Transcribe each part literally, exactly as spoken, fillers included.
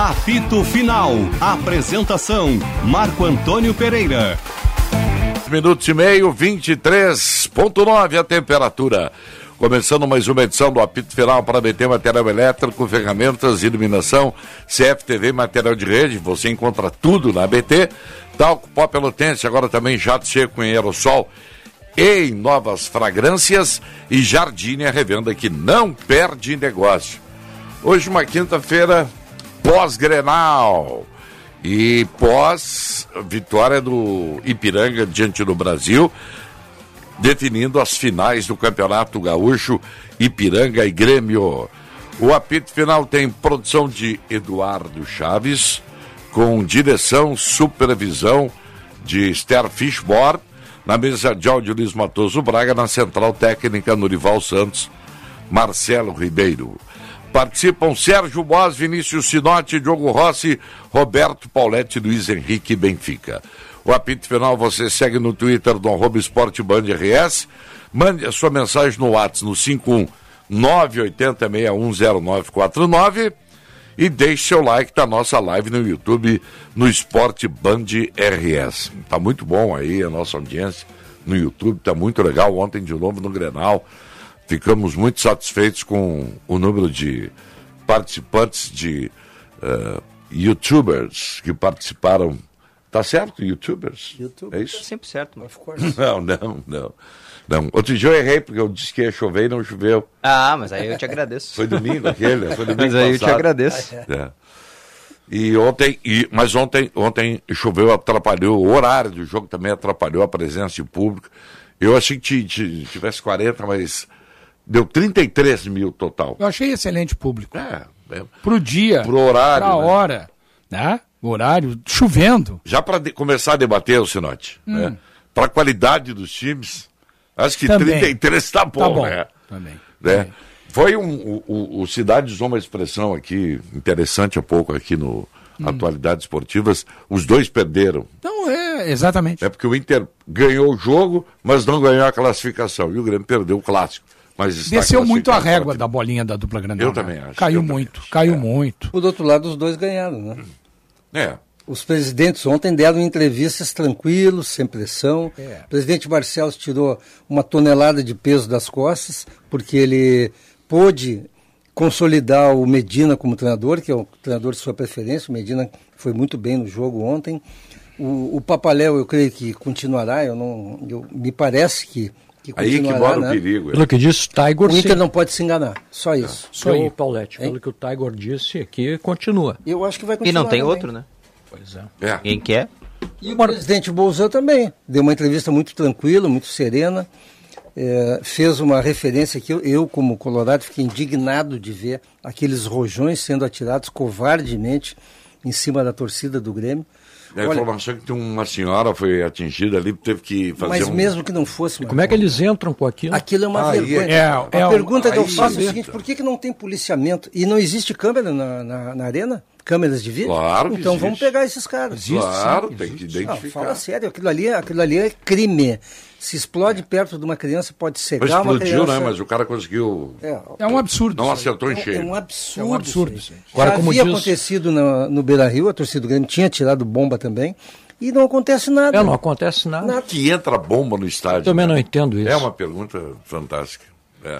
Apito Final. Apresentação: Marco Antônio Pereira. Minutos e meio, vinte e três ponto nove a temperatura. Começando mais uma edição do Apito Final para B T Material Elétrico, ferramentas, iluminação, C F T V, material de rede. Você encontra tudo na B T. Talco Pó Pelotense, agora também jato seco em aerossol e em novas fragrâncias. E Jardine, a revenda que não perde negócio. Hoje uma quinta-feira pós-Grenal e pós-vitória do Ipiranga diante do Brasil, definindo as finais do Campeonato Gaúcho, Ipiranga e Grêmio. O Apito Final tem produção de Eduardo Chaves, com direção, supervisão de Esther Fishborn, na mesa de áudio Luiz Matoso Braga, na central técnica Norival Santos, Marcelo Ribeiro. Participam Sérgio Boas, Vinícius Sinotti, Diogo Rossi, Roberto Pauletti, Luiz Henrique Benfica. O Apito Final você segue no Twitter do arroba Esporte Band R S. Mande a sua mensagem no WhatsApp no cinco um nove oito zero seis um zero nove quatro nove e deixe seu like da nossa live no YouTube no Esporte Band R S. Tá muito bom aí a nossa audiência no YouTube, tá muito legal. Ontem de novo no Grenal. Ficamos muito satisfeitos com o número de participantes, de uh, youtubers que participaram. Tá certo, youtubers? YouTube, é isso? Tá sempre certo, mas... Não, não, não, não. Outro dia eu errei, porque eu disse que ia chover e não choveu. Ah, mas aí eu te agradeço. Foi domingo aquele, foi domingo Mas aí passado. eu te agradeço. É. E ontem, e, mas ontem, ontem choveu, atrapalhou, o horário do jogo também atrapalhou a presença de público. Eu achei que tivesse quarenta, mas... Deu trinta e três mil total. Eu achei excelente público. É, é. Pro dia. Pro horário. Pra né? hora. Né? O horário, chovendo. Já para começar a debater, o Sinotti, hum. né? Para a qualidade dos times, acho que também. trinta e três tá bom, tá bom. né? Também. Né? Também. Foi um. O, o, o Cidade usou uma expressão aqui, interessante há pouco aqui no hum. Atualidades Esportivas. Os dois perderam. Não, é, exatamente. É porque o Inter ganhou o jogo, mas não ganhou a classificação. E o Grêmio perdeu o clássico. Mas desceu muito a régua da bolinha da dupla Granal. Eu também acho. Caiu eu muito, acho. caiu é. muito. Por outro lado, os dois ganharam, né? É. Os presidentes ontem deram entrevistas tranquilos, sem pressão. É. O presidente Barcelos tirou uma tonelada de peso das costas, porque ele pôde consolidar o Medina como treinador, que é o treinador de sua preferência. O Medina foi muito bem no jogo ontem. O, o Papaléu, eu creio que continuará. Eu não, eu, me parece que Que aí que mora né? o perigo. Pelo que disse o Tiger, o Inter sim. não pode se enganar, só isso. É, só isso. o Paulette, pelo que o Tiger disse aqui, continua. Eu acho que vai continuar. E não tem também. outro, né? Pois é. é. Quem quer? E o presidente Bolsonaro também deu uma entrevista muito tranquila, muito serena, é, fez uma referência que eu, eu, como colorado, fiquei indignado de ver aqueles rojões sendo atirados covardemente em cima da torcida do Grêmio. A informação que uma senhora foi atingida ali, teve que fazer Mas um... mesmo que não fosse... Como é que eles entram com aquilo? Aquilo é uma aí vergonha. É, é, a é, pergunta aí, que eu faço aí, é o seguinte, por que, que não tem policiamento? E não existe câmera na, na, na arena? Câmeras de vídeo? Claro que Então existe. vamos pegar esses caras. Existe, claro, sim, tem existe. que identificar. Não, fala sério, aquilo ali, aquilo ali é crime. Se explode perto de uma criança, pode cegar Mas uma explodiu, criança. né? Mas o cara conseguiu... É, é um absurdo. Não acertou em é, cheio. é um absurdo. É um absurdo. Isso aí. Agora, Já como havia diz... acontecido no, no Beira-Rio, a torcida do Grêmio tinha tirado bomba também, e não acontece nada. É, não acontece nada. Nada. Que entra bomba no estádio. Eu também né? não entendo isso. É uma pergunta fantástica. É.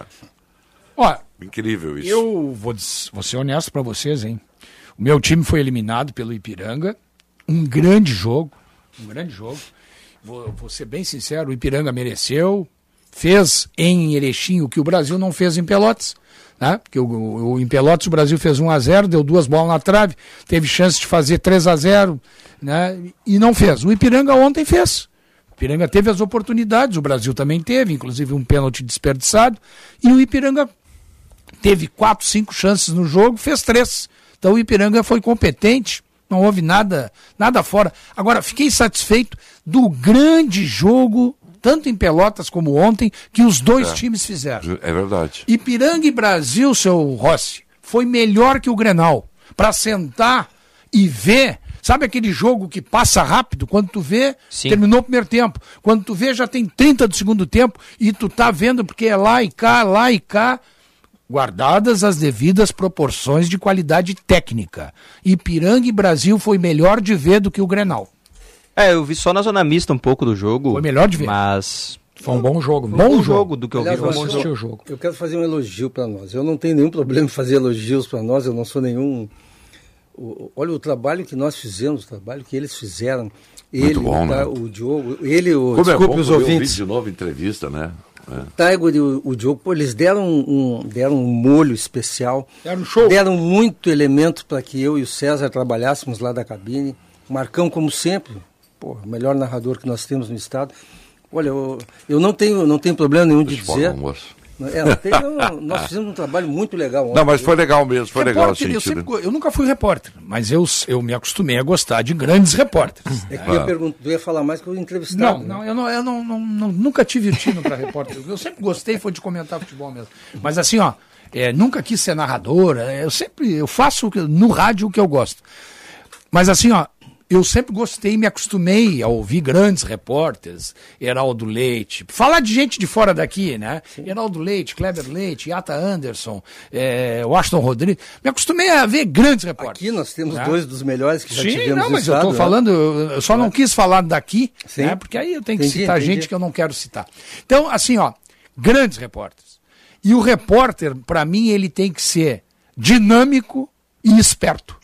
Ó, incrível isso. Eu vou, vou ser honesto para vocês, hein? O meu time foi eliminado pelo Ipiranga. Um grande jogo. Um grande jogo. Vou, vou ser bem sincero, o Ipiranga mereceu. Fez em Erechim o que o Brasil não fez em Pelotas. Né? Porque o, o, em Pelotas o Brasil fez um a zero, deu duas bolas na trave, teve chance de fazer três a zero, né? E não fez. O Ipiranga ontem fez. O Ipiranga teve as oportunidades, o Brasil também teve, inclusive um pênalti desperdiçado, e o Ipiranga teve quatro, cinco chances no jogo, fez três. Então o Ipiranga foi competente, não houve nada, nada fora. Agora, fiquei satisfeito do grande jogo, tanto em Pelotas como ontem, que os dois é, times fizeram. É verdade. Ipiranga e Brasil, seu Rossi, foi melhor que o Grenal. Para sentar e ver, sabe aquele jogo que passa rápido? Quando tu vê, Sim. terminou o primeiro tempo. Quando tu vê, já tem trinta do segundo tempo e tu tá vendo porque é lá e cá, lá e cá. guardadas as devidas proporções de qualidade técnica. Ipiranga e Brasil foi melhor de ver do que o Grenal. É, eu vi só na zona mista um pouco do jogo. Foi melhor de ver. Mas Foi um bom jogo. Foi um bom jogo do que eu Aliás, vi. Foi um nós- bom jogo. o jogo. Eu quero fazer um elogio para nós. Eu não tenho nenhum problema em fazer elogios para nós, eu não sou nenhum... o- olha o trabalho que nós fizemos, o trabalho que eles fizeram. Ele, bom, o, né? o Diogo, ele, o, Como é desculpe bom os poder ouvir ouvintes, de novo entrevista, né? É. Tiger e o, o Diogo, pô, eles deram um, deram um molho especial, Deram um show. deram muito elemento para que eu e o César trabalhássemos lá da cabine. O Marcão, como sempre, pô, o melhor narrador que nós temos no estado. Olha, eu, eu não tenho não tenho problema nenhum de Deixa eu dizer. falar, moço. É, não tem- não, nós fizemos um trabalho muito legal ontem. Não, mas foi legal mesmo, foi legal Repórter, assim. eu, sempre go- eu nunca fui repórter, mas eu, eu me acostumei a gostar de grandes repórteres. É que eu ia, perguntar, eu ia falar mais que o entrevistado. Não, né? não, eu, não, eu não, não- não- nunca tive o tino para repórter. Eu sempre gostei, foi de comentar futebol mesmo. Mas assim, ó, é, nunca quis ser narradora. é, Eu sempre, eu faço o que- no rádio o que eu gosto. Mas assim, ó, eu sempre gostei e me acostumei a ouvir grandes repórteres, Heraldo Leite, falar de gente de fora daqui, né? Heraldo Leite, Kleber Leite, Yata Anderson, é, Washington Rodrigues. Me acostumei a ver grandes repórteres. Aqui nós temos né? dois dos melhores que já Sim, tivemos não, no mas eu estado, estou né? falando, eu eu só não quis falar daqui, Sim. né, porque aí eu tenho que Entendi, citar entendi. gente que eu não quero citar. Então, assim, ó, grandes repórteres. E o repórter, para mim, ele tem que ser dinâmico e esperto,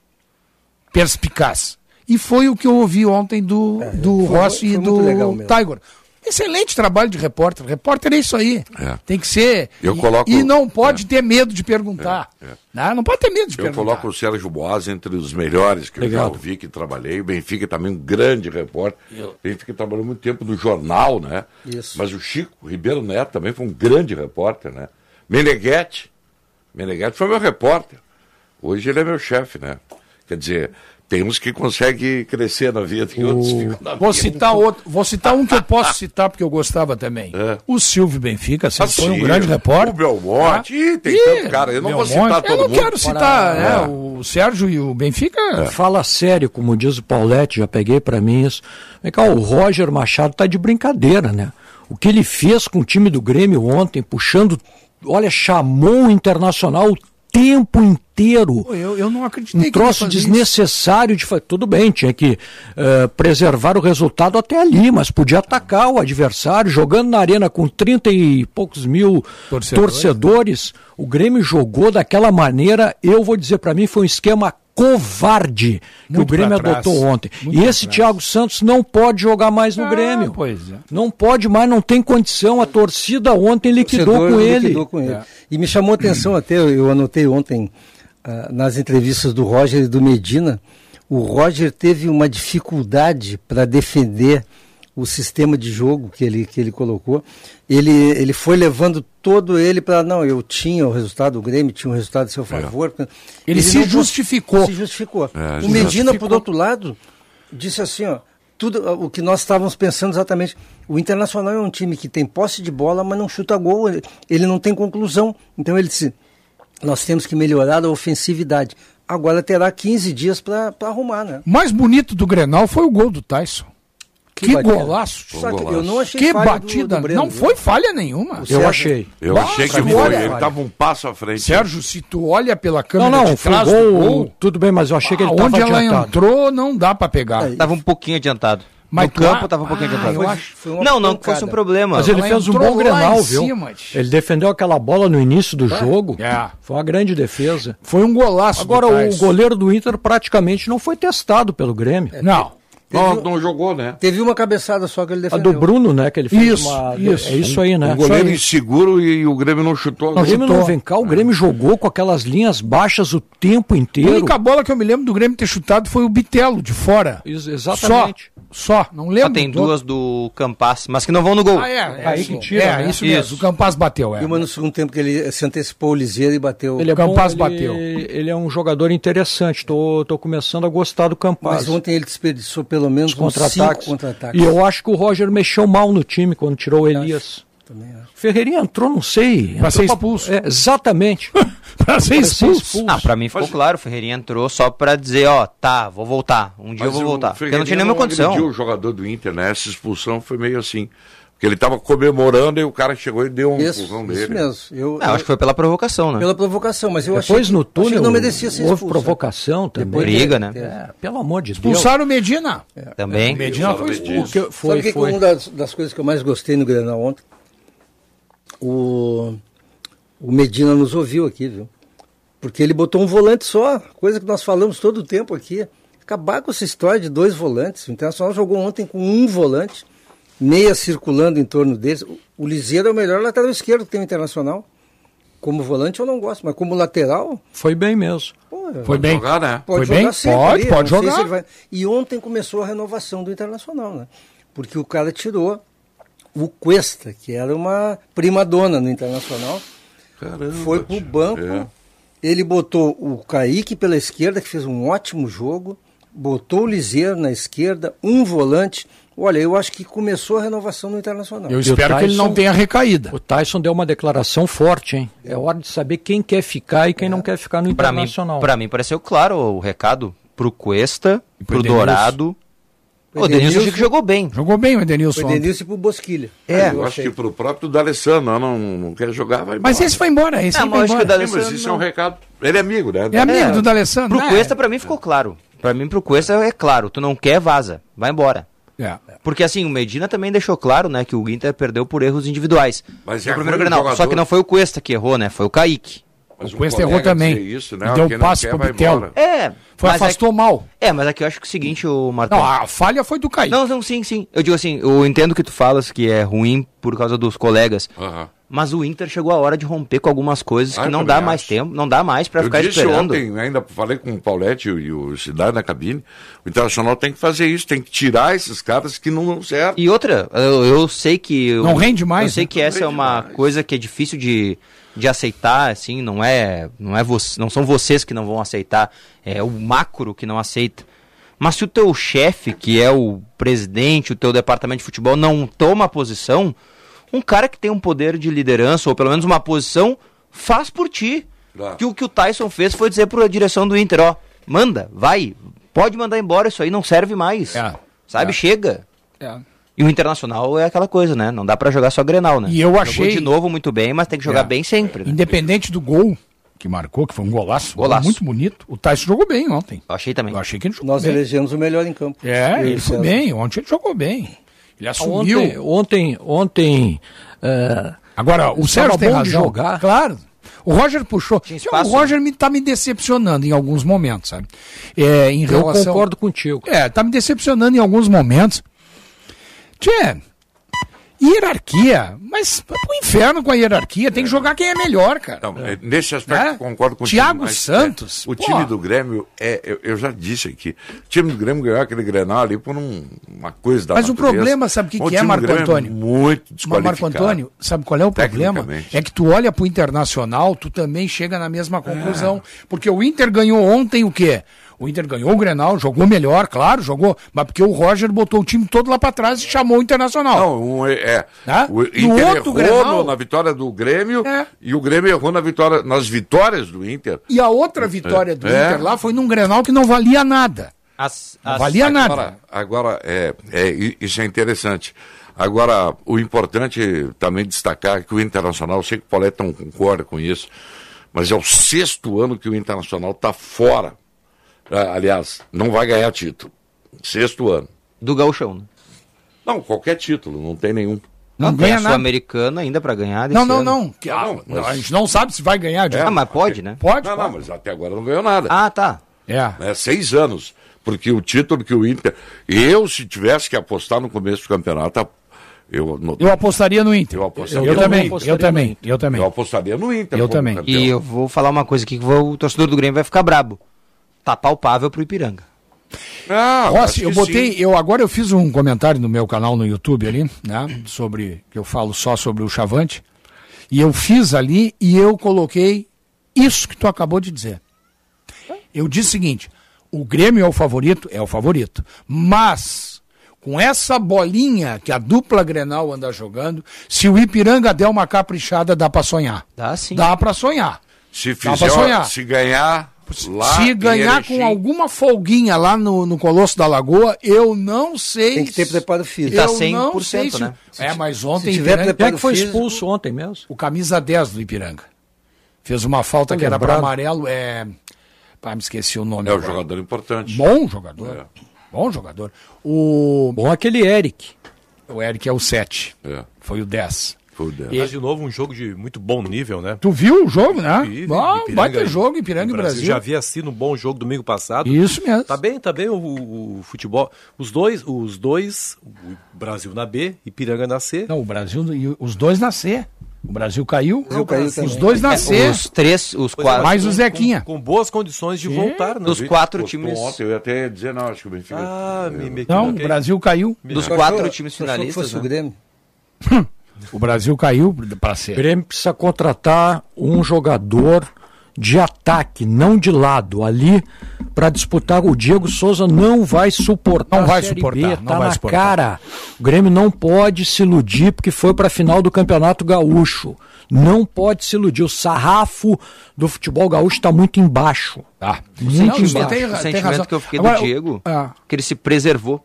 perspicaz. E foi o que eu ouvi ontem do, do foi- Rossi foi e muito legal do mesmo. Tiger. Excelente trabalho de repórter. Repórter é isso aí. É. Tem que ser. Eu e, coloco- e não pode é. ter medo de perguntar. É, é. Não, não pode ter medo de Eu perguntar. coloco o Sérgio Boas entre os melhores que eu já Obrigado. ouvi, que trabalhei. O Benfica também um grande repórter. O Benfica trabalhou muito tempo no jornal, né? Isso. Mas o Chico Ribeiro Neto também foi um grande repórter, né? Meneghetti. Meneghetti foi meu repórter. Hoje ele é meu chefe, né? Quer dizer, tem uns que conseguem crescer na vida e outros ficam na Vou vida. citar outro, vou citar um que eu posso citar porque eu gostava também. É. O Silvio Benfica, sempre Ah, foi um sim, grande repórter. o Belmonte, ih, tem Ih, tanto cara, eu não vou Belmonte. citar todo Eu não mundo. quero citar, É. né, o Sérgio e o Benfica. Fala sério, como diz o Paulette, já peguei pra mim isso. Vem cá, o Roger Machado tá de brincadeira, né? O que ele fez com o time do Grêmio ontem, puxando, olha, chamou o Internacional o tempo inteiro. Pô, Eu, eu não acreditei Um que troço ele ia fazer desnecessário de fazer. Tudo bem, tinha que eh, preservar o resultado até ali, mas podia atacar o adversário, jogando na arena com trinta e poucos mil Torcedores, torcedores. O Grêmio jogou daquela maneira, eu vou dizer para mim, foi um esquema covarde que Muito o Grêmio pra trás. adotou ontem. Muito E pra esse trás. Thiago Santos não pode jogar mais no Ah, Grêmio. pois é. Não pode mais, não tem condição. A torcida ontem liquidou torcedor com ele. liquidou com ele. É. E me chamou a atenção até, eu anotei ontem ah, nas entrevistas do Roger e do Medina, o Roger teve uma dificuldade para defender o sistema de jogo que ele, que ele colocou. Ele, ele foi levando todo ele para, não, eu tinha o resultado, o Grêmio tinha o resultado a seu favor. Ele se não cons- justificou. Se justificou. É, o se Medina, justificou. por outro lado, disse assim, ó, tudo o que nós estávamos pensando exatamente. O Internacional é um time que tem posse de bola, mas não chuta gol, ele, ele não tem conclusão. Então ele disse, nós temos que melhorar a ofensividade. Agora terá quinze dias para arrumar, né? O mais bonito do Grenal foi o gol do Tyson. Que, batida. golaço. Só que eu não achei Que falha do- batida. do Breno, não viu? foi falha nenhuma. Eu Sérgio- achei. Eu Bah, achei que pra mim, foi, olha, ele olha. estava um passo à frente. Sérgio, se tu olha pela Não, câmera não, de foi trás gol, do gol, tudo bem, mas eu achei que ele estava onde ela adiantado. entrou não dá pra pegar. É, Tava um pouquinho adiantado. Mas no tu campo a- tava um pouquinho Ah, adiantado. eu Foi- acho- foi uma Não, não que pancada. fosse um problema. Mas ele Ela fez um entrou bom lá Grenal, em viu? cima, tch. Ele defendeu aquela bola no início do jogo. É. Foi uma grande defesa. Foi um golaço. Agora, do o Tyson. goleiro do Inter praticamente não foi testado pelo Grêmio. Não. Não, não jogou, né? Teve uma cabeçada só que ele A defendeu. do Bruno, né? Que ele fez Isso, uma. isso. É isso aí, né? Um goleiro Isso aí. inseguro e o Grêmio não chutou. O Grêmio não chutou. vem cá, o Grêmio jogou com aquelas linhas baixas o tempo A inteiro. única bola que eu me lembro do Grêmio ter chutado foi o Bitelo, de fora. Ex- Exatamente. Só, só. Não Só lembro. tem do outro. duas do Campas, mas que não vão no gol. Ah, é. é Aí isso. que tira, É, né? isso mesmo. Isso. O Campaz bateu, é. E uma no segundo tempo que ele se antecipou o Liseiro e bateu. Ele é Campaz bom, ele, bateu. Ele é um jogador interessante. Tô, tô começando a gostar do Campaz. Mas ontem ele desperdiçou pelo menos Os uns cinco contra-ataques. contra-ataques. E eu acho que o Roger mexeu mal no time quando tirou o Elias. Também acho. Ferreirinha entrou, não sei. Pra entrou ser expulso. É, exatamente. pra ser Pra ser expulso. expulso. Ah, pra mim ficou claro, o Ferreirinha entrou só pra dizer, ó, tá, vou voltar. Um dia eu vou voltar. Porque não tinha nenhuma condição. Agrediu o jogador do Inter, né? Essa expulsão foi meio assim. Que ele estava comemorando e o cara chegou e deu um Isso, empurrão isso nele. mesmo. Eu, Ah, eu acho que foi pela provocação, né? Pela provocação, mas eu achei Depois que, no achei túnel que não merecia ser houve expulso. provocação também. Depois Briga, teve- né? teve. É, pelo amor de Deus. Expulsaram o Medina. Também. O Medina foi expulso. Que foi, Sabe o que que foi. uma das, das coisas que eu mais gostei no Grenal ontem? O, o Medina nos ouviu aqui, viu? Porque ele botou um volante só, coisa que nós falamos todo o tempo aqui. Acabar com essa história de dois volantes. O Internacional jogou ontem com um volante, meia circulando em torno deles. O, o Liseiro é o melhor lateral esquerdo que tem o Internacional. Como volante eu não gosto, mas como lateral, Foi bem mesmo. pô, Foi bem. Jogar, né? pode Foi jogar bem? sempre Pode, ali, pode não sei jogar. se ele vai- E ontem começou a renovação do Internacional, né? Porque o cara tirou o Cuesta, que era uma primadona no Internacional, Caramba, foi pro tio. banco, É. ele botou o Kaique pela esquerda, que fez um ótimo jogo, botou o Liseiro na esquerda, um volante. Olha, eu acho que começou a renovação no Internacional. Eu E o espero que ele não Tyson- tenha recaída. O Tyson deu uma declaração forte, hein? É hora de saber quem quer ficar e quem não quer ficar no Pra mim, Internacional. pra mim pareceu claro o recado pro Cuesta, pro Edenilson. Dourado. O O Denilson Edenilson- achei que jogou bem. Jogou bem o Foi Edenilson. ontem. Denilson pro Bosquilha. É, Eu acho que pro próprio D'Alessandro, não, não, não quer jogar, vai embora. Mas esse foi embora, esse Ah, aí mas foi acho que o embora. D'Alessandro- Sim, mas isso é um recado. Ele é amigo, né? É amigo É. do D'Alessandro. Pro né? Cuesta, pra mim, ficou claro. Pra mim, pro Cuesta é claro. Tu não quer, vaza. Vai embora. É. Porque assim, o Medina também deixou claro, né, que o Inter perdeu por erros individuais. Mas no é primeiro ruim o Grenal. jogador. Só que não foi o Cuesta que errou, né? Foi o Kaique. Mas O um Cuesta colega errou também. dizer Isso, né? Deu Quem não passe quer, pro vai Bitelo. embora. É. Foi, mas afastou é, mal. é, mas aqui eu acho que é o seguinte, o Marcão. Não, a falha foi do Kaique. Não, não, sim, sim. Eu digo assim, eu entendo que tu falas que é ruim por causa dos colegas. Aham. Mas o Inter chegou a hora de romper com algumas coisas Ah, que eu não também dá mais acho. tempo, não dá mais pra Eu ficar disse esperando. ontem, ainda falei com o Paulete e o Cidade na cabine, o Internacional tem que fazer isso, tem que tirar esses caras que não dão certo. E outra, eu, eu sei que... eu- Não rende mais, Eu sei né? que essa é rende uma mais. coisa que é difícil de, de aceitar, assim, não é, não é você, não são vocês que não vão aceitar, é o macro que não aceita. Mas se o teu chefe, que é o presidente, o teu departamento de futebol, não toma posição, um cara que tem um poder de liderança, ou pelo menos uma posição, faz por ti. Claro. Que o que o Tyson fez foi dizer para a direção do Inter, ó, manda, vai, pode mandar embora, isso aí não serve mais. É. Sabe, É. chega. É. E o Internacional é aquela coisa, né? Não dá pra jogar só Grenal, né? E eu Jogou achei- de novo muito bem, mas tem que jogar É. bem sempre, né? Independente do gol que marcou, que foi um golaço, um gol Golaço. muito bonito, o Tyson jogou bem ontem. Eu achei também. Eu achei que ele jogou Nós bem. elegemos o melhor em campo. É, Eu e ele o foi César. bem. Ontem ele jogou bem. Ele assumiu. Ontem, ontem, ontem é, Agora, o Sérgio tem bom de razão. jogar. Claro. O Roger puxou. Tinha O espaço, Roger me, tá me decepcionando em alguns momentos, sabe? É, em eu relação... concordo contigo. É, tá me decepcionando em alguns momentos. Tchê, hierarquia. Mas pro inferno com a hierarquia. Tem que jogar quem é melhor, cara. Não, é, nesse aspecto É? eu concordo com Thiago mas, Santos, é, o pô. time do Grêmio, é, eu, eu já disse aqui, o time do Grêmio ganhou aquele Grenal ali por um- uma coisa da Mas o natureza. problema, sabe o que O que é, time do Marco Grêmio Antônio? Muito Mas, desqualificado. Marco Antônio, sabe qual é o problema? Tecnicamente. É que tu olha pro Internacional, tu também chega na mesma conclusão. Porque o Inter ganhou ontem o quê? O Inter ganhou o Grenal, jogou melhor, claro, jogou, mas porque o Roger botou o time todo lá pra trás e chamou o Internacional. Não, um, é, é. Tá? O No Inter outro errou Grenal- no- na vitória do Grêmio É. e o Grêmio errou na vitória, nas vitórias do Inter. E a outra vitória do É. Inter lá foi num Grenal que não valia nada. As, Não as- valia nada. Agora, agora é, é, i- isso é interessante. Agora, o importante também destacar que o Internacional, eu sei que o Paulete não concorda com isso, mas é o sexto ano que o Internacional está fora. Ah, aliás, não vai ganhar título. Sexto ano. do Gauchão, né? Não, qualquer título, não tem nenhum. Não Tem ganha a nada. Sul-Americana ainda pra ganhar desse Não, não, ano. não. Que- Ah, ah, não, mas- A gente não sabe se vai ganhar. de- Ah, mas pode, né? Pode, Não, pode. não, mas até agora não ganhou nada. Ah, tá. É. Né, seis anos. Porque o título que o Inter. Eu, se tivesse que apostar no começo do campeonato, eu, no- Eu apostaria no Inter. Eu apostaria Eu no também, Inter. eu também, eu também. eu apostaria no Inter. Eu como também. campeão. E eu vou falar uma coisa aqui que vou- o torcedor do Grêmio vai ficar brabo. Tá palpável pro Ipiranga. Ah, acho Rossi, que eu botei, sim. eu agora eu fiz um comentário no meu canal no YouTube ali, né, sobre, que eu falo só sobre o Chavante, e eu fiz ali e eu coloquei isso que tu acabou de dizer. Eu disse o seguinte, o Grêmio é o favorito? É o favorito, mas com essa bolinha que a dupla Grenal anda jogando, se o Ipiranga der uma caprichada, dá pra sonhar. Dá sim. Dá pra sonhar. Se Dá pra fizer, sonhar. se ganhar, Lá Se ganhar Erechim, com alguma folguinha lá no, no Colosso da Lagoa, eu não sei... Tem que ter preparo físico. Tá Eu cem por não sei cento, se... né? É, mas ontem... se tiver Ipiranga- Quem é que foi físico- expulso ontem mesmo? O camisa dez do Ipiranga. Fez uma falta Tô que era para lembrado. amarelo. É... Pá, me esqueci o nome. É um agora. jogador importante. Bom jogador. É. Bom jogador. O... Bom aquele Eric. o Eric é o sete. É, Foi o dez. foi o dez. Mas de novo um jogo de muito bom nível, né? Tu viu o jogo, né? Vi, Ah, Ipiranga baita e- jogo, Ipiranga e Brasil. Já havia sido um bom jogo domingo passado. Isso mesmo. Tá bem, tá bem o, o- o futebol. Os dois, os dois, o Brasil na B e Ipiranga na C. Não, o Brasil e os dois na C. O Brasil caiu. Brasil caiu os também. dois na C. Os três, os Pois é, quatro. mais o com- Zequinha. Com, com boas condições de voltar, né? Dos quatro Postou times. Ontem, eu ia até dizer, não, acho que o Benfica... Ah, me, me Não, o equivoquei. Brasil caiu. Dos Tu quatro achou- times tu achou que finalistas. fosse o Né? Grêmio. O Brasil caiu para O C. Grêmio precisa contratar um jogador de ataque, não de lado, ali para disputar. O Diego Souza não vai suportar Não vai a Série suportar, B, não tá vai na suportar. cara. O Grêmio não pode se iludir porque foi para a final do Campeonato Gaúcho. Não pode se iludir. O sarrafo do futebol gaúcho está muito embaixo. Tá. O Não, sentimento, você tem- o tem sentimento razão. que eu fiquei Agora, do Diego, ah. que ele se preservou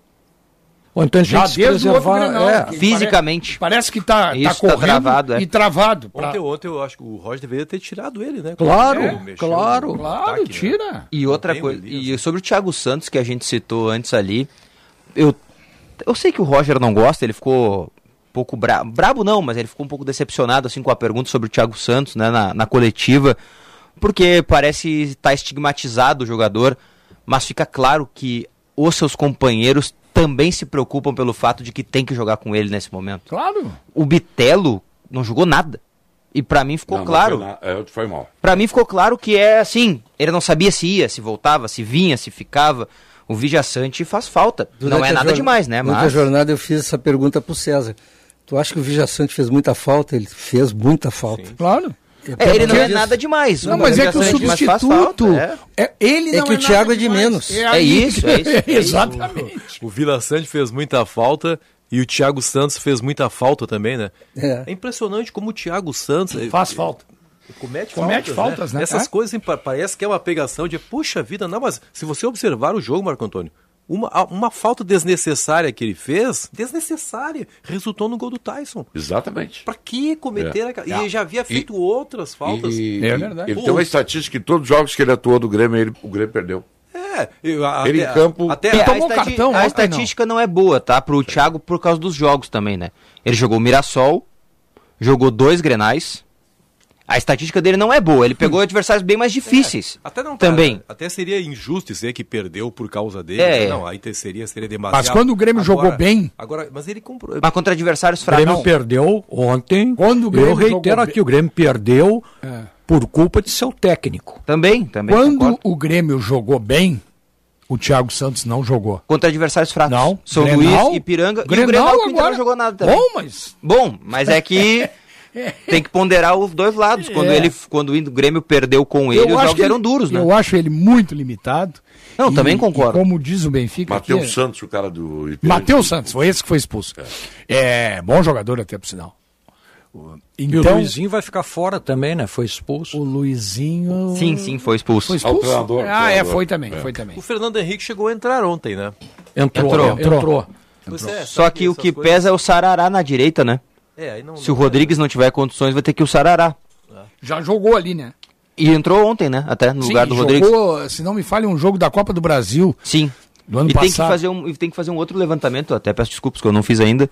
Ou então a gente Já tem que se desde o outro preservar. Grenal, é. que fisicamente. Parece que tá, Isso, tá tá correndo travado, é. e travado. pra- Ontem, ontem eu acho que o Roger deveria ter tirado ele, né? Claro, Ele mexeu claro. no Claro, ataque, né? tira. E outra tem coisa, o Elias. e sobre o Thiago Santos, que a gente citou antes ali, eu, eu sei que o Roger não gosta, ele ficou um pouco brabo, brabo não, mas ele ficou um pouco decepcionado assim com a pergunta sobre o Thiago Santos, né, na, na coletiva, porque parece estar estigmatizado o jogador, mas fica claro que os seus companheiros também se preocupam pelo fato de que tem que jogar com ele nesse momento. Claro. O Bitelo não jogou nada. E pra mim ficou Não, claro. Não foi, na- é, foi mal. Pra mim ficou claro que é assim, ele não sabia se ia, se voltava, se vinha, se ficava. O Vijaçante faz falta. Durante não é a nada jorn- demais, né? Durante a Mas jornada eu fiz essa pergunta pro César. Tu acha que o Vijaçante fez muita falta? Ele fez muita falta. Claro. é, ele não é Porque- nada demais. Não, mas é que o Vijaçante, mas faz substituto. falta, é. é, ele É não que o nada Thiago é de demais. menos. É aí isso, que- é isso, é isso. Exatamente. O Vila Sante fez muita falta e o Thiago Santos fez muita falta também, né? É. É impressionante como o Thiago Santos eh, Faz falta. comete, Comete faltas, faltas, né? Essas É. coisas assim, pa- parece que é uma pegação de, puxa vida, não, mas se você observar o jogo, Marco Antônio, uma, a- uma falta desnecessária que ele fez, desnecessária, resultou no gol do Tyson. Exatamente. Pra que cometer É. aquela... E ele já havia feito outras faltas. E, É e- verdade. Ele tem uma estatística que todos os jogos que ele atuou do Grêmio, ele, o Grêmio perdeu. É, eu- a- Ele até, em campo- Até, Ele É, a, tomou estati- cartão a ontem, estatística não. é boa, tá? Pro Thiago por causa dos jogos também, né? Ele jogou o Mirassol, jogou dois Grenais. A estatística dele não é boa, ele pegou adversários bem mais difíceis. Até não tá- também. Até seria injusto dizer que perdeu por causa dele. É. Não, aí te- seria, seria demasiado. Mas quando o Grêmio jogou bem- Agora, mas ele comprou. Mas contra adversários O fracos. Grêmio perdeu ontem. Quando o Grêmio eu reitero jogou aqui, o Grêmio perdeu É. por culpa de seu técnico. Também, também. Quando concordo. o Grêmio jogou bem, o Thiago Santos não jogou. Contra adversários fracos. Não. São Grenal- Luís, Ipiranga. e o Grenal Grenal que o Inter agora- não jogou nada também. Bom, mas... Bom, mas é que tem que ponderar os dois lados. Quando, É. ele, quando o Grêmio perdeu com ele, os acho jogos que eram ele- duros, né? Eu acho ele muito limitado. Não, E- também concordo. e como diz o Benfica... Matheus aqui, Santos, o cara do Ipiranga. Matheus Santos, foi esse que foi expulso. É, bom jogador até, por sinal. O- E Então, o Luizinho vai ficar fora também, né? Foi expulso. o Luizinho... Sim, sim, foi expulso. Foi expulso? Ah, o treinador, ah, é, treinador. foi também, É. foi também. O Fernando Henrique chegou a entrar ontem, né? Entrou, Entrou. entrou. Entrou. Pois é, Só sabe que o essas que coisas- pesa é o Sarará na direita, né? É, aí não, Se o não- Rodrigues não tiver condições, vai ter que ir o Sarará. Já jogou ali, né? E entrou ontem, né? Até no lugar do Sim, Rodrigues. jogou, se não me falha, um jogo da Copa do Brasil Sim. do ano e tem que, passado. fazer um, e tem que fazer um outro levantamento, até peço desculpas que eu não fiz ainda.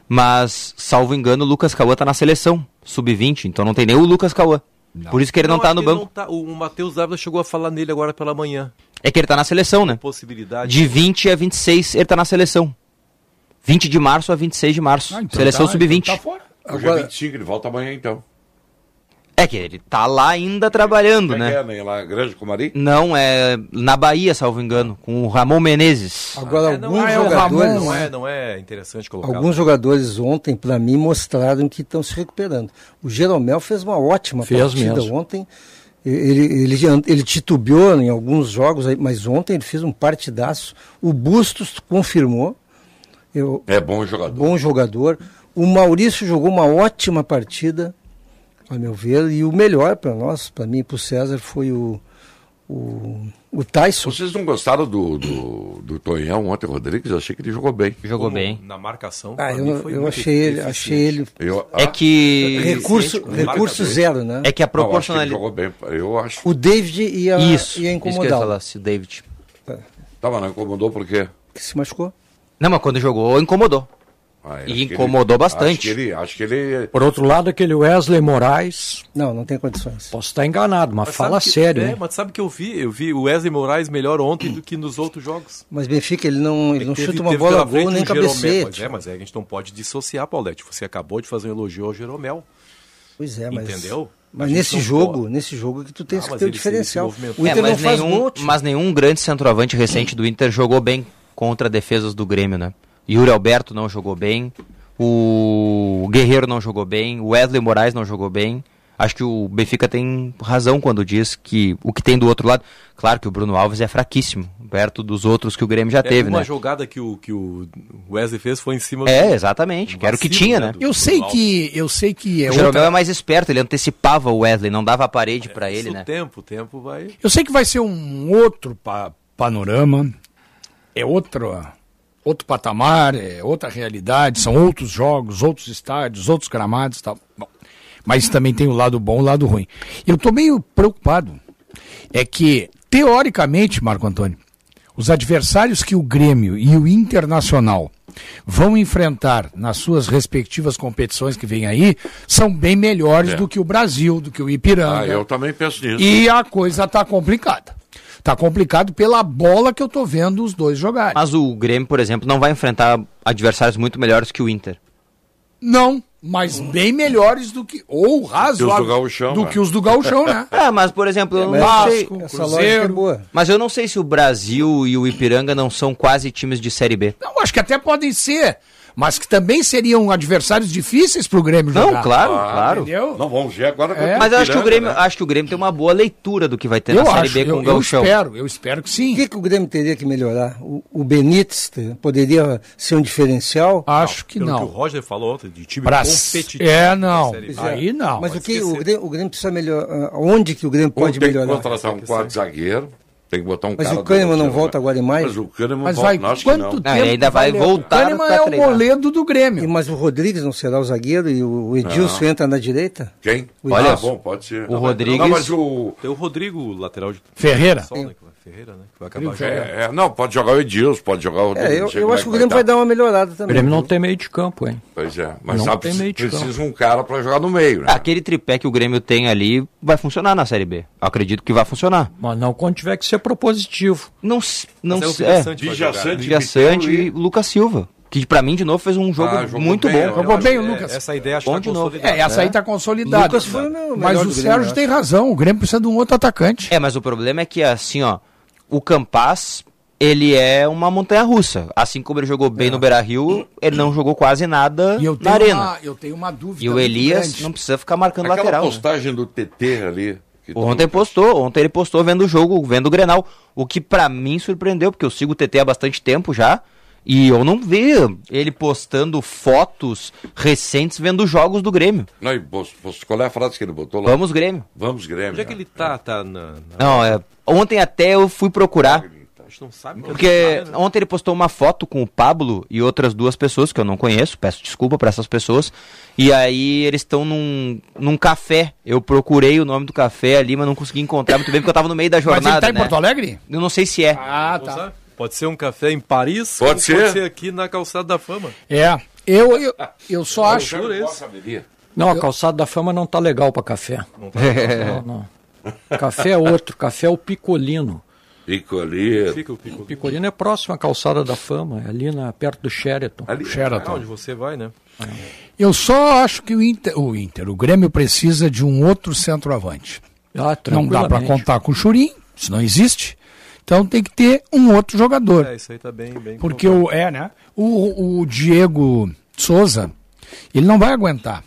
Mas, salvo engano, o Lucas Cauã tá na seleção, sub vinte, então não tem nem o Lucas Cauã. Por isso que ele não, tá acho no que banco. não tá- o o Matheus Dávila chegou a falar nele agora pela manhã. É que ele tá na seleção, né? Possibilidade. De vinte a vinte e seis, ele tá na seleção. vinte de março a vinte e seis de março. Ah, então seleção tá- sub vinte. então tá fora. Hoje é Agora- vinte e cinco, ele volta amanhã então. É que ele tá lá ainda trabalhando, Como é né? que é, né? Lá, Grande Comari? Não, é na Bahia, salvo engano, com o Ramon Menezes. Agora, É, não, alguns é, o jogadores... Ramon, Não é, não é interessante colocar. Alguns jogadores ontem, para mim, mostraram que estão se recuperando. O Jeromel fez uma ótima Fez partida mesmo. ontem. Ele, ele, ele titubeou em alguns jogos, aí, mas ontem ele fez um partidaço. O Bustos confirmou. Eu, É bom jogador. bom jogador. O Maurício jogou uma ótima partida, a meu ver. E o melhor para nós, para mim e para o César, foi o, o, o Tyson. Vocês não gostaram do, do, do Tonhão ontem, Rodrigues? Eu achei que ele jogou bem. Jogou Como bem. Na marcação, Ah, pra eu, mim foi eu muito achei ele, eficiente. achei ele Eu, É ah, que. recurso, como recurso marcador. zero, né? É que a não, eu acho que ele proporcionalidade. jogou bem. Eu acho. O David ia, Isso, ia isso que eu ia incomodá-lo. falar, se o David. Tá, mas não incomodou por quê? Que se machucou. Não, mas quando jogou, incomodou. Ah, E acho que incomodou ele- bastante. Acho que ele... Acho que ele Por outro lado, aquele Wesley Moraes, Não, não tem condições. posso estar enganado, mas, Mas fala sabe que- sério. É, hein? mas sabe que eu vi? Eu vi o Wesley Moraes melhor ontem do que nos outros jogos. Mas Benfica, ele não, ele não Teve- chuta uma teve bola a pela gol frente nem um Jeromel. cabeceia. Pois é, mas é, a gente não pode dissociar, Paulete. Você acabou de fazer um elogio ao Jeromel. Pois é, mas... Entendeu? Mas A gente nesse não jogo, pode. nesse jogo que tu tens Ah, que mas ter o ele se- diferencial. ele se movimentou. O É, Inter mas, não faz nenhum, gol. tio. mas nenhum grande centroavante recente do Inter jogou bem contra defesas do Grêmio, né? Yuri Alberto não jogou bem, o Guerreiro não jogou bem, o Wesley Moraes não jogou bem. Acho que o Benfica tem razão quando diz que o que tem do outro lado... Claro que o Bruno Alves é fraquíssimo, perto dos outros que o Grêmio já É, teve, uma né? jogada que o, que o Wesley fez foi em cima do... É, exatamente, que era o que vacilo, tinha, né, né? do- Eu sei que, eu sei que é O Jeromel outra... é mais esperto, ele antecipava o Wesley, não dava a parede pra ele, Isso, né? O tempo, o tempo vai... Eu sei que vai ser um outro pa- panorama, é outro, outro patamar, é outra realidade, são outros jogos, outros estádios, outros gramados e tal. Bom, mas também tem o lado bom e o lado ruim. Eu estou meio preocupado. É que, teoricamente, Marco Antônio, os adversários que o Grêmio e o Internacional vão enfrentar nas suas respectivas competições que vêm aí são bem melhores É. do que o Brasil, do que o Ipiranga. Ah, eu também penso nisso. E a coisa tá complicada. Tá complicado pela bola que eu tô vendo os dois jogarem. Mas o Grêmio, por exemplo, não vai enfrentar adversários muito melhores que o Inter. Não, mas bem melhores do que, ou razoável, do Gauchão, do né? que os do Gauchão, né? Ah, mas, por exemplo, eu Mas não sei... Vasco, essa lógica é Cruzeiro. boa. Mas eu não sei se o Brasil e o Ipiranga não são quase times de Série B. Não, acho que até podem ser, mas que também seriam adversários difíceis pro Grêmio jogar. Não, claro, claro. Entendeu? Não, vamos ver agora. É. Mas eu acho que o Ipiranga, Grêmio, né? acho que o Grêmio tem uma boa leitura do que vai ter Eu na Série acho, B com eu, o eu Gauchão. espero, eu espero que O sim. que, que o Grêmio teria que melhorar? O, o Benítez te- poderia ser um diferencial? Acho que Pelo que o não. Roger falou ontem, de time Pra- competitivo. É, da não. Série B. Pois é. Aí não. Mas pode o que o esquecer. Grêmio, o Grêmio precisa melhorar? Onde que o Grêmio Ou pode tem que melhorar? contratar um quarto zagueiro, tem que botar um Mas cara... o Kahneman do- não volta agora em maio? Mas o Kahneman Mas volta, vai, não, acho que quanto não. tempo Não, ele ainda vai levar? voltar O Kahneman pra é o treinar. moledo do Grêmio. E, mas o Rodrigues não será o zagueiro e o Edilson entra na direita? Quem? Olha, ah, bom, pode ser. o Rodrigues- Não, mas o... Tem o Rodrigo, lateral de... Ferreira. Sol, né, que vai- Ferreira, né? Que vai acabar Ferreira. jogando. É, é, não, pode jogar o Edilson, pode jogar o... É, eu, não sei eu como acho é que o Grêmio vai dar uma melhorada O também. Grêmio não viu? tem meio de campo, hein? Pois é, mas Não sabe, tem precisa, meio de campo. precisa um cara pra jogar no meio, né? Aquele tripé que o Grêmio tem ali vai funcionar na Série B. Acredito que vai funcionar. Mas não quando tiver que ser propositivo. Não, s- não Mas é o se- Vila é, Sante vai Vija jogar, Sante, né? Vija Sante Vitelo e Lucas Silva. Que pra mim, de novo, fez um jogo Ah, jogou muito bem, bom. ó. Jogou Eu bem acho o que Lucas. é- Essa ideia acho Bom que de tá novo. consolidada. É, essa aí tá consolidada. Lucas foi o meu Mas melhor o do Grêmio, Sérgio eu tem acho. razão. O Grêmio precisa de um outro atacante. É, mas o problema é que, assim, ó, o Campas, ele é uma montanha-russa. Assim como ele jogou bem no Beira-Rio, ele não jogou quase nada E eu na tenho, arena. uma, eu tenho uma dúvida. E o muito Elias grande. não precisa ficar marcando Aquela lateral. né? postagem do T T ali... que todo Ontem mundo- postou, ontem ele postou vendo o jogo, vendo o Grenal, o que pra mim surpreendeu, porque eu sigo o T T há bastante tempo já, e eu não vi ele postando fotos recentes vendo os jogos do Grêmio. Não, e post- post- qual é a frase que ele botou lá? Vamos, Grêmio. Vamos, Grêmio. Onde é que ele tá? Tá na... na- Não, é, ontem até eu fui procurar, A gente não sabe. porque onde tá, né? ontem ele postou uma foto com o Pablo e outras duas pessoas que eu não conheço, peço desculpa pra essas pessoas, e aí eles estão num, num café. Eu procurei o nome do café ali, mas não consegui encontrar muito bem, porque eu tava no meio da Mas ele jornada, tá em né? Porto Alegre? Eu não sei se é. Ah, Não tá. sabe? Pode ser um café em Paris, Pode ou ser. pode ser aqui na Calçada da Fama. É. Eu, eu, eu só Eu acho. quero isso. qual saberia. Não, a calçada da fama não tá legal pra café. Não, não. Café é outro, café é o Picolino. Picolito. Fica o pico. O Picolino é próximo à calçada da fama, é ali na, perto do Sheraton. Ali. Ah, Sheraton. onde você vai, né? Eu só acho que o Inter, o Inter, o Grêmio precisa de um outro centroavante. Ah, Não dá para tranquilamente. contar com o Churim, isso não existe. Então tem que ter um outro jogador. É, isso aí tá bem, bem Porque colocado. o é, né? O, o Diego Souza, ele não vai aguentar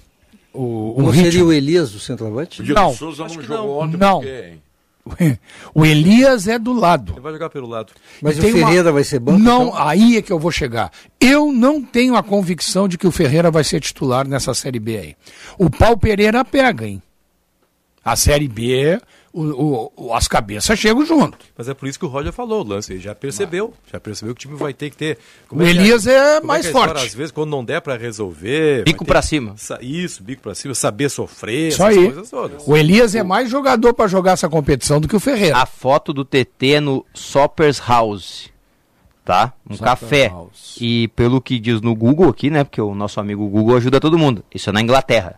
o, o Não seria ritmo. o Elias, o centroavante? O Diego Não. Souza Acho não que jogou não. ontem Não. porque, hein? O Elias é do lado. Ele vai jogar pelo lado. Mas E o tem uma- Ferreira vai ser banco? Não, então? aí é que eu vou chegar. Eu não tenho a convicção de que o Ferreira vai ser titular nessa Série B aí. O Paulo Pereira pega, hein? A Série B, o, o, as cabeças chegam junto. Mas é por isso que o Roger falou, o lance, ele já percebeu, já percebeu que o time vai ter que ter... O Elias é, é mais é forte. História, às vezes, quando não der para resolver... Bico para cima. Isso, bico para cima, saber sofrer, Isso essas aí. coisas todas. O Elias é mais jogador para jogar essa competição do que o Ferreira. A foto do T T é no Soppers House, tá? Um Soppers café. House. E pelo que diz no Google aqui, né? Porque o nosso amigo Google ajuda todo mundo. Isso é na Inglaterra.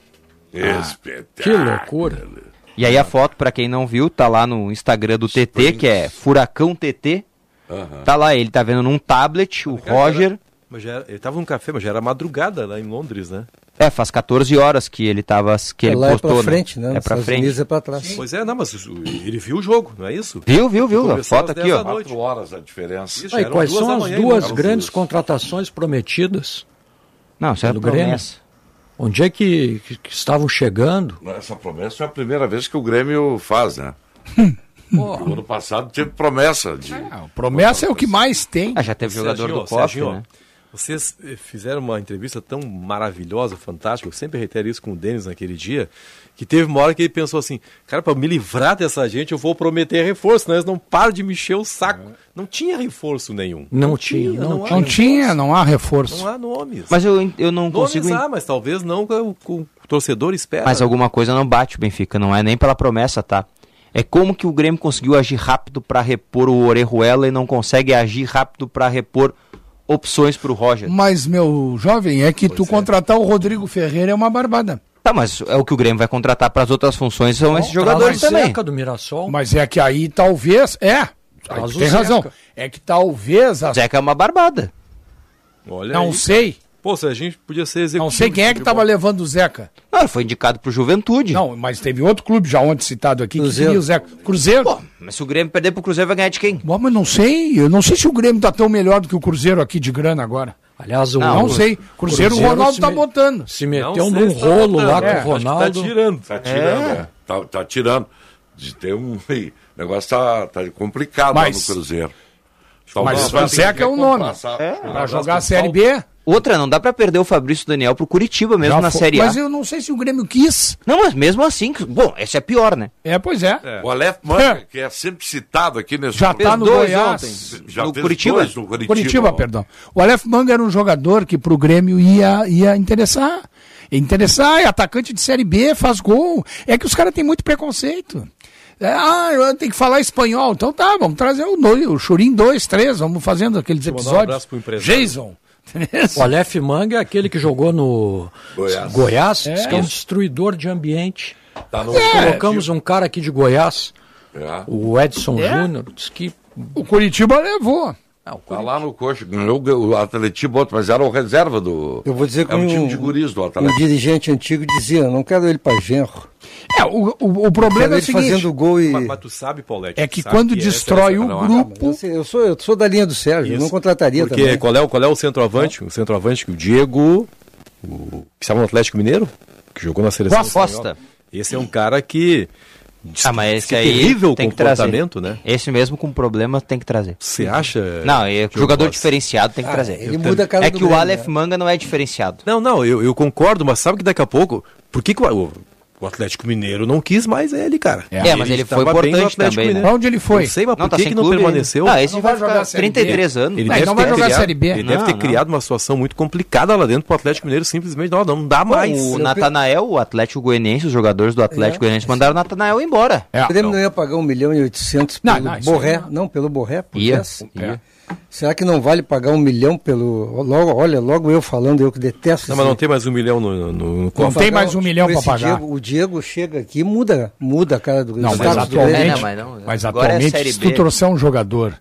Espetáculo. Que loucura. E aí a foto, pra quem não viu, tá lá no Instagram do T T, que é Furacão T T. Aham. Tá lá, ele tá vendo num tablet, o Roger... Mas já era, ele tava num café, mas já era madrugada lá em Londres, né? É, faz catorze horas que ele tava... Que ele Lá postou, é pra no- frente, né? É pra Estados frente. Unidos é pra trás. Pois é, não, mas isso- ele viu o jogo, não é isso? Viu, viu, viu? A Começou foto às aqui, dez ó. da noite. Quatro horas a diferença. Isso, Ah, e eram quais duas são da as manhã em duas Londres. grandes contratações prometidas? Não, isso é Do Grêmio? promessa. Onde é que, que- que estavam chegando? Essa promessa é a primeira vez que o Grêmio faz, né? Pô, O ano passado teve promessa de... Ah, promessa é o que mais tem. Ah, já teve jogador Serginho, do Copa, Serginho, né? Vocês eh, fizeram uma entrevista tão maravilhosa, fantástica, eu sempre reitero isso com o Denis naquele dia, que teve uma hora que ele pensou assim, cara, para me livrar dessa gente eu vou prometer reforço, né? Eles não param de me encher o saco. Não tinha reforço nenhum. Não tinha, não há Não reforço. tinha, não há reforço. Não há nomes. Mas eu, eu não nomes consigo... en- há, mas talvez não o, o torcedor espera. Mas alguma coisa não bate o Benfica, não é nem pela promessa, tá? É como que o Grêmio conseguiu agir rápido pra repor o Orejuela e não consegue agir rápido pra repor opções pro Roger. Mas, meu jovem, é que tu contratar o Rodrigo Ferreira é uma barbada. Tá, mas é o que o Grêmio vai contratar pras outras funções, são esses traz jogadores a também. Zeca do Mirassol. Mas é que aí talvez. É, aí Traz tu o tem Zeca. razão. É que talvez. As... Zeca é uma barbada. Olha Não aí. sei. Pô, se a gente podia ser executivo. Não sei quem é que de estava futebol. levando o Zeca. Não, ele foi indicado pro Juventude. Não, mas teve outro clube já ontem citado aqui Cruzeiro. que queria o Zeca. Cruzeiro? Pô, mas se o Grêmio perder pro Cruzeiro, vai ganhar de quem? Bom, mas não sei. Eu não sei se o Grêmio tá tão melhor do que o Cruzeiro aqui de grana agora. Aliás, o Não, sei. Cruzeiro, o Ronaldo se tá me- botando. Se Não meteu sei num se tá rolo botando. lá É, com o acho que Ronaldo. Tá tirando. Tá tirando, é. Tá, tá tirando. De ter um... O negócio tá, tá complicado Mas- lá no Cruzeiro. Mas vai o Zeca ter é que o nome. comprar, É, sabe? pra jogar a Série B. Outra, não dá pra perder o Fabrício Daniel pro Curitiba mesmo já na foi. Série A. Mas eu não sei se o Grêmio quis. Não, mas mesmo assim, que- bom, esse é pior, né? É, pois é. O Aleph Manga, que é sempre citado aqui nesse Já programa. tá no dois Goiás. ontem. Já no fez Curitiba? dois no Curitiba. Curitiba, perdão. O Aleph Manga era um jogador que pro Grêmio ia, ia interessar. Ia interessar, é atacante de Série B, faz gol. É que os caras têm muito preconceito. É, ah, eu tenho que falar espanhol. Então tá, vamos trazer o, no- o Churim dois, três, vamos fazendo aqueles Deixa eu mandar um episódios. abraço pro empresário. Jason. O Aleph Manga é aquele que jogou no Goiás. Goiás, É. diz que é um destruidor de ambiente. Tá no... Colocamos um cara aqui de Goiás, É. o Edson É. Júnior, diz que O Curitiba levou. Tá lá no coxa. Ganhou o Atletiba, outro, mas era o reserva do... Eu vou dizer que é um um, time de guris do um Atlético. dirigente antigo dizia, não quero ele para genro. É, o, o, o problema Quero é o ele seguinte, fazendo gol e... Mas, mas tu sabe, Paulete. é que sabe quando essa- destrói essa- o não, grupo... Eu, sei, eu, sou, eu sou da linha do Sérgio, eu Isso. não contrataria Porque também. qual é, o- qual é o centroavante? O centroavante que o Diego, o, que estava no Atlético Mineiro, que jogou na seleção Costa. espanhola. Esse é um cara que... diz Ah, mas que- esse que é aí terrível tem que trazer. comportamento, né? Esse mesmo com problema tem que trazer. Você acha... Não, é, que eu jogador posso- diferenciado tem que Ah, trazer. ele muda a cara É do que o Grêmio, Aleph né? Manga não é diferenciado. Não, não, eu, eu concordo, mas sabe que daqui a pouco... Por que, que o, o Atlético Mineiro não quis mais ele, cara? É, mas ele foi estava bem no importante Atlético também, né? Mineiro. Pra onde ele foi? Não sei, mas Não, por tá que, sem que não clube permaneceu? ainda. Ah, esse Não vai vai jogar ficar Série B. trinta e três anos. Ele Não, deve não ter vai jogar criado, Série B. Ele Não, deve ter não. criado uma situação muito complicada lá dentro pro Atlético Mineiro, simplesmente não, não dá mais. O Eu Natanael, o Atlético Goianiense, os jogadores do Atlético É. Goianiense mandaram o Natanael embora. É. O Grêmio não ia pagar um milhão e oitocentos Não, pelo não, isso Borré. aí Não, pelo Borré. por Ia, dez. ia. Será que não vale pagar um milhão pelo... Logo, olha, logo eu falando, eu que detesto Não, mas não tem mais um milhão no, no, no, no Não cofre. tem mais um milhão com pra esse pagar. Diego, o Diego chega aqui e muda, muda a cara do Não, dos mas caras do atualmente, Grêmio. É, não, mas não, mas agora é atualmente Série se B. tu trouxer um jogador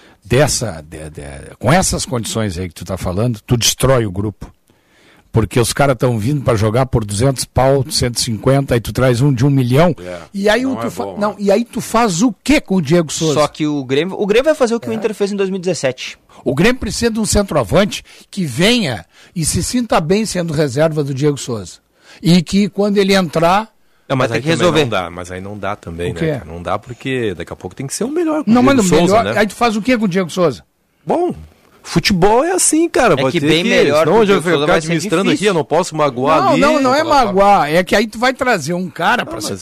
dessa, de- de- com essas condições aí que tu tá falando, tu destrói o grupo. Porque os caras estão vindo para jogar por duzentos pau, cento e cinquenta, aí tu traz um de um milhão. É, e, aí não o tu é fa- bom, não, né? e aí tu faz o que com o Diego Souza? Só que o Grêmio, o Grêmio vai fazer o que o Inter fez em dois mil e dezessete. O Grêmio precisa de um centroavante que venha e se sinta bem sendo reserva do Diego Souza. E que quando ele entrar... Não, mas Vai aí ter que também resolver. não dá, mas aí não dá também, O quê? né? cara? Não dá porque daqui a pouco tem que ser o melhor. com Não, o mas Diego o melhor... Souza, né? Aí tu faz o que com o Diego Souza? Bom, futebol é assim, cara. É vai que ter bem melhor Senão que o hoje eu Diego vou Souza ficar vai ser administrando difícil. aqui, eu não posso magoar Não, ali. não, não é falar- magoar. É que aí tu vai trazer um cara Não, para mas,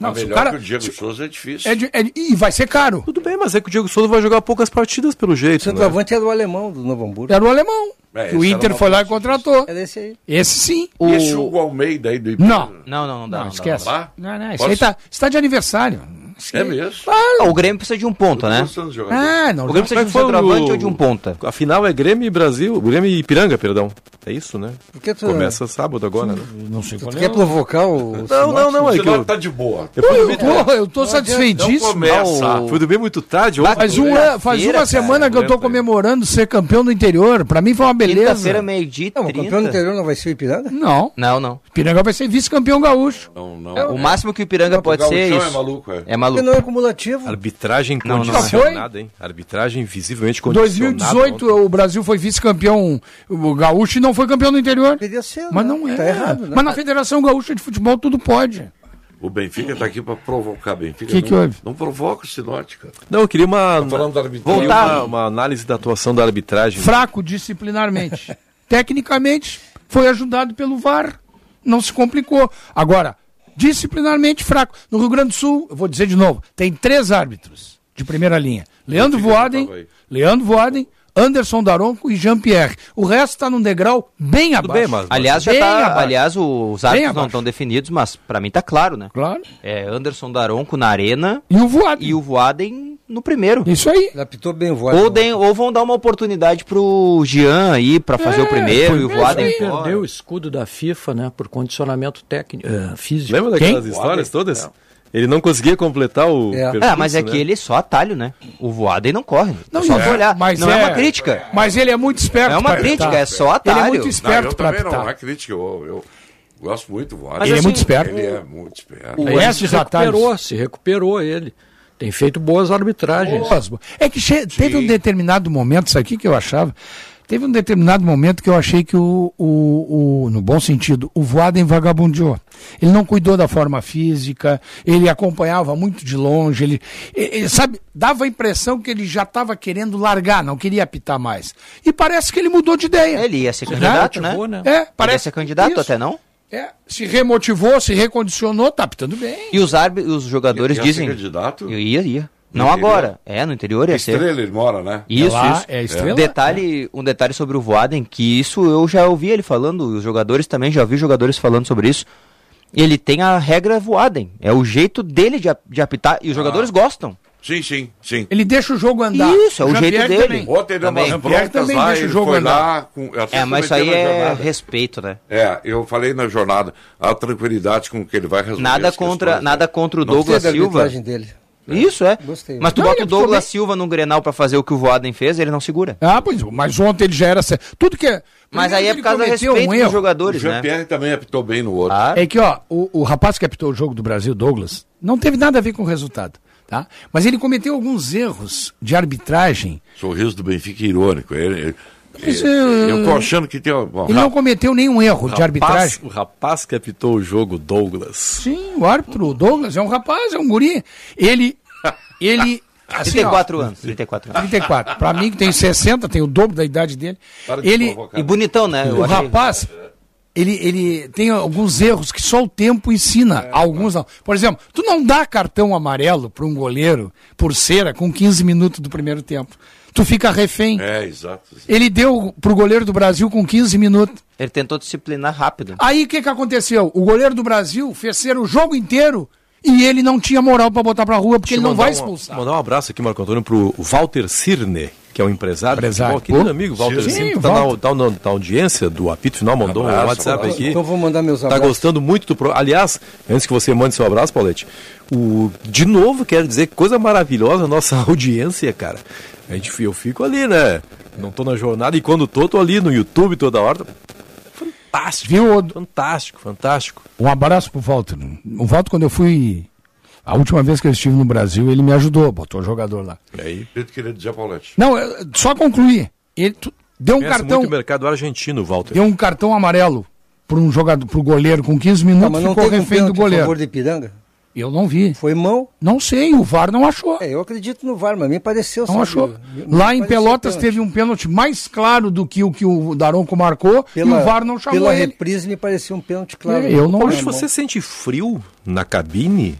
Não, a se o melhor cara, que o Diego se, Souza é difícil. é, de- é, de- e vai ser caro. Tudo bem, mas é que o Diego Souza vai jogar poucas partidas pelo O jeito, né? centroavante era o alemão do Novo Hamburgo. Era o alemão. É, que o esse Inter era uma foi lá e boa contratou. Era esse aí. Esse sim. E esse Hugo Almeida aí do Ipiranga? Não. Não, não, não dá. Não, não dá, esquece. não dá? Não, não, isso Pode aí tá, isso tá de aniversário. É mesmo? Ah, o Grêmio precisa de um ponta, né? Gostando de jogador. Ah, não. O Grêmio precisa de um centroavante ou de um ponta. A final é Grêmio e Brasil, Grêmio e Ipiranga, perdão. É isso, né? Porque tu, Começa sábado agora, né? Não sei qual tu é. quer o- provocar o. Não, não, não, O é que eu, Sinop tá de boa. eu fui Eu dormir, tô, eu tô Não satisfeitíssimo. começa. fui dormir muito tarde. ontem. Faz, um, an- faz Quinta-feira, uma semana cara, que eu tô lembra? comemorando ser campeão do interior. Pra mim foi uma beleza. Quinta-feira, meio-dia e Não, o campeão do trinta. interior não vai ser o Ipiranga? Não. Não, não. Piranga vai ser vice-campeão gaúcho. Não, não. O máximo que o Ipiranga O pode ser é Gauchão isso. é maluco, é. É Porque maluco. não é cumulativo. Arbitragem Não, não. condicionada, hein? Arbitragem visivelmente condicionada. dois mil e dezoito ontem. o Brasil foi vice-campeão o gaúcho e não foi campeão do interior. Podia ser, Mas né? não é. Tá errado, né? Mas na Federação Gaúcha de Futebol tudo pode. O Benfica tá aqui pra provocar. Benfica Que não, que houve? não provoca o Sinote, cara. Não, eu queria uma, Tá falando da arbitragem. queria Voltar. uma, uma análise da atuação da arbitragem. Fraco disciplinarmente. Tecnicamente foi ajudado pelo V A R. Não se complicou. Agora, disciplinarmente fraco. No Rio Grande do Sul, eu vou dizer de novo, tem três árbitros de primeira linha. Leandro Benfica não Voaden, tava aí. Leandro Voaden, Anderson Daronco e Jean-Pierre. O resto está num degrau bem Tudo abaixo. bem, mas... Aliás, já Bem tá, abaixo. aliás, os Bem árbitros não abaixo. estão definidos, mas pra mim tá claro, né? Claro. É Anderson Daronco na arena E o Voaden. e o Voaden no primeiro. Isso aí. Ele apitou bem o voto. Ou, dem- ou vão dar uma oportunidade pro Jean aí pra fazer É, o primeiro e o foi Voaden mesmo. fora. Perdeu o escudo da FIFA, né? Por condicionamento técnico, eh, físico. Lembra daquelas Quem? histórias todas? Ele não conseguia completar o É. percurso, Ah, mas é né? que ele é só atalho, né? O Voaden não corre. Não, só é, tu olhar. mas não é, é- uma crítica. Mas ele é muito esperto. É uma pra crítica, apitar. é só Ele atalho. é muito Não, esperto eu para também não, não é apitar. crítica. Eu, eu gosto muito do Voaden. Mas Ele é assim, muito esperto. Ele é muito esperto. O- É esses se recuperou, atalhos. se recuperou ele. Tem feito boas arbitragens. É que che- teve um determinado momento, isso aqui que eu achava, teve um determinado momento que eu achei que o, o, o no bom sentido, o Voaden vagabundeou. Ele não cuidou da forma física, ele acompanhava muito de longe, ele, ele, sabe, dava a impressão que ele já estava querendo largar, não queria apitar mais. E parece que ele mudou de ideia. Ele ia ser candidato, né? Motivou, né? É, Ele ia parece ser candidato isso. até, não? É, se remotivou, se recondicionou, tá apitando bem. E os árbitros, os jogadores Ia dizem... ser candidato? Eu ia, ia. No Não interior? agora. É, no interior ia ser. Estrela ele mora, né? Isso, É lá, isso. é estrela. Detalhe, um detalhe sobre o Voaden, que isso eu já ouvi ele falando, os jogadores também, já ouvi jogadores falando sobre isso. Ele tem a regra Voaden, é o jeito dele de, ap- de apitar, e os jogadores gostam. Sim, sim, sim. Ele deixa o jogo andar. Isso, é o Jean-Pierre jeito dele. também. Ontem deu Também. umas Jean-Pierre broncas também lá, deixa o ele jogo foi andar. lá... Com, eu até É, mas isso aí comentei na é jornada. respeito, né? É, eu falei na jornada, a tranquilidade com que ele vai resolver Nada as contra, questões, nada né? contra o Não Douglas Gostei da Silva. arbitragem dele. Isso, é. Gostei. Mas tu Não, bota ele o Douglas ficou bem. Silva no Grenal pra fazer o que o Voaden fez, ele não segura. Ah, pois, mas ontem ele já era certo. Tudo que é. Mas primeiro aí é que por causa do ele cometeu respeito um dos erro. O jogadores, né? Jean-Pierre também apitou bem no outro. Ah, É que, ó, o, o rapaz que apitou o jogo do Brasil, Douglas, não teve nada a ver com o resultado, tá? Mas ele cometeu alguns erros de arbitragem. Sorriso do Benfica irônico. Ele, ele- Mas, ele- eh, eu tô achando que tem... Bom, Ele não cometeu nenhum erro de Rapaz, arbitragem. o rapaz que apitou o jogo, Douglas. Sim, o árbitro, o Douglas, é um rapaz, é um guri. Ele. Ele. Assim, trinta e ó, quatro anos, trinta e quatro anos. trinta e quatro. Pra mim, que tem sessenta, tem o dobro da idade dele. para de Ele. provocar. E bonitão, né? Eu O achei. rapaz, ele, ele tem alguns erros que só o tempo ensina. Alguns não. Por exemplo, tu não dá cartão amarelo para um goleiro por cera com quinze minutos do primeiro tempo. Tu fica refém. É, exato. Ele deu pro goleiro do Brasil com quinze minutos. Ele tentou disciplinar rápido. Aí o que, que aconteceu? O goleiro do Brasil fez ser o jogo inteiro e ele não tinha moral para botar pra rua porque ele Deixa eu não vai mandar um- expulsar. Mandar um abraço aqui, Marco Antônio, pro Walter Cirne, que é um empresário. Empresário. de futebol, querido Pô, amigo, Walter sim, Cirne, que tá Walter. na, tá na- na audiência do apito final, mandou Abraço, um WhatsApp abraço. aqui. Então vou mandar meus Tá abraços. gostando muito do pro... Aliás, antes que você mande seu abraço, Paulete, o... de novo quero dizer que coisa maravilhosa a nossa audiência, cara. A gente, eu fico ali, né? Não tô na jornada e quando tô, tô ali no YouTube toda hora. Fantástico, Viu? Odo? fantástico, fantástico. Um abraço pro Walter. O Walter, quando eu fui. A última vez que eu estive no Brasil, ele me ajudou, botou o jogador lá. E aí? Eu queria dizer, Paulete. Não, eu- só concluir. Ele tu- deu um Conhece cartão. muito o mercado argentino, Walter. Deu um cartão amarelo para um jogador, pro goleiro com quinze Tá, minutos, mas não ficou teve um refém do pênalti a goleiro. favor de Ipiranga? Eu não vi. Foi mão? Não sei, o V A R não achou. É, eu acredito no V A R, mas me pareceu. Não sabe? achou. Me Lá em pareceu Pelotas pênalti. teve um pênalti mais claro do que o que o Daronco marcou e o V A R não chamou Pela ele. reprise me pareceu um pênalti claro. É, eu não Foi Mas acho. mão. você sente frio na cabine?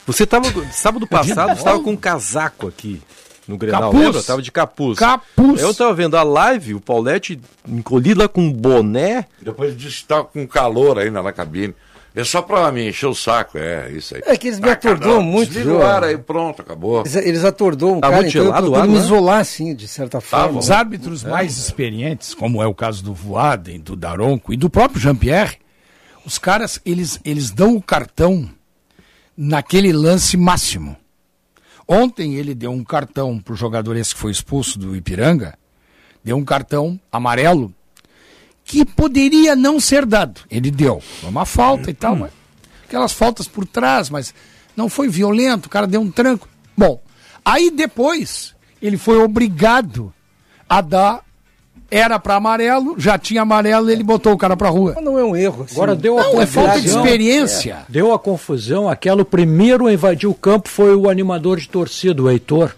Você tava, sábado passado, você estava com um casaco aqui no Grenal, Capuz. lembra? Tava de capuz. Capuz. Eu tava vendo a live, o Paulete encolhido lá com um boné. Depois disse que estava com calor ainda na cabine. É só pra me encher o saco, é isso aí. É que eles me atordoam muito, Desliga viu? o ar aí, pronto, acabou. Eles, eles atordoam o Tá cara, muito então eu gelado o procuro ar, me né? isolar, assim, de certa forma. Os árbitros mais experientes, como é o caso do Voaden, do Daronco e do próprio Jean-Pierre, os caras, eles, eles dão o cartão naquele lance máximo. Ontem ele deu um cartão pro jogador esse que foi expulso do Ipiranga, deu um cartão amarelo que poderia não ser dado. Ele deu. Foi uma falta e tal, mas aquelas faltas por trás, mas não foi violento, o cara deu um tranco. Bom, aí depois ele foi obrigado a dar, era para amarelo, já tinha amarelo, ele botou o cara pra rua. Mas não é um erro. Assim. Agora deu a Não, é falta de confusão. experiência. Deu a confusão, aquela, o primeiro a invadir o campo foi o animador de torcida, o Heitor.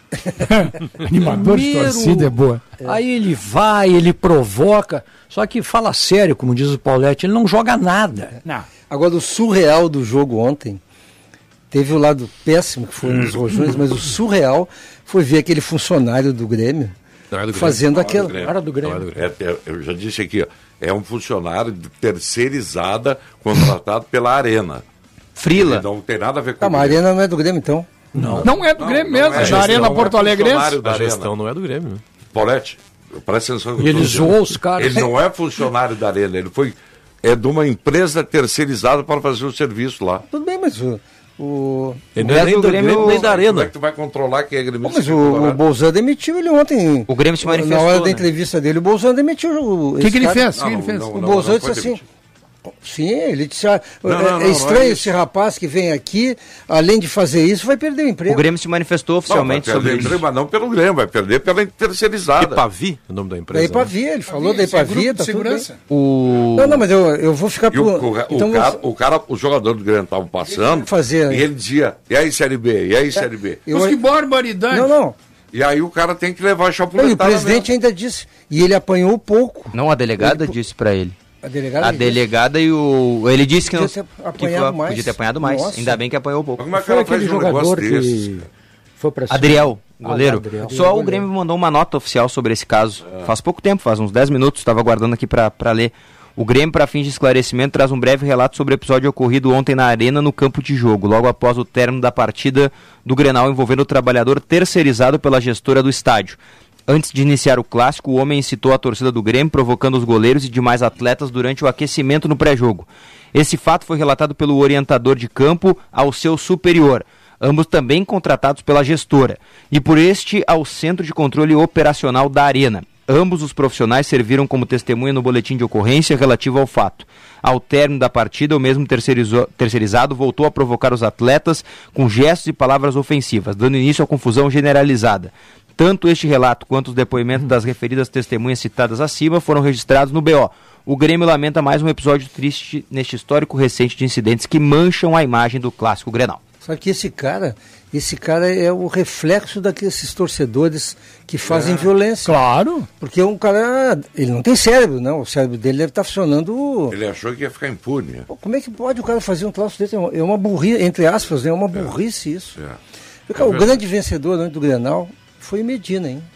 Animador de Primeiro- torcida é boa. Aí ele vai, ele provoca, só que fala sério, como diz o Paulete, ele não joga nada. Não. Agora, o surreal do jogo ontem, teve o lado péssimo, que foi um dos rojões, mas o surreal foi ver aquele funcionário do Grêmio Não é do Grêmio. fazendo Não, aquela... é do Grêmio. Era do Grêmio. Não é do Grêmio. É, é, eu já disse aqui, ó, é um funcionário de terceirizada contratado pela Arena. Frila. Ele não tem nada a ver com Tá, o mas a Grêmio. Arena não é do Grêmio, então. Não. Não é do Não, Grêmio não mesmo, é é da gestão, Arena não é Porto Alegrense. funcionário da A Arena. gestão não é do Grêmio, né? Paulete, presta atenção. no que E eu tô ele dizendo. zoou os caras. Ele não é funcionário da Arena, ele foi é de uma empresa terceirizada para fazer o serviço lá. Tudo bem, mas o... o... Ele não é nem do Grêmio, nem da Como é Arena. que tu vai controlar quem é Pô, gremista? mas o, o Bolzan demitiu ele ontem. O Grêmio se Na manifestou, hora da né? entrevista dele, o Bolzan demitiu o. O que, que ele fez? O que Não, ele fez? não, O não. Bolzan foi disse assim. demitido. Sim, ele disse. Ah, Não, é, não, não, é não estranho é esse rapaz que vem aqui, além de fazer isso, vai perder o emprego. O Grêmio se manifestou oficialmente Não, vai sobre perder isso. emprego, mas não pelo Grêmio, vai perder pela terceirizada. Epavi, o nome da Da empresa. né? Ipavia, ele falou da Esse é grupo Ipavia, de tá tudo bem. segurança. O... Não, não, mas eu, eu vou ficar E o, por. o, então o, você- cara, o cara, o jogador do Grêmio estava passando, fazer- e ele dizia, e aí Série B, e aí Série B. eu- Mas que barbaridade. Não, não. E aí o cara tem que levar a Não, e o chapuletada presidente ainda disse. E ele apanhou pouco. Não, a delegada disse pra ele. A delegada A disse. delegada e o... Ele disse que não... Podia ter que apanhado foi- mais. Podia ter apanhado mais. Nossa. Ainda bem que apanhou pouco. Como é que Foi ela aquele faz um negócio jogador desses? que foi pra cima. Adriel, Ah, goleiro. Adriel. Só o Grêmio mandou uma nota oficial sobre esse caso. Faz pouco tempo, faz uns dez minutos, estava aguardando aqui para ler. O Grêmio, para fins de esclarecimento, traz um breve relato sobre o episódio ocorrido ontem na Arena, no campo de jogo, logo após o término da partida do Grenal envolvendo o trabalhador terceirizado pela gestora do estádio. Antes de iniciar o clássico, o homem incitou a torcida do Grêmio, provocando os goleiros e demais atletas durante o aquecimento no pré-jogo. Esse fato foi relatado pelo orientador de campo ao seu superior, ambos também contratados pela gestora, e por este ao Centro de Controle Operacional da Arena. Ambos os profissionais serviram como testemunha no boletim de ocorrência relativo ao fato. Ao término da partida, o mesmo terceirizou- terceirizado voltou a provocar os atletas com gestos e palavras ofensivas, dando início à confusão generalizada. Tanto este relato quanto os depoimentos das referidas testemunhas citadas acima foram registrados no B O. O Grêmio lamenta mais um episódio triste neste histórico recente de incidentes que mancham a imagem do clássico Grenal. Sabe que esse cara, esse cara é o reflexo daqueles torcedores que fazem É. violência. Claro. Porque um cara, ele não tem cérebro, não. O cérebro dele deve estar funcionando. Ele achou que ia ficar impune. Pô, como é que pode o cara fazer um troço desse? É uma- É uma burrice, entre aspas, né? É uma burrice isso. É. Cara, o É grande vencedor antes do Grenal foi o Medina, hein?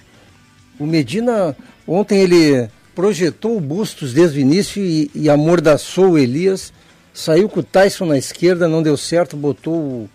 O Medina, ontem ele projetou o Bustos desde o início e, e amordaçou o Elias. Saiu com o Tyson na esquerda, não deu certo, botou o,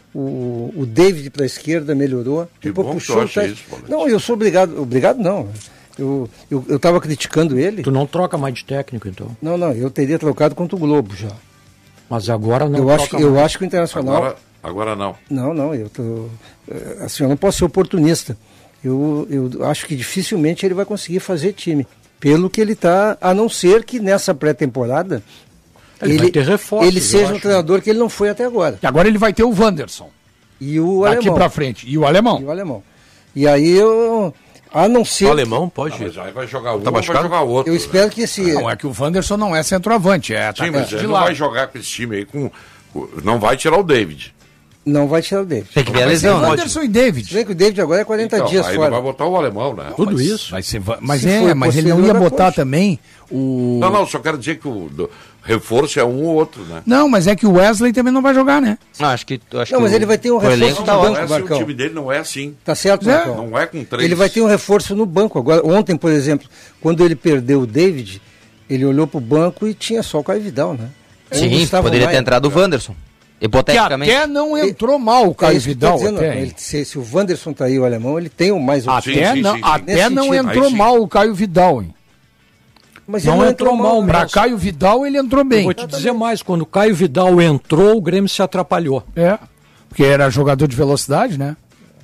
o, o David para a esquerda, melhorou. Que Depois bom que puxou tu o acha Tyson. isso, Paulete. Não, eu sou obrigado, obrigado não. Eu eu eu estava criticando ele. Tu não troca mais de técnico, então. Não, não, eu teria trocado contra o Globo já. Mas agora não Eu troca acho, que- eu mais. acho que o Internacional... Agora, agora não. Não, não, eu tô, eh, assim, eu não posso ser oportunista. Eu, eu acho que dificilmente ele vai conseguir fazer time. Pelo que ele está, a não ser que nessa pré-temporada Ele vai ter reforços, ele eu seja um acho. treinador que ele não foi até agora. E agora ele vai ter o Wanderson. E o Daqui alemão. pra frente. E o alemão. E o alemão. E aí eu, a não ser... O alemão pode. Mas aí vai jogar um, Tá vai machucado? jogar outro. Eu né? espero que esse... Não, é que o Wanderson não é centroavante, é Sim, atacante mas de ele não lado. vai jogar com esse time aí com. com- Não vai tirar o David. Não vai tirar o David. Tem que ver a Vai ser lesão, né? Wanderson e David. Vem que o David agora é quarenta Então, dias aí fora. não vai botar o alemão, né? Tudo Mas isso. Vai ser, va- mas Se é, for mas ele não posterior ia da botar coxa. também o... Não, não, só quero dizer que o, do- Reforço é um ou outro, né? Não, mas é que o Wesley também não vai jogar, né? Ah, acho que, acho Não, que mas o, ele vai ter um o reforço elenco no tá banco, ótimo. Não é assim, Marcão. o time dele não é assim. Tá certo, É. Marcão? Não é com três. Ele vai ter um reforço no banco. Agora, ontem, por exemplo, quando ele perdeu o David, ele olhou pro banco e tinha só o Caio Vidal, né? O Sim, Gustavo poderia Maia. ter entrado o Wanderson. Que Hipoteticamente. até não entrou mal o É Caio isso que eu tô Vidal. dizendo, Até, ele- se, se o Wanderson tá aí, o alemão, ele tem o mais opção. até sim, não, sim, sim. até Nesse não sentido. entrou Aí sim. mal o Caio Vidal, hein? Mas Não ele não entrou entrou mal mal, mesmo. Pra Caio Vidal ele entrou Eu bem. vou te dizer mais, quando o Caio Vidal entrou, o Grêmio se atrapalhou. É, porque era jogador de velocidade, né?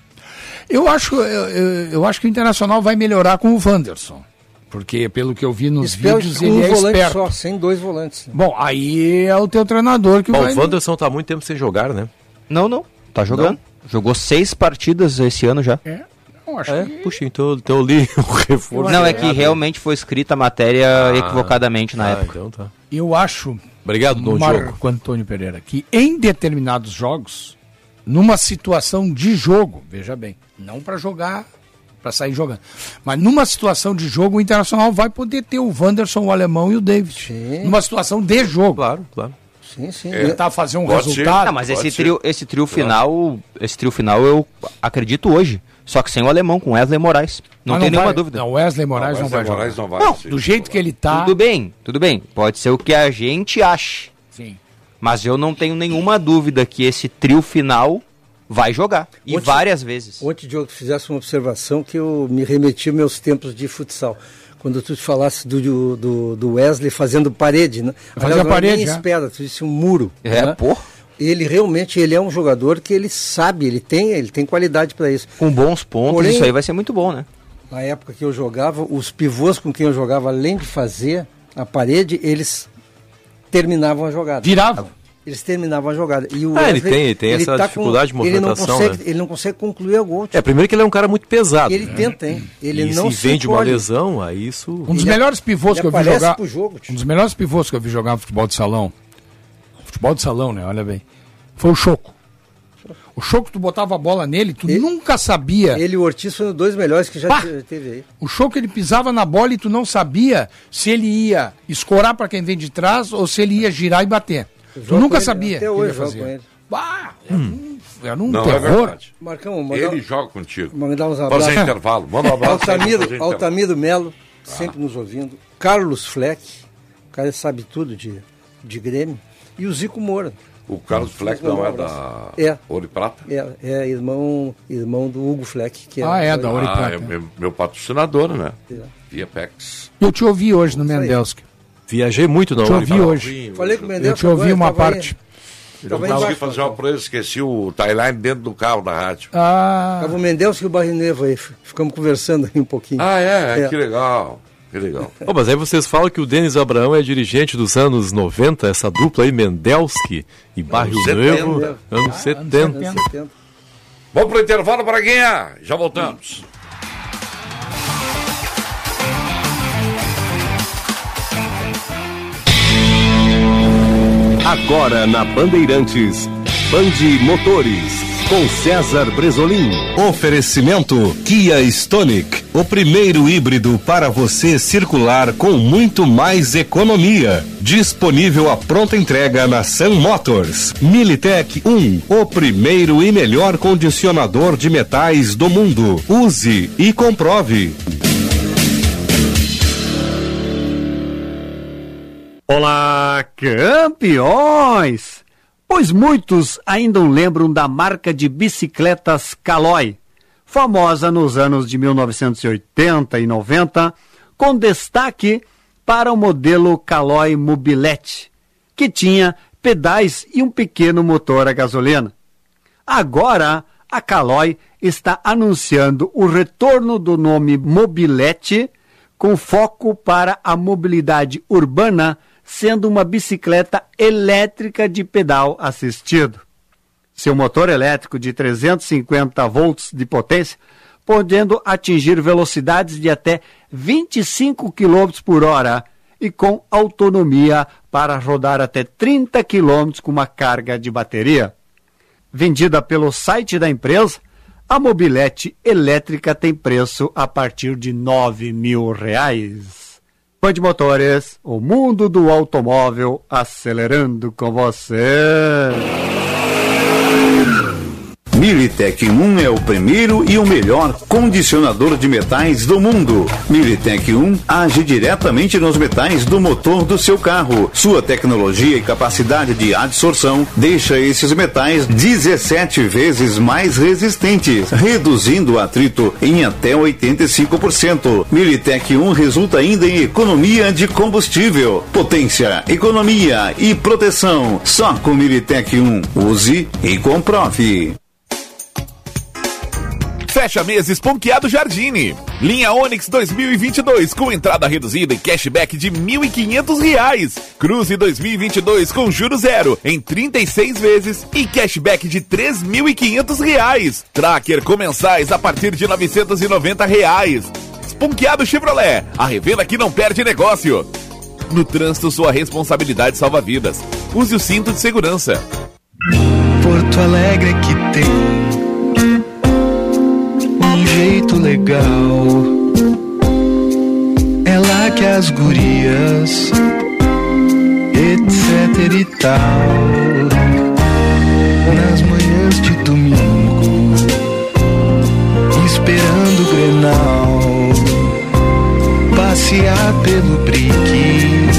Eu acho, eu, eu, eu acho que o Internacional vai melhorar com o Wanderson. Porque, pelo que eu vi nos Espero vídeos, com ele um é volante esperto. só, sem dois volantes. né? Bom, aí é o teu treinador que Bom, vai... o Wanderson tá há muito tempo sem jogar, né? Não, não. Tá jogando. Jogou seis partidas esse ano já. É, não, acho É, que... puxa, então, então eu li o reforço. Não, é que errado. realmente foi escrita a matéria Ah, equivocadamente na ah, época. Então tá. Eu acho, Obrigado, Dom Diogo. Marco Antônio Pereira, que em determinados jogos, numa situação de jogo, veja bem, não para jogar, para sair jogando, mas numa situação de jogo, o Internacional vai poder ter o Wanderson, o alemão e o David. Sim. Numa situação de jogo. Claro, claro. Sim, sim. É. Tentar fazer um Pode ser. resultado. Não, mas Pode esse ser. trio, esse trio final, esse trio final eu acredito hoje. Só que sem o alemão, com Wesley Moraes. Não Mas tem nenhuma vai- dúvida. Não, Wesley Moraes Não, não, vai Wesley Moraes jogar. não vai, sim. do jeito que ele tá. Tudo bem, tudo bem. Pode ser o que a gente ache. Sim. Mas eu não tenho nenhuma dúvida que esse trio final vai jogar. E Ontem- várias vezes. Ontem, Diogo, tu fizesse uma observação que eu me remeti aos meus tempos de futsal. Quando tu falasse do, do, do Wesley fazendo parede, né? Fazia Aliás, não é parede, nem é. espera, tu disse um muro. É, né? pô. Ele realmente ele é um jogador que ele sabe, ele tem, ele tem qualidade para isso. Com bons pontos, Porém- isso aí vai ser muito bom, né? Na época que eu jogava, os pivôs com quem eu jogava, além de fazer a parede, eles terminavam a jogada. Virava. Eles terminavam a jogada. E o Ah, ele Wesley, tem- ele tem essa tá dificuldade de ele não movimentação, consegue, né? Ele não consegue concluir a gol. É, primeiro que ele é um cara muito pesado. E ele né? tenta, hein? Ele e não se vem de uma encolhe. lesão, aí isso... Um dos Ele melhores pivôs ele que eu vi aparece jogar. pro jogo, tio. Um dos melhores pivôs que eu vi jogar no futebol de salão. Futebol de salão, né? Olha bem. Foi o Choco. O Choco, tu botava a bola nele, tu Ele- nunca sabia. Ele e o Ortiz foram dois melhores que já Pá! te- teve aí. O Choco, ele pisava na bola e tu não sabia se ele ia escorar pra quem vem de trás ou se ele ia girar e bater. Tu jogo nunca com ele, sabia. até o que hoje ele eu jogo fazia. com ele. Bah, era um, era um Não, é terror. verdade. Marcão, mandar, Ele joga contigo. mandar uns Fazer abraços. intervalo. Manda um abraço. aí, fazer Altamiro, intervalo. Altamiro Melo, sempre nos ouvindo. Carlos Fleck, o cara sabe tudo de, de Grêmio. E o Zico Moura. O Carlos Fleck não é da É. Ouro e Prata? É, é irmão, irmão do Hugo Fleck. Que Ah, é, da Ouro e Ah, Prata. é meu, meu patrocinador, né? É. Via Pex. Eu te ouvi hoje no Isso aí. Mendelski. Viajei muito, não. Te Ouro e ouvi Prata. hoje. Falei com o Mendes. Eu te ouvi uma parte. Eu Tava consegui embaixo, fazer uma proeza, esqueci o timeline dentro do carro da rádio. Ah, Tava o Mendes e o Barrinevo aí. Ficamos conversando aí um pouquinho. Ah, é? É. Que legal. Que legal. Oh, mas aí vocês falam que o Denis Abraão é dirigente dos anos noventa, essa dupla aí, Mendelski e Barrio setenta. Novo, anos anos setenta. setenta. setenta. Vamos pro intervalo, Braguinha. Já voltamos. Agora na Bandeirantes, Bande Motores, com César Bresolim. Oferecimento Kia Stonic, o primeiro híbrido para você circular com muito mais economia. Disponível a pronta entrega na Sun Motors. Militech um, o primeiro e melhor condicionador de metais do mundo. Use e comprove. Olá, campeões! Pois muitos ainda lembram da marca de bicicletas Caloi, famosa nos anos de mil novecentos e oitenta e noventa, com destaque para o modelo Caloi Mobilete, que tinha pedais e um pequeno motor a gasolina. Agora, a Caloi está anunciando o retorno do nome Mobilete, com foco para a mobilidade urbana, sendo uma bicicleta elétrica de pedal assistido. Seu motor elétrico de trezentos e cinquenta volts de potência, podendo atingir velocidades de até vinte e cinco quilômetros por hora e com autonomia para rodar até trinta quilômetros com uma carga de bateria. Vendida pelo site da empresa, a mobilete elétrica tem preço a partir de nove mil reais. Band Motores, o mundo do automóvel acelerando com você. Militec um é o primeiro e o melhor condicionador de metais do mundo. Militec um age diretamente nos metais do motor do seu carro. Sua tecnologia e capacidade de adsorção deixa esses metais dezessete vezes mais resistentes, reduzindo o atrito em até oitenta e cinco por cento. Militec um resulta ainda em economia de combustível, potência, economia e proteção. Só com Militec um. Use e comprove. Fecha mês Esponqueado Jardine. Linha Onix dois mil e vinte e dois com entrada reduzida e cashback de mil e quinhentos reais. Cruze dois mil e vinte e dois com juros zero em trinta e seis vezes e cashback de três mil e quinhentos reais. Tracker com mensais a partir de novecentos e noventa reais. Esponqueado Chevrolet, a revenda que não perde negócio. No trânsito, sua responsabilidade salva vidas. Use o cinto de segurança. Porto Alegre que tem um jeito legal, é lá que as gurias, etc e tal, nas manhãs de domingo, esperando o Grenal, passear pelo Brick,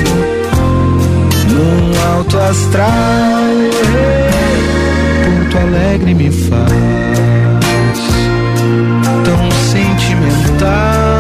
num alto astral, Porto Alegre me faz tão sentimental.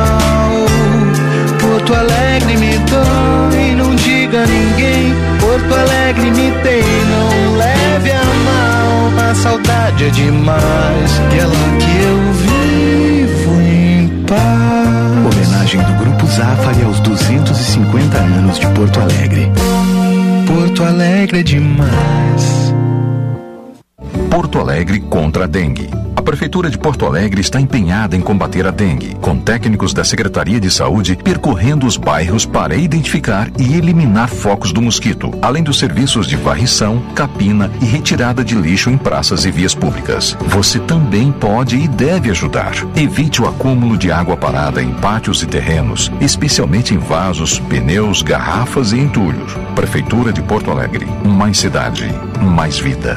Porto Alegre me dói, não diga a ninguém. Porto Alegre me tem, não leve a mal. A saudade é demais, e é lá que eu vivo em paz. Homenagem do Grupo Zafari aos duzentos e cinquenta anos de Porto Alegre. Porto Alegre é demais. Porto Alegre contra a dengue. A Prefeitura de Porto Alegre está empenhada em combater a dengue, com técnicos da Secretaria de Saúde percorrendo os bairros para identificar e eliminar focos do mosquito, além dos serviços de varrição, capina e retirada de lixo em praças e vias públicas. Você também pode e deve ajudar. Evite o acúmulo de água parada em pátios e terrenos, especialmente em vasos, pneus, garrafas e entulhos. Prefeitura de Porto Alegre. Mais cidade, mais vida.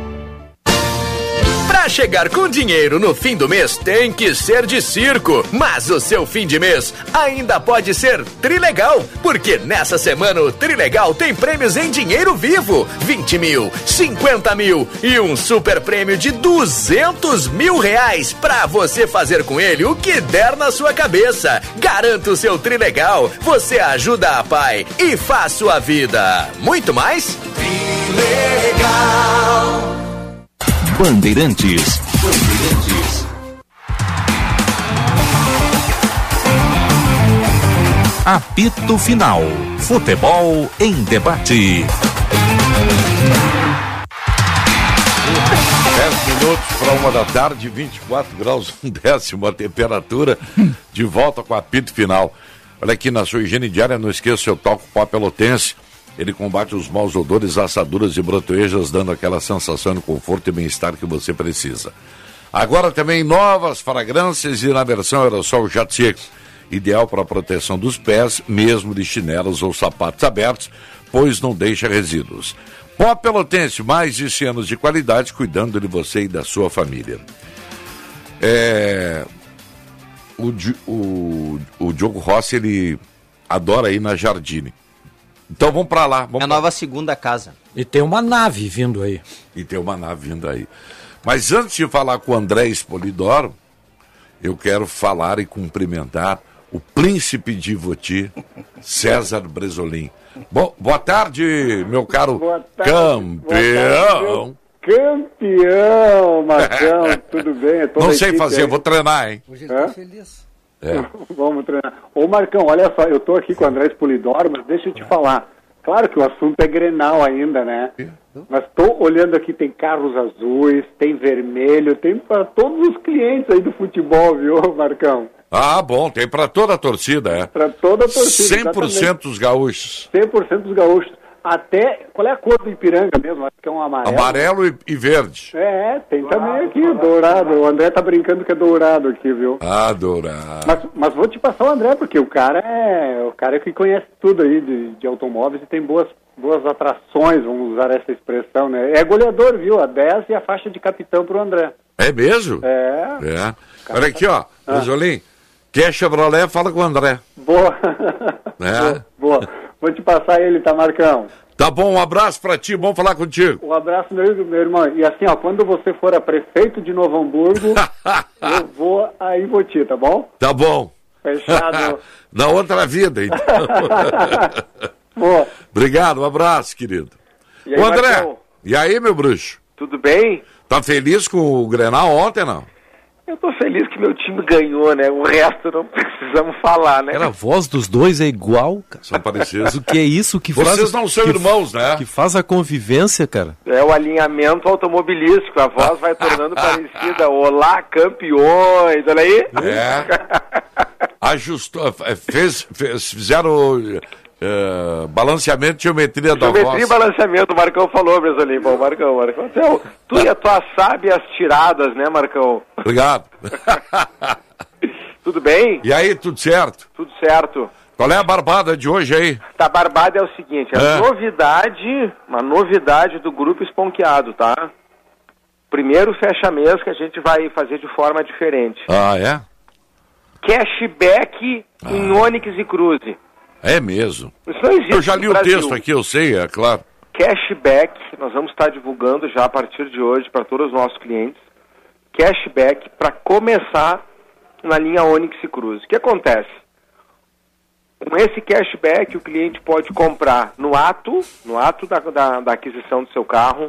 Pra chegar com dinheiro no fim do mês tem que ser de circo, mas o seu fim de mês ainda pode ser trilegal, porque nessa semana o Trilegal tem prêmios em dinheiro vivo, vinte mil, cinquenta mil e um super prêmio de duzentos mil reais pra você fazer com ele o que der na sua cabeça. Garanta o seu Trilegal, você ajuda a pai e faz sua vida muito mais Trilegal. Bandeirantes. Bandeirantes. Apito Final. Futebol em debate. dez minutos para uma da tarde, vinte e quatro graus, um décimo a temperatura. De volta com o apito final. Olha aqui, na sua higiene diária, não esqueça o seu talco pó pelotense. Ele combate os maus odores, assaduras e brotoejas, dando aquela sensação de conforto e bem-estar que você precisa. Agora também novas fragrâncias e na versão aerossol jato seco. Ideal para a proteção dos pés, mesmo de chinelos ou sapatos abertos, pois não deixa resíduos. Pó Pelotense, mais de cem anos de qualidade, cuidando de você e da sua família. É... O, o, o Diogo Rossi, ele adora ir na Jardine. Então vamos para lá. Vamos é a nova segunda casa. E tem uma nave vindo aí. E tem uma nave vindo aí. Mas antes de falar com o André Spolidoro, eu quero falar e cumprimentar o príncipe de Ivoti, César Bresolim. Bom, boa tarde, meu caro boa tarde, campeão. Boa tarde, campeão, Marcão, tudo bem? Não sei fazer, eu vou treinar, hein? Hoje ele tá feliz. É. Vamos treinar. Ô Marcão, olha só, eu tô aqui com o André Spolidoro, mas deixa eu te falar. Claro que o assunto é Grenal ainda, né? Mas tô olhando aqui, tem carros azuis, tem vermelho, tem para todos os clientes aí do futebol, viu, Marcão? Ah, bom, tem para toda a torcida, é? Para toda a torcida, cem por cento dos gaúchos. cem por cento dos gaúchos. até... Qual é a cor do Ipiranga mesmo? Acho que é um amarelo. Amarelo e, e verde. É, tem dourado, também aqui, dourado. O André tá brincando que é dourado aqui, viu? Ah, dourado. Mas, mas vou te passar o André, porque o cara é o cara que conhece tudo aí de, de automóveis e tem boas, boas atrações, vamos usar essa expressão, né? É goleador, viu? A dez e a faixa de capitão pro André. É mesmo? É. É. Olha aqui, ó. Ah. Rosolim, quer Chevrolet, fala com o André. Boa. É. Boa. Boa. Vou te passar ele, tá, Marcão? Tá bom, um abraço pra ti, bom falar contigo. Um abraço, meu, meu irmão. E assim, ó, quando você for a prefeito de Novo Hamburgo, eu vou aí vou te, tá bom? Tá bom. Fechado. Na outra vida, então. Boa. Obrigado, um abraço, querido. E aí, Ô, André, Marcão? E aí, meu bruxo? Tudo bem? Tá feliz com o Grenal ontem, não? Eu tô feliz que meu time ganhou, né? O resto não precisamos falar, né? Cara, a voz dos dois é igual, cara. São parecidos. O que é isso que faz... Vocês não são que, irmãos, né? Que faz a convivência, cara. É o alinhamento automobilístico, a voz vai tornando parecida. Olá, campeões, olha aí. É. Ajustou, fez, fez, fizeram uh, balanceamento de geometria da voz. Geometria e balanceamento, o Marcão falou, Bresolim. Bom, Marcão, Marcão. Então, tu e a tua sábias tiradas, né, Marcão? Obrigado. Tudo bem? E aí, tudo certo? Tudo certo. Qual é a barbada de hoje aí? Tá, a barbada é o seguinte, a é. novidade, uma novidade do Grupo Esponqueado, tá? Primeiro fecha-mês que a gente vai fazer de forma diferente. Ah, é? Cashback ah. em Onix e Cruze. É mesmo. Isso não existe. Eu já li o Brasil. texto aqui, eu sei, é claro. Cashback, nós vamos estar divulgando já a partir de hoje para todos os nossos clientes. Cashback para começar na linha Onix e Cruze. O que acontece? Com esse cashback, o cliente pode comprar no ato, no ato da, da, da aquisição do seu carro,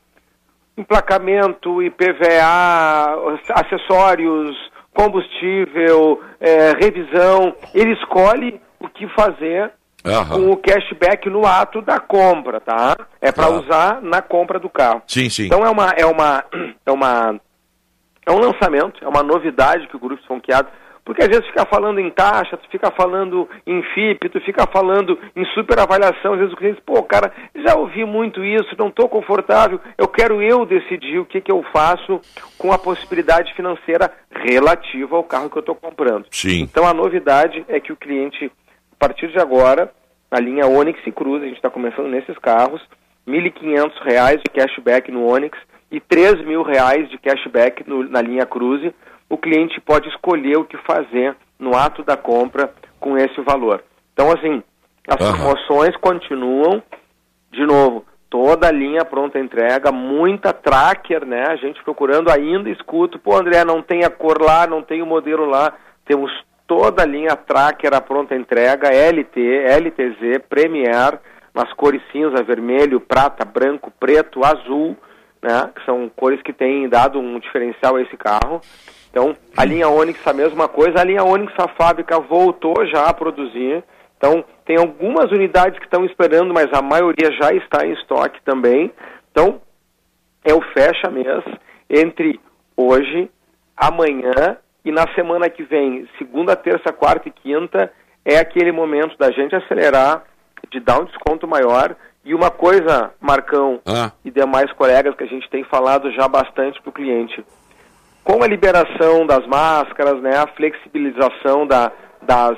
emplacamento, I P V A, acessórios, combustível, é, revisão. Ele escolhe o que fazer Aham. com o cashback no ato da compra, tá? É para claro. usar na compra do carro. Sim, sim. Então é uma, é uma, é uma, é um lançamento, é uma novidade que o Grupo Esponqueado, porque às vezes fica falando em taxa, tu fica falando em F I P, tu fica falando em superavaliação, às vezes o cliente diz, pô, cara, já ouvi muito isso, não estou confortável, eu quero eu decidir o que, que eu faço com a possibilidade financeira relativa ao carro que eu estou comprando. Sim. Então a novidade é que o cliente, a partir de agora, na linha Onix e Cruze, a gente está começando nesses carros, mil e quinhentos reais de cashback no Onix e três mil reais de cashback no, na linha Cruze. O cliente pode escolher o que fazer no ato da compra com esse valor. Então, assim, as uhum. promoções continuam, de novo, toda a linha pronta entrega, muita tracker, né? A gente procurando ainda, escuto, pô, André, não tem a cor lá, não tem o modelo lá, temos toda a linha tracker, a pronta entrega, L T, L T Z, Premier, nas cores cinza, vermelho, prata, branco, preto, azul, né? Que são cores que têm dado um diferencial a esse carro. Então, a linha Onix a mesma coisa, a linha Onix a fábrica voltou já a produzir, então tem algumas unidades que estão esperando, mas a maioria já está em estoque também. Então, é o fecha-mês entre hoje, amanhã e na semana que vem, segunda, terça, quarta e quinta, é aquele momento da gente acelerar, de dar um desconto maior. E uma coisa, Marcão ah. e demais colegas, que a gente tem falado já bastante para o cliente, com a liberação das máscaras, né, a flexibilização da, das...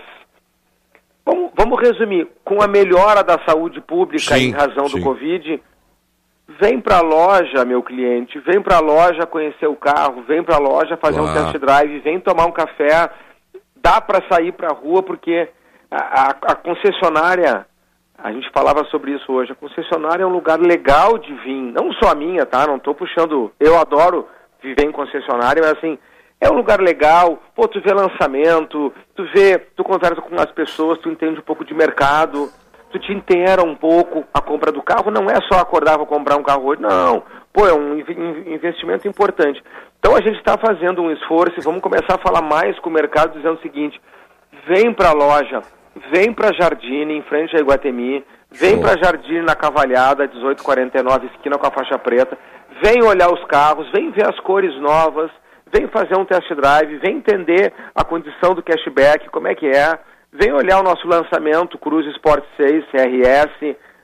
Vamos, vamos resumir, com a melhora da saúde pública sim, em razão sim. do Covid, vem para a loja, meu cliente, vem para a loja conhecer o carro, vem para a loja fazer Uau. um test drive, vem tomar um café, dá para sair para a rua, porque a, a, a concessionária, a gente falava sobre isso hoje, a concessionária é um lugar legal de vir, não só a minha, tá, não estou puxando, eu adoro viver em concessionária, mas assim, é um lugar legal, pô, tu vê lançamento, tu vê, tu conversa com as pessoas, tu entende um pouco de mercado, tu te inteira um pouco a compra do carro, não é só acordar, vou comprar um carro hoje, não, pô, é um investimento importante. Então a gente está fazendo um esforço e vamos começar a falar mais com o mercado, dizendo o seguinte, vem para a loja, vem para Jardine, em frente a Iguatemi, vem para Jardine na Cavalhada, dezoito e quarenta e nove, esquina com a faixa preta, vem olhar os carros, vem ver as cores novas, vem fazer um test drive, vem entender a condição do cashback, como é que é, vem olhar o nosso lançamento, Cruze Sport seis, C R S,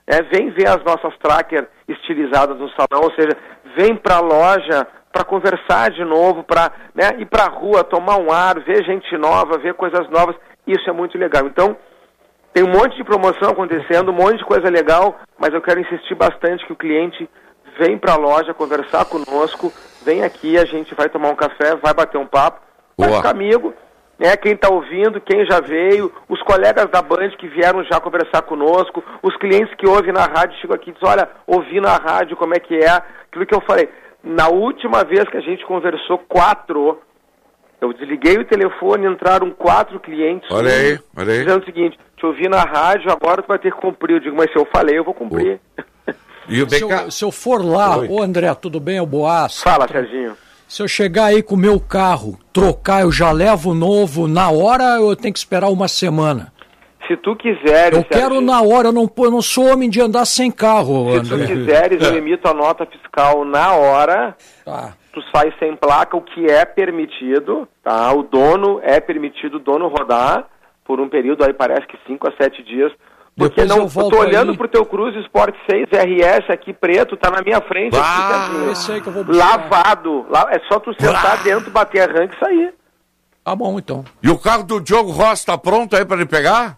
é, vem ver as nossas tracker estilizadas no salão, ou seja, vem para a loja para conversar de novo, para, né, ir para a rua, tomar um ar, ver gente nova, ver coisas novas. Isso é muito legal. Então, tem um monte de promoção acontecendo, um monte de coisa legal, mas eu quero insistir bastante que o cliente vem para a loja conversar conosco, vem aqui, a gente vai tomar um café, vai bater um papo, vai ficar amigo, né? Quem está ouvindo, quem já veio, os colegas da Band que vieram já conversar conosco, os clientes que ouvem na rádio, chegam aqui e dizem, olha, ouvi na rádio como é que é, aquilo que eu falei. Na última vez que a gente conversou, quatro, eu desliguei o telefone, entraram quatro clientes. Olha aí, olha aí. Dizendo o seguinte, te ouvi na rádio, agora tu vai ter que cumprir. Eu digo, mas se eu falei, eu vou cumprir. E o se, eu, se eu for lá, Oi. ô André, tudo bem, é o Boas? Fala, Serginho. Se eu chegar aí com o meu carro, trocar, eu já levo novo na hora ou eu tenho que esperar uma semana? Se tu quiseres... Eu quero Serginho, na hora, eu não, eu não sou homem de andar sem carro, Se André. tu quiseres, eu emito a nota fiscal na hora, tá. Tu sai sem placa, o que é permitido, tá? O dono, é permitido o dono rodar por um período aí, parece que cinco a sete dias, porque Depois não, eu, eu volto tô olhando aí. pro teu Cruze Sport seis R S aqui preto, tá na minha frente. Ah, aqui, esse aí que eu vou buscar. Lavado, é só tu sentar ah. dentro, bater arranque e sair. Tá bom, então. E o carro do Diogo Rossi tá pronto aí pra ele pegar?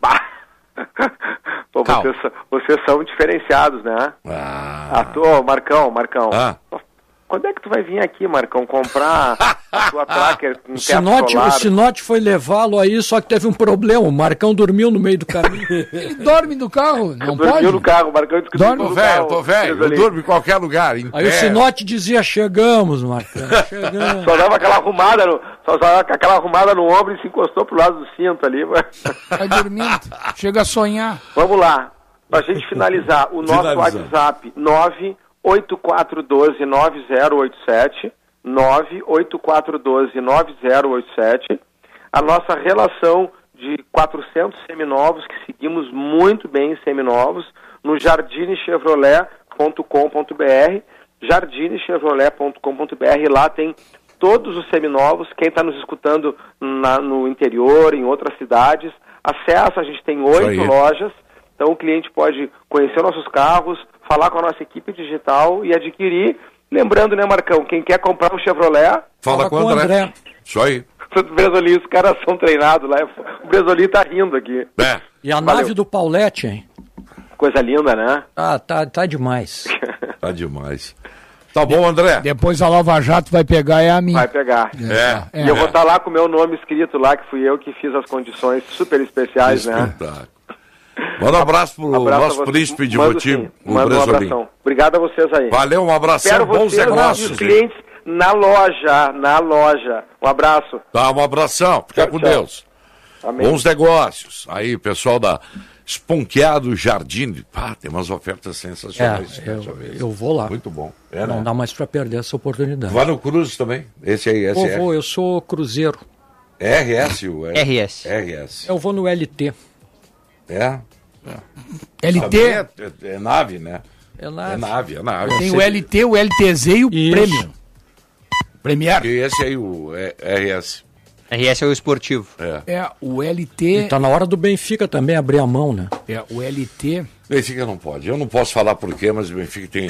Pô, vocês, vocês são diferenciados, né? Ah. A tua, Marcão, Marcão. Ah. Quando é que tu vai vir aqui, Marcão, comprar a tua tracker com o Sinote, o Sinote foi levá-lo aí, só que teve um problema. O Marcão dormiu no meio do caminho. Ele dorme no carro, não dormiu pode? no carro, o Marcão disse que dorme no velho, tô velho, eu durmo em qualquer lugar. Em aí pé. o Sinote dizia, chegamos, Marcão, chegamos. Só dava aquela arrumada, no, só dava aquela arrumada no ombro e se encostou pro lado do cinto ali. Vai dormindo, chega a sonhar. Vamos lá, pra gente finalizar, o nosso Finalizando. WhatsApp, nove oito quatro um dois nove zero oito sete, nove oito quatro um dois nove zero oito sete, a nossa relação de quatrocentos seminovos, que seguimos muito bem em seminovos, no jardine chevrolet ponto com ponto br, jardine chevrolet ponto com ponto br, lá tem todos os seminovos, quem está nos escutando na, no interior, em outras cidades, acesso, a gente tem oito lojas, então o cliente pode conhecer nossos carros, falar com a nossa equipe digital e adquirir. Lembrando, né, Marcão, quem quer comprar um Chevrolet... Fala, fala com o André. André. Isso aí. O Bresolim, os caras são treinados lá. O Bresolim tá rindo aqui. É. E a Valeu. nave do Paulette, hein? Coisa linda, né? Ah, tá, tá demais. Tá demais. Tá bom, André? Depois a Lava Jato vai pegar, é a minha. Vai pegar. É. é. E eu vou estar tá lá com o meu nome escrito lá, que fui eu que fiz as condições super especiais, né? Manda um abraço pro um abraço nosso príncipe de Mando, motivo, o Bresolim. Um Obrigado a vocês aí. Valeu, um abração, Espero bons vocês, negócios. Os clientes na loja, na loja. Um abraço. Tá, um abração. Fica tchau, com tchau. Deus. Amém. Bons negócios. Aí, pessoal da Esponqueado Jardim. Ah, tem umas ofertas sensacionais. É, eu, eu vou lá. Muito bom. É, Não né? dá mais para perder essa oportunidade. Vai no Cruze também? Esse aí, esse eu vou, eu sou cruzeiro. R S? O R S. R S. Eu vou no L T. É? É. L T? É, é, é nave, né? É nave. É nave, é nave. Tem o L T, o L T Z e o Isso. Premium. Premier. E esse aí, o R S. R S é o esportivo. É. É, o L T... E tá na hora do Benfica também abrir a mão, né? É, o L T... Benfica não pode. Eu não posso falar por quê, mas o Benfica tem,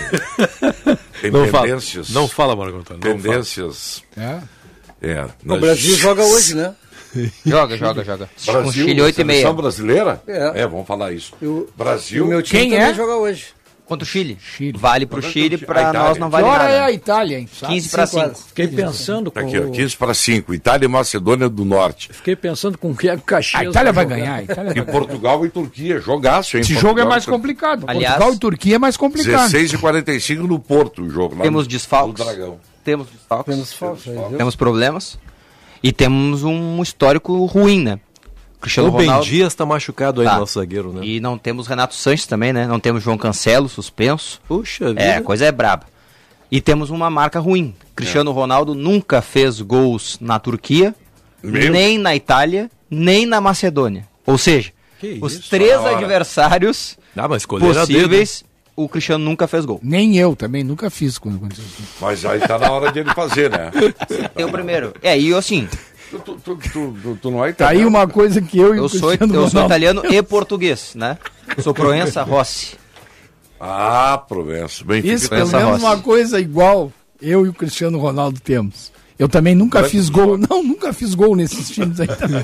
tem não tendências. Fala. Não fala, Marco Antônio. Tendências. É. É. O Brasil joga hoje, né? Joga, joga, joga. Brasil, com Chile oito e meia. Seleção brasileira? É. É, vamos falar isso. Eu, Brasil. O meu time Quem também é? joga hoje. Contra o Chile. Chile. Vale pro Contra Chile, o Chile. pra A nós não Que vale hora nada. é a Itália, hein? quinze para cinco. Fiquei pensando com Aqui, ó, o... quinze para cinco. Itália e Macedônia do Norte. Fiquei pensando com quem é que o Caxias A Itália vai jogar. ganhar. A Itália E vai ganhar. Portugal e Turquia. Jogaço, hein? Esse Portugal jogo é mais e Tur- complicado. Aliás, Portugal e Turquia é mais complicado. dezesseis e quarenta e cinco no Porto, o jogo. Lá Temos no, desfalques. no Dragão. Temos desfalques. Menos falta, viu? Temos problemas. E temos um histórico ruim, né? Cristiano O Ben Ronaldo. Dias tá machucado aí, Tá. nosso zagueiro, né? E não temos Renato Sanches também, né? Não temos João Cancelo, suspenso. Puxa vida. É, a coisa é braba. E temos uma marca ruim. Cristiano É. Ronaldo nunca fez gols na Turquia, Meu. nem na Itália, nem na Macedônia. Ou seja, Que os isso, três na hora. adversários Ah, mas escolheram a dedo. possíveis, o Cristiano nunca fez gol. Nem eu também, nunca fiz quando aconteceu isso. Mas aí tá na hora de ele fazer, né? Tem o primeiro. É, e eu assim, Tu, tu, tu, tu, tu, tu não é Tá aí italiano? uma coisa que eu e eu o sou, Cristiano eu sou Ronaldo- italiano e português, né? Sou Proença Rossi. Ah, Provenço. Benfica. Isso, pelo menos uma coisa igual eu e o Cristiano Ronaldo temos. Eu também nunca fiz gol. Não, nunca fiz gol nesses times aí também.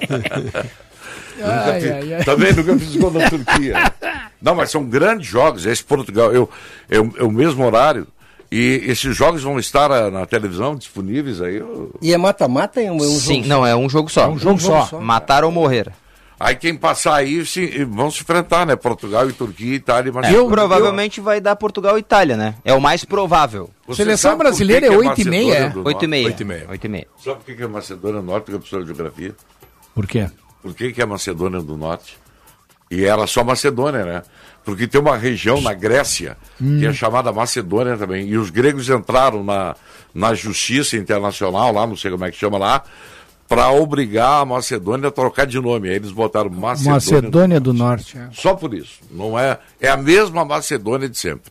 Ai, fiz, ai, ai. Também nunca fiz gol na Turquia. Não, mas são grandes jogos. Esse Portugal, eu, eu, é o mesmo horário. E esses jogos vão estar na, na televisão disponíveis aí. Eu... E é mata-mata? É um, é um Sim, jogo não, é um jogo só. É um jogo, um jogo só. só. Matar ou morrer. Aí quem passar aí se, vão se enfrentar, né? Portugal e Turquia, Itália e Macedônia. Eu provavelmente vai dar Portugal e Itália, né? É o mais provável. Você Seleção brasileira é oito e meia, é? oito e meia. oito e meia. oito e meia. Sabe por que é Macedônia do Norte, que é professor de geografia? Por quê? Por que que é Macedônia do Norte? E era só Macedônia, né? Porque tem uma região na Grécia, hum. que é chamada Macedônia também. E os gregos entraram na, na justiça internacional, lá, não sei como é que chama lá, para obrigar a Macedônia a trocar de nome. Aí eles botaram Macedônia, Macedônia do, do Norte. É. Só por isso. Não é, é a mesma Macedônia de sempre.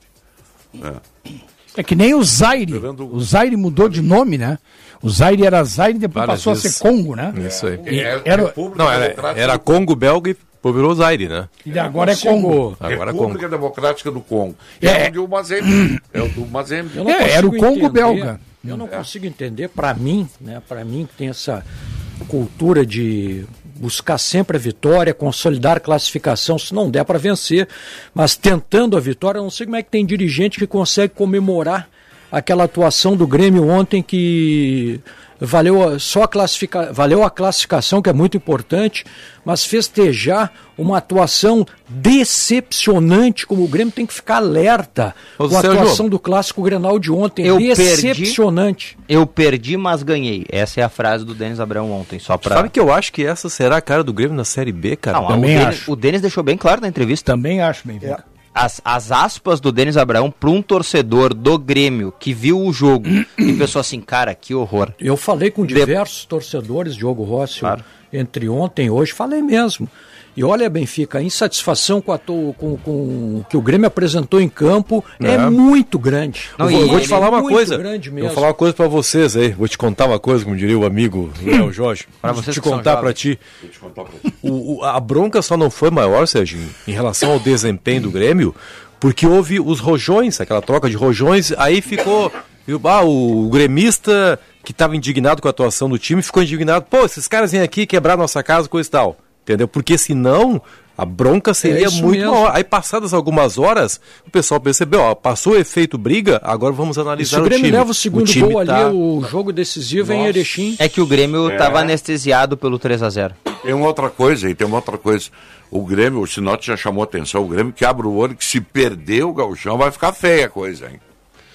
É, é que nem o Zaire. Esperando... O Zaire mudou de nome, né? O Zaire era Zaire e depois Várias passou vezes. a ser Congo, né? Isso aí. É, é, era, não, era, era Congo belga e virou Zaire, né? E agora é Congo. Agora República é Congo. Democrática do Congo. É, é o Mazembe. É o do Mazembe. É, era o Congo entender. belga. Eu não consigo entender, para mim, né, para mim que tem essa cultura de buscar sempre a vitória, consolidar a classificação, se não der para vencer, mas tentando a vitória, eu não sei como é que tem dirigente que consegue comemorar aquela atuação do Grêmio ontem que valeu só a classifica... valeu a classificação, que é muito importante, mas festejar uma atuação decepcionante, como o Grêmio tem que ficar alerta Ô, com a atuação João, do Clássico Grenal de ontem, eu decepcionante. Perdi, eu perdi, mas ganhei. Essa é a frase do Denis Abrão ontem, só pra... Sabe que eu acho que essa será a cara do Grêmio na Série B, cara? Não, Também o, Denis, acho. o Denis deixou bem claro na entrevista. Também acho, bem é. As, as aspas do Denis Abraão para um torcedor do Grêmio que viu o jogo e pensou assim, cara, que horror. Eu falei com diversos de... torcedores, Diogo Rossi, claro. entre ontem e hoje, falei mesmo. E olha, Benfica, a insatisfação com, a to, com, com o que o Grêmio apresentou em campo é, é muito grande. Não, eu vou, vou te falar uma coisa. Vou falar uma coisa para vocês aí. Vou te contar uma coisa, como diria o amigo Léo Jorge. Para vocês te contar para ti. Vou te contar pra ti. O, o, a bronca só não foi maior, Sérgio, em relação ao desempenho do Grêmio, porque houve os rojões, aquela troca de rojões, aí ficou ah, o, o gremista que estava indignado com a atuação do time, ficou indignado, pô, esses caras vêm aqui quebrar nossa casa, coisa e tal. Entendeu? Porque senão a bronca seria é muito mesmo. maior. Aí passadas algumas horas, o pessoal percebeu, ó, passou o efeito briga, agora vamos analisar o time. Se o Grêmio leva o segundo o gol tá... ali, o jogo decisivo Nossa. em Erechim. É que o Grêmio estava é. anestesiado pelo três a zero. Tem uma outra coisa aí, tem uma outra coisa. O Grêmio, o Sinote já chamou a atenção, o Grêmio que abre o olho, que se perder o gauchão vai ficar feia a coisa, hein?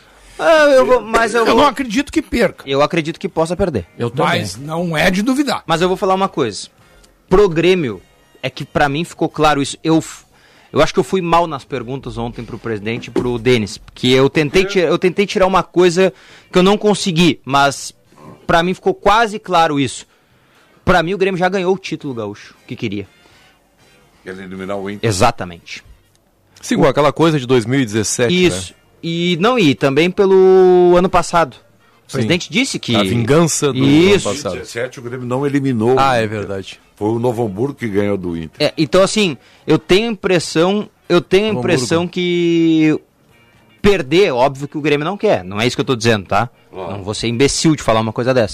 Ah, eu vou, mas eu, eu vou... não acredito que perca. Eu acredito que possa perder. Eu mas não é de duvidar. Mas eu vou falar uma coisa. Pro Grêmio, é que pra mim ficou claro isso. Eu, eu acho que eu fui mal nas perguntas ontem pro presidente e pro Denis. Porque eu tentei, tira, eu tentei tirar uma coisa que eu não consegui. Mas pra mim ficou quase claro isso. Pra mim o Grêmio já ganhou o título gaúcho que queria. Quer eliminar o Inter. Exatamente. Sim, igual aquela coisa de dois mil e dezessete, Isso. Né? E não, e também pelo ano passado. O Sim. presidente disse que... A vingança do Isso. ano passado. Em dois mil e dezessete o Grêmio não eliminou. Ah, é verdade. Foi o Novo Hamburgo que ganhou do Inter. É, então, assim, eu tenho a impressão, eu tenho a impressão que perder, óbvio que o Grêmio não quer. Não é isso que eu tô dizendo, tá? Claro. Não vou ser imbecil de falar uma coisa dessa.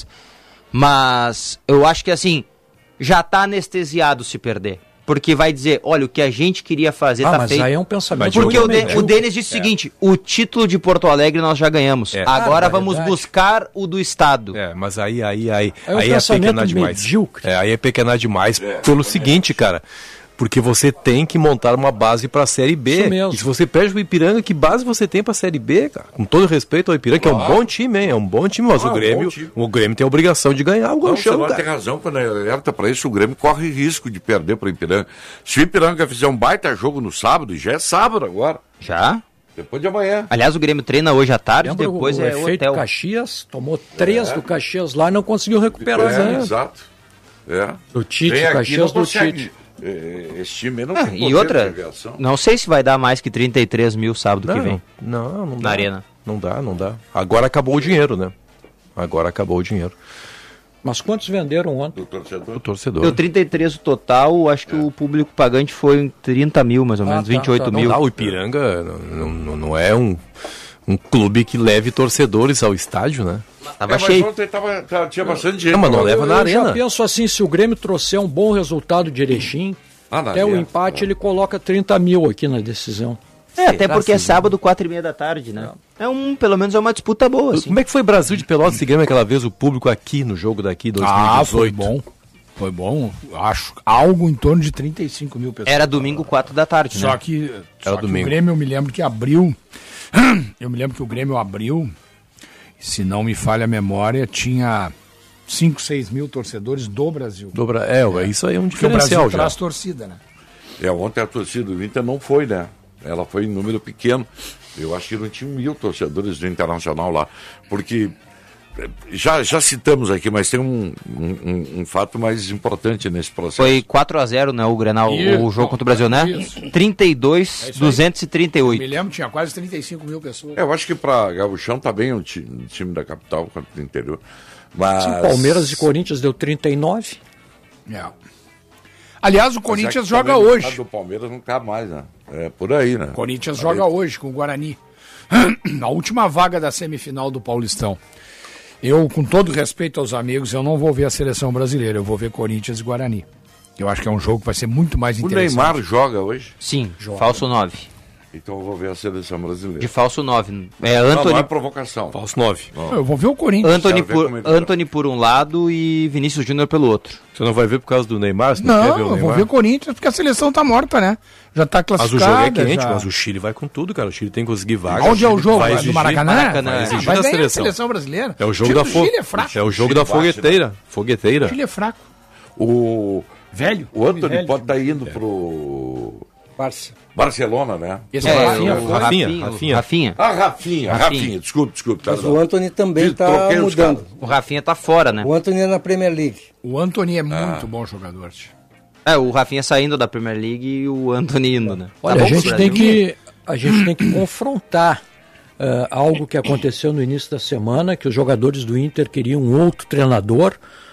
Mas eu acho que, assim, já tá anestesiado se perder. Porque vai dizer, olha, o que a gente queria fazer ah, tá mas feito. Aí é um pensamento Porque o, de, o Denis disse é. o seguinte, o título de Porto Alegre nós já ganhamos. É. Agora ah, vamos verdade. buscar o do Estado. É, mas aí, aí, aí, é um aí é pequenar demais. É, aí é pequenar demais é. pelo seguinte, cara. Porque você tem que montar uma base para a Série B. Isso mesmo. E se você perde o Ipiranga, que base você tem para a Série B, cara? Com todo respeito ao Ipiranga, que ah. é um bom time, hein? É um bom time, mas ah, o, Grêmio, um o Grêmio tem a obrigação de ganhar o gauchão, cara. Você não tem razão quando ele alerta para isso, o Grêmio corre risco de perder para o Ipiranga. Se o Ipiranga fizer um baita jogo no sábado, já é sábado agora. Já? Depois de amanhã. Aliás, o Grêmio treina hoje à tarde, Lembra depois o, é o o hotel. Caxias, tomou três é. do Caxias lá e não conseguiu recuperar. É, né? Exato. É. Do Tite, o Caxias do Tite. Esse time não ah, tem e outra, não sei se vai dar mais que trinta e três mil sábado não, que vem. Não, não dá. Na arena. Não dá, não dá. Agora acabou o dinheiro, né? Agora acabou o dinheiro. Mas quantos venderam ontem? Do torcedor. O torcedor. Deu trinta e três o total, acho que é. o público pagante foi em trinta mil, mais ou menos, ah, tá, vinte e oito tá, mil. Não, o Ipiranga não, não, não é um, um clube que leve torcedores ao estádio, né? Tava é, cheio. Mas ontem tava, tava, tinha bastante gente. Não, mas não leva eu, na eu arena. Já penso assim, se o Grêmio trouxer um bom resultado de Erechim, ah, até o empate, ele coloca trinta mil aqui na decisão. É, até porque é sábado, quatro e meia da tarde, né? É um, pelo menos é uma disputa boa, assim. Como é que foi Brasil de Pelotas e Grêmio aquela vez, o público aqui no jogo daqui, dois mil e dezoito? Ah, foi bom. Foi bom, acho. Algo em torno de trinta e cinco mil pessoas. Era domingo, quatro da tarde, só né? Que, Era só domingo. que o Grêmio, eu me lembro que abriu... eu me lembro que o Grêmio abriu, se não me falha a memória, tinha cinco, seis mil torcedores do Brasil. Do Bra... É, é, isso aí é um Porque o diferencial Brasil já. traz torcida, né? É, ontem a torcida do Inter não foi, né? Ela foi em número pequeno. Eu acho que não tinha mil torcedores do Internacional lá. Porque, já, já citamos aqui, mas tem um, um, um fato mais importante nesse processo. Foi quatro a zero, né, o Grenal, Isso, o jogo contra o Brasil, né? isso. trinta e dois, duzentos e trinta e oito. Eu me lembro, tinha quase trinta e cinco mil pessoas. É, eu acho que para Gaúchão tá bem o time, o time da capital contra o interior. Mas... Sim, Palmeiras e Corinthians deu trinta e nove. É. Aliás, o Corinthians é joga hoje. O Palmeiras não cabe mais, né? É por aí, né? O Corinthians joga hoje com o Guarani. A última vaga da semifinal do Paulistão. Eu, com todo respeito aos amigos, eu não vou ver a seleção brasileira, eu vou ver Corinthians e Guarani. Eu acho que é um jogo que vai ser muito mais o interessante. O Neymar joga hoje? Sim, joga. Falso nove. Então eu vou ver a seleção brasileira. De falso nove. É, Anthony... Não, não é provocação. Falso nove. Não. Eu vou ver o Corinthians. Anthony por, Anthony por um lado e Vinícius Júnior pelo outro. Você não vai ver por causa do Neymar? Você não, não quer ver o eu Neymar? vou ver o Corinthians porque a seleção tá morta, né? Já tá classificada. Mas o jogo é quente, já... mas o Chile vai com tudo, cara. O Chile tem que conseguir vaga. Onde é o jogo? Vai Do exigir, Maracanã? Maracanã. Vai exigir vai da ganhar seleção. a seleção brasileira. É o jogo o da do fo... Chile é fraco. É o jogo da fogueteira. Fogueteira. O Chile é fraco. O velho. O Anthony velho. pode estar tá indo pro Barça. Barcelona, né? Esse é, é, Rafinha, o Rafinha, Rafinha. Rafinha. Ah, Rafinha, Rafinha, Rafinha. desculpe, desculpe. Mas o Anthony também está mudando. O Rafinha tá fora, né? O Anthony é na Premier League. O Anthony é ah. muito bom jogador. É, o Rafinha saindo da Premier League e o Anthony indo, né? Olha, tá a, gente tem que, a gente tem que confrontar uh, algo que aconteceu no início da semana, que os jogadores do Inter queriam um outro treinador.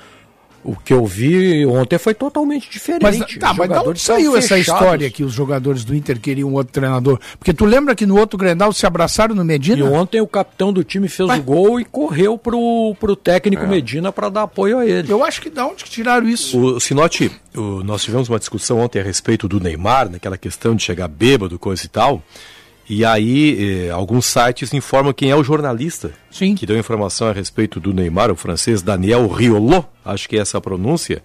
O que eu vi ontem foi totalmente diferente. Mas, tá, mas de onde saiu essa história que os jogadores do Inter queriam um outro treinador? Porque tu lembra que no outro Grenal se abraçaram no Medina? E ontem o capitão do time fez mas... o gol e correu pro, pro técnico é. Medina para dar apoio a ele. Eu acho que de onde que tiraram isso? O Sinotti, o, nós tivemos uma discussão ontem a respeito do Neymar, naquela questão de chegar bêbado, coisa e tal. E aí, eh, alguns sites informam quem é o jornalista Sim. que deu informação a respeito do Neymar, o francês Daniel Riolo, acho que é essa a pronúncia.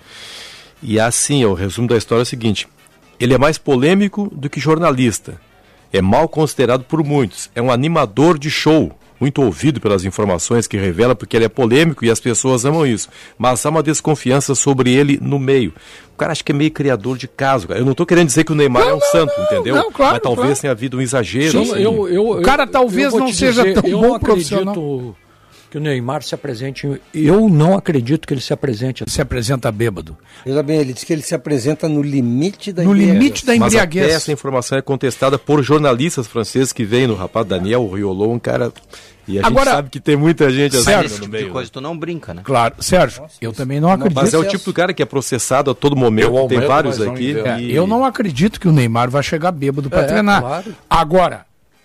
E assim, o resumo da história é o seguinte: ele é mais polêmico do que jornalista, é mal considerado por muitos, é um animador de show, muito ouvido pelas informações que revela, porque ele é polêmico e as pessoas amam isso, mas há uma desconfiança sobre ele no meio. O cara acha que é meio criador de caso. Eu não estou querendo dizer que o Neymar não, é um não, santo, não, entendeu? Não, claro, mas talvez claro. tenha havido um exagero. Sim, assim. eu, eu, o cara talvez não seja dizer, tão eu bom não acredito que o Neymar se apresente. Eu não acredito que ele se apresente. Se apresenta bêbado. Veja bem, ele diz que ele se apresenta no limite da no embriaguez. No limite da embriaguez. Mas até essa informação é contestada por jornalistas franceses que veem no rapaz Daniel Riolo, um cara... E a Agora, gente sabe que tem muita gente assim Sérgio, no tipo meio. De coisa, tu não brinca, né? Claro, Sérgio, Nossa, eu também não acredito. Mas é o tipo do cara que é processado a todo momento, eu tem vários aqui. É, e... Eu não acredito que o Neymar vai chegar bêbado para é, treinar. Claro. Agora,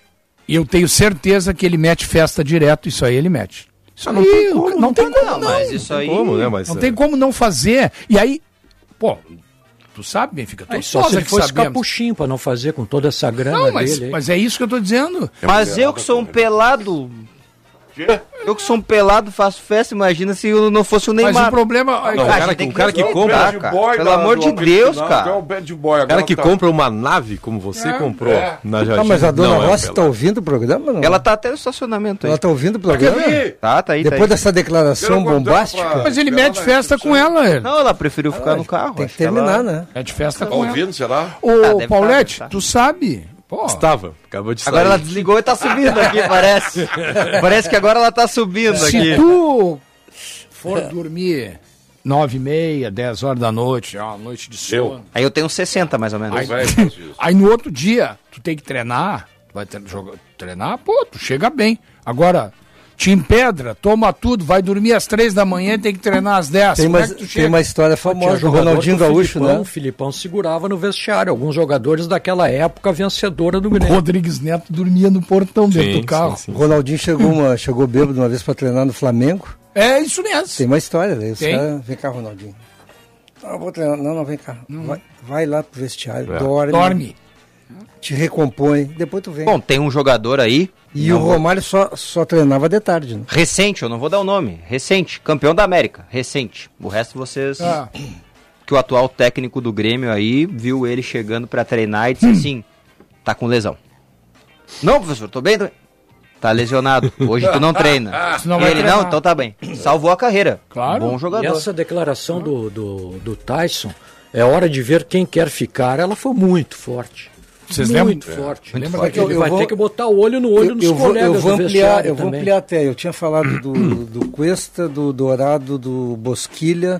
eu tenho certeza que ele mete festa direto, isso aí ele mete. Isso não aí, tem como, não, não tem como, não, não. Mas isso aí... Como, né? Mas, não é... tem como não fazer. E aí, pô... Tu sabe, Benfica? É, só se ele fosse capuchinho para não fazer com toda essa grana não, mas, dele. Mas é isso que eu tô dizendo. Mas eu que sou um pelado... Eu que sou um pelado, faço festa, imagina se eu não fosse o Neymar. Mas o problema... Não, o cara, que, o cara que compra... Cara, pelo amor de Deus, cara. O cara que compra uma nave, como você é, comprou é. na Jardim. Ah, mas a dona Rossi está ouvindo o programa? Não? Ela tá até no estacionamento aí. Ela está ouvindo o programa? Tá, tá aí. Depois tá aí. dessa declaração bombástica... Pra... Mas ele mete festa com ela. Ele. Não, ela preferiu ficar ah, no carro. Tem que terminar, ela... né? Mete festa tá com ouvindo, ela. será? Ô, ah, Paulette, tá. tu sabe... Pô. Estava, acabou de sair. Agora ela desligou e tá subindo aqui, parece. Parece que agora ela tá subindo Se aqui. Se tu for dormir nove e meia, dez horas da noite, é uma noite de sono. Aí eu tenho sessenta mais ou menos. Aí, aí no outro dia, tu tem que treinar, tu vai tre- jogar, treinar, pô, tu chega bem. Agora, te empedra, toma tudo, vai dormir às três da manhã e tem que treinar às dez. Tem, uma, é tem uma história famosa do Ronaldinho Gaúcho, Filipão, né? O Filipão segurava no vestiário, alguns jogadores daquela época vencedora do Grêmio. Rodrigues Neto dormia no portão sim, dentro do carro. Sim, sim, sim. O Ronaldinho chegou, uma, chegou bêbado uma vez para treinar no Flamengo. É isso mesmo. Tem uma história, daí os caras, vem cá, Ronaldinho. Não, vou treinar. Não, não, vem cá. Hum. Vai, vai lá pro vestiário, é. dorme. Dorme. Te recompõe, depois tu vem. Bom, tem um jogador aí... E o Romário só, só treinava de tarde, né? Recente, eu não vou dar o nome. Recente, campeão da América. Recente. O resto vocês... Ah. Que o atual técnico do Grêmio aí viu ele chegando pra treinar e disse hum. assim, tá com lesão. Não, professor, tô bem, tô bem. Tá lesionado. Hoje tu não treina. Não e ele, treinar. Não, então tá bem. Salvou a carreira. Claro. Bom jogador. E essa declaração do, do, do Tyson, é hora de ver quem quer ficar, ela foi muito forte. Vocês muito lembram? Forte. Muito Lembra forte. que ele eu vai vou, ter que botar o olho no olho eu, dos eu colegas vou, eu vou do ampliar, Eu vou também. ampliar até. Eu tinha falado do, do Cuesta, do Dourado, do Bosquilha,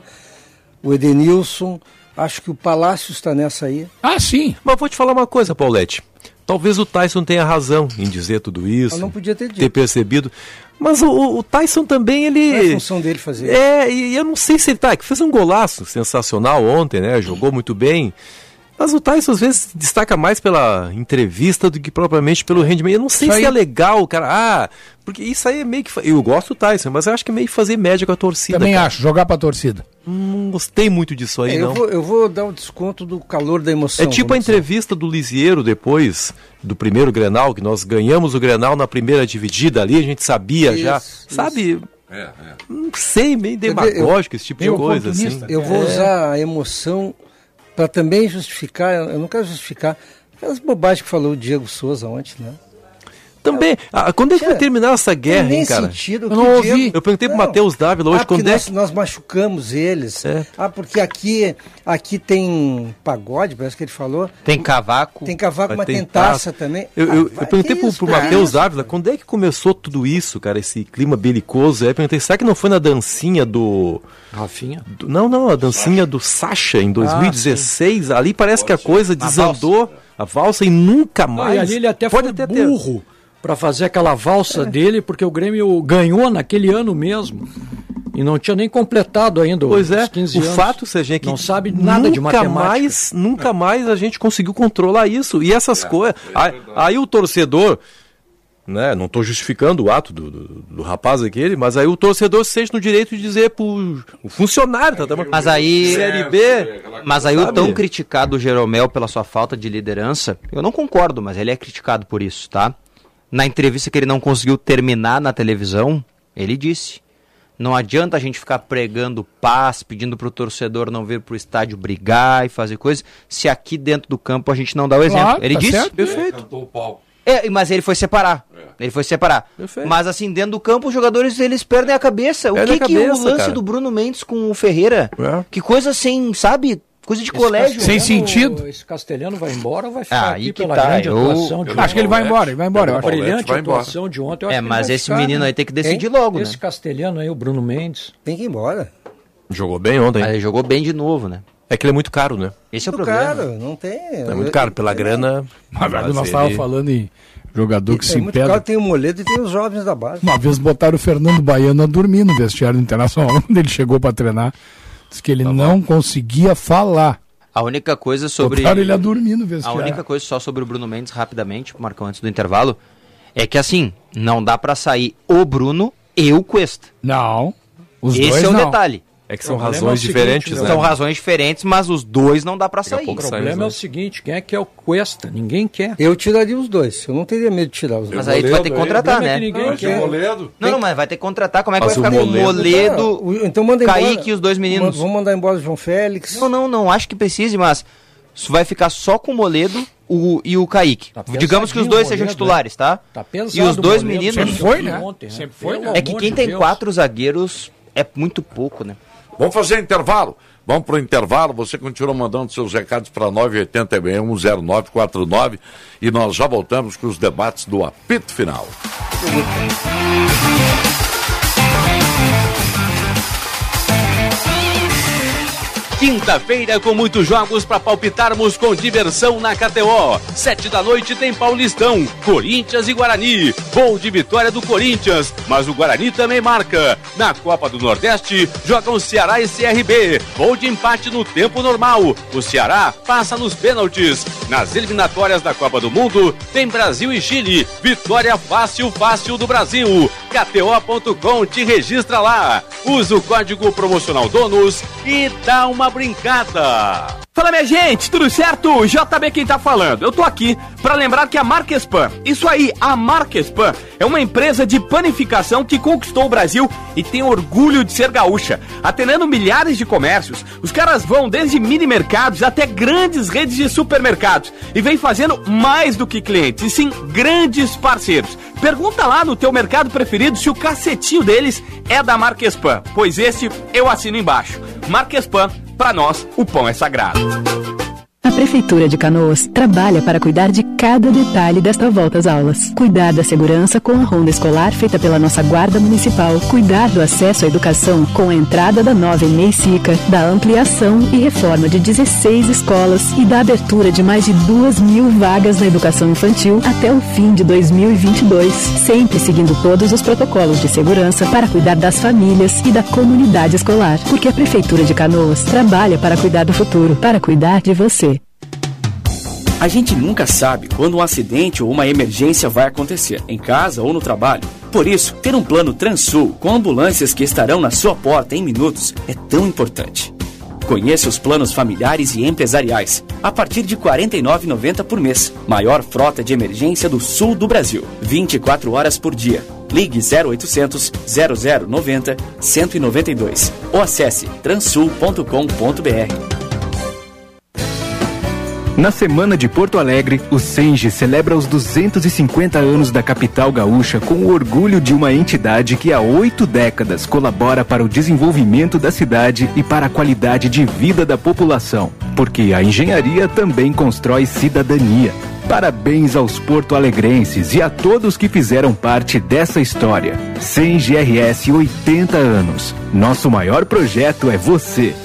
o Edenilson. Acho que o Palácio está nessa aí. Ah, sim. Mas vou te falar uma coisa, Paulete. Talvez o Tyson tenha razão em dizer tudo isso. Eu não podia ter dito. Ter percebido. Mas o, o Tyson também, ele... Não é a função dele fazer. É, e eu não sei se ele tá... Que fez um golaço sensacional ontem, né? Jogou muito bem. Mas o Tyson às vezes destaca mais pela entrevista do que propriamente pelo rendimento. Eu não sei isso se aí... é legal, cara. Ah, porque isso aí é meio que... Eu gosto do Tyson, mas eu acho que é meio que fazer média com a torcida. Também cara. acho, jogar pra torcida. Não gostei muito disso aí, é, não. Eu vou, eu vou dar o desconto do calor da emoção. É tipo a entrevista dizer. do Lisieiro depois do primeiro Grenal, que nós ganhamos o Grenal na primeira dividida ali, a gente sabia isso, já. Isso. Sabe... É, é. Não sei, meio demagógico esse tipo de coisa. Assim. Eu vou é. usar a emoção... Para também justificar, eu não quero justificar aquelas bobagens que falou o Diego Souza ontem, né? Também. Ah, quando é que vai terminar essa guerra, hein, cara? Sentido, eu não ouvi. Diego... Eu perguntei pro Matheus Dávila hoje ah, quando é nós, que... nós machucamos eles. É. Ah, porque aqui, aqui tem pagode, parece que ele falou. Tem cavaco. Tem cavaco, mas tem, tem taça, taça também. Eu, eu, ah, eu perguntei pro, pro Matheus Dávila, quando é que começou tudo isso, cara, esse clima belicoso? Aí eu perguntei, será que não foi na dancinha do... Rafinha? Do, não, não, a dancinha Sacha. do Sacha em dois mil e dezesseis. Ah, ali parece Pode que a coisa desandou, a valsa, a valsa e nunca mais. Não, e ali ele até Pode foi até burro. Ter... para fazer aquela valsa é. dele, porque o Grêmio ganhou naquele ano mesmo. E não tinha nem completado ainda pois os é, quinze o anos. fato, Sérgio, é que não sabe nada de matemática. Mais, nunca mais a gente conseguiu controlar isso. E essas é, coisas... É aí, aí o torcedor... Né, não estou justificando o ato do, do, do rapaz aquele, mas aí o torcedor se sente no direito de dizer pro o funcionário, tá, tá, mas aí Série B, mas aí sabe? O tão criticado Jeromel pela sua falta de liderança, eu não concordo, mas ele é criticado por isso, tá? Na entrevista que ele não conseguiu terminar na televisão, ele disse: não adianta a gente ficar pregando paz, pedindo pro torcedor não vir pro estádio brigar e fazer coisas, se aqui dentro do campo a gente não dá o exemplo. Claro, ele tá disse, certo. Perfeito. É, o pau. É, mas ele foi separar. É. Ele foi separar. Perfeito. Mas assim, dentro do campo, os jogadores eles perdem a cabeça. O Perde que, cabeça, que o lance cara. do Bruno Mendes com o Ferreira? É. Que coisa sem, sabe? Coisa de esse colégio. Sem sentido. Esse Castelhano vai embora ou vai ficar ah, aqui que pela tá. grande eu... atuação de ontem? Acho que ele vai embora, ele vai embora. Eu a acho. brilhante vai atuação embora. de ontem. Eu é, acho mas que esse ficar, menino né? aí tem que decidir Hein? logo, Esse né? Castelhano aí, o Bruno Mendes. Tem que ir embora. Jogou bem ontem. Mas ele jogou bem de novo, né? É que ele é muito caro, né? Esse é o muito problema. Caro, não tem. É muito caro, pela grana. Mas, mas nós ele... estávamos falando em jogador que é se muito impede. Caro, tem o Moledo e tem os jovens da base. Uma vez botaram o Fernando Baiano a dormir no vestiário do Internacional. Quando ele chegou para treinar, disse que ele tá não bom. conseguia falar. A única coisa sobre... Botaram ele a dormir no A vestiário. única coisa só sobre o Bruno Mendes, rapidamente, Marcão, antes do intervalo, é que assim, não dá pra sair o Bruno e o Cuesta. Não, os Esse dois é o não. detalhe. É que são O razões problema é o seguinte, diferentes, né? São razões diferentes, mas os dois não dá pra Daqui a sair. pouco O sai problema os é o dois. seguinte, quem é que é o Cuesta? Ninguém quer. Eu tiraria os dois. Eu não teria medo de tirar os dois. Mas aí tu vai ter que contratar, né? Ninguém quer. Moledo. Não, não, mas vai ter que contratar. Como é que Mas vai o ficar com o Moledo- Moledo, Cara, então manda embora. Kaique e os dois meninos? Vamos mandar embora o João Félix. Não, não, não acho que precise, mas isso vai ficar só com o Moledo o, e o Kaique. Tá Digamos que os dois sejam Moledo, titulares, tá? Tá pesado E os dois o Moledo, meninos... Sempre foi, né? Ontem, né? Sempre foi, Pelo É que amor quem de tem Deus. quatro zagueiros é muito pouco, né? Vamos fazer intervalo. Vamos para o intervalo. Você continua mandando seus recados para nove oito zero um zero nove quatro nove e nós já voltamos com os debates do apito final. Quinta-feira com muitos jogos para palpitarmos com diversão na K T O. Sete da noite tem Paulistão, Corinthians e Guarani. Gol de vitória do Corinthians, mas o Guarani também marca. Na Copa do Nordeste, jogam Ceará e C R B. Gol de empate no tempo normal. O Ceará passa nos pênaltis. Nas eliminatórias da Copa do Mundo, tem Brasil e Chile. Vitória fácil, fácil do Brasil. K T O ponto com, te registra lá. Usa o código promocional DONOS e dá uma brincada. Fala, minha gente, tudo certo? J B quem tá falando. Eu tô aqui pra lembrar que a Marquespan, isso aí, a Marquespan, é uma empresa de panificação que conquistou o Brasil e tem orgulho de ser gaúcha. Atendendo milhares de comércios, os caras vão desde mini mercados até grandes redes de supermercados e vem fazendo mais do que clientes, e sim grandes parceiros. Pergunta lá no teu mercado preferido se o cacetinho deles é da Marquespan, pois esse eu assino embaixo. Marquespan, pra nós, o pão é sagrado. A Prefeitura de Canoas trabalha para cuidar de cada detalhe desta volta às aulas. Cuidar da segurança com a ronda escolar feita pela nossa Guarda Municipal. Cuidar do acesso à educação com a entrada da nova EMEI SICA, da ampliação e reforma de dezesseis escolas e da abertura de mais de duas mil vagas na educação infantil até o fim de dois mil e vinte e dois. Sempre seguindo todos os protocolos de segurança para cuidar das famílias e da comunidade escolar. Porque a Prefeitura de Canoas trabalha para cuidar do futuro, para cuidar de você. A gente nunca sabe quando um acidente ou uma emergência vai acontecer, em casa ou no trabalho. Por isso, ter um plano Transul com ambulâncias que estarão na sua porta em minutos é tão importante. Conheça os planos familiares e empresariais, a partir de quarenta e nove reais e noventa centavos por mês. Maior frota de emergência do sul do Brasil, vinte e quatro horas por dia. Ligue zero oitocentos, zero zero noventa, cento e noventa e dois ou acesse transul ponto com ponto br. Na Semana de Porto Alegre, o Senge celebra os duzentos e cinquenta anos da capital gaúcha com o orgulho de uma entidade que há oito décadas colabora para o desenvolvimento da cidade e para a qualidade de vida da população. Porque a engenharia também constrói cidadania. Parabéns aos porto-alegrenses e a todos que fizeram parte dessa história. Senge R S oitenta anos. Nosso maior projeto é você.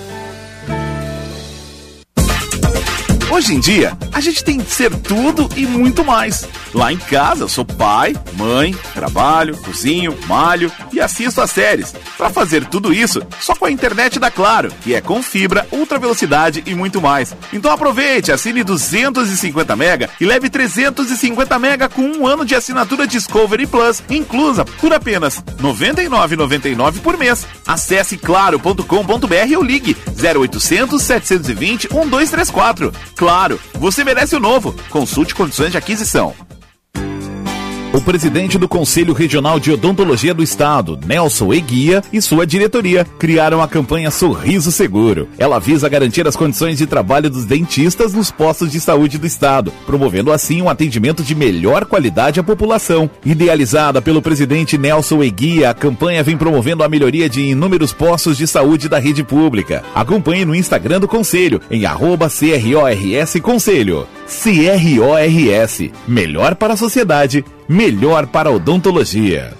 Hoje em dia, a gente tem que ser tudo e muito mais. Lá em casa, eu sou pai, mãe, trabalho, cozinho, malho e assisto as séries. Para fazer tudo isso, só com a internet da Claro, que é com fibra, ultra velocidade e muito mais. Então aproveite, assine duzentos e cinquenta mega e leve trezentos e cinquenta mega com um ano de assinatura Discovery Plus, inclusa por apenas noventa e nove reais e noventa e nove centavos por mês. Acesse claro ponto com ponto br ou ligue zero oitocentos, setecentos e vinte, doze trinta e quatro. Claro, você merece o novo. Consulte condições de aquisição. O presidente do Conselho Regional de Odontologia do Estado, Nelson Eguia, e sua diretoria criaram a campanha Sorriso Seguro. Ela visa garantir as condições de trabalho dos dentistas nos postos de saúde do Estado, promovendo assim um atendimento de melhor qualidade à população. Idealizada pelo presidente Nelson Eguia, a campanha vem promovendo a melhoria de inúmeros postos de saúde da rede pública. Acompanhe no Instagram do Conselho, em arroba C R O R S Conselho. C R O R S, melhor para a sociedade, melhor para a odontologia.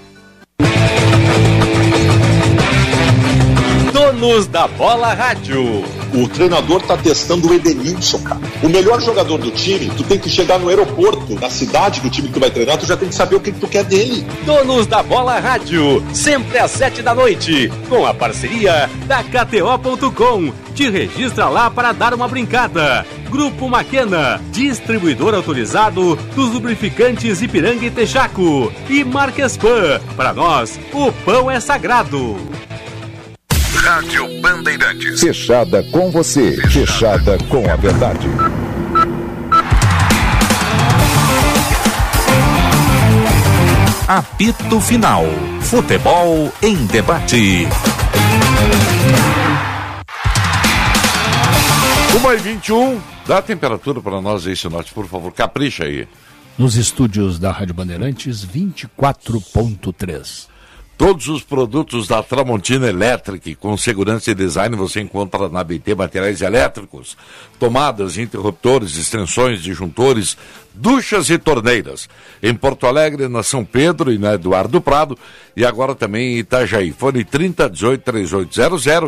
Donos da Bola Rádio. O treinador tá testando o Edenilson, cara. O melhor jogador do time, tu tem que chegar no aeroporto, na cidade do time que tu vai treinar, tu já tem que saber o que, que tu quer dele. Donos da Bola Rádio, sempre às sete da noite, com a parceria da K T O ponto com. Te registra lá para dar uma brincada. Grupo Maquena, distribuidor autorizado dos lubrificantes Ipiranga e Texaco. E Marquespan, para nós, o pão é sagrado. Rádio Bandeirantes. Fechada com você, fechada com a verdade. Apito Final. Futebol em debate. uma e vinte e um, dá a temperatura para nós aí, Sinote, por favor, capricha aí. Nos estúdios da Rádio Bandeirantes, vinte e quatro ponto três. Todos os produtos da Tramontina Electric, com segurança e design, você encontra na B T Materiais Elétricos. Tomadas, interruptores, extensões, disjuntores, duchas e torneiras. Em Porto Alegre, na São Pedro e na Eduardo Prado. E agora também em Itajaí. Fone trinta, dezoito, trinta e oito zero zero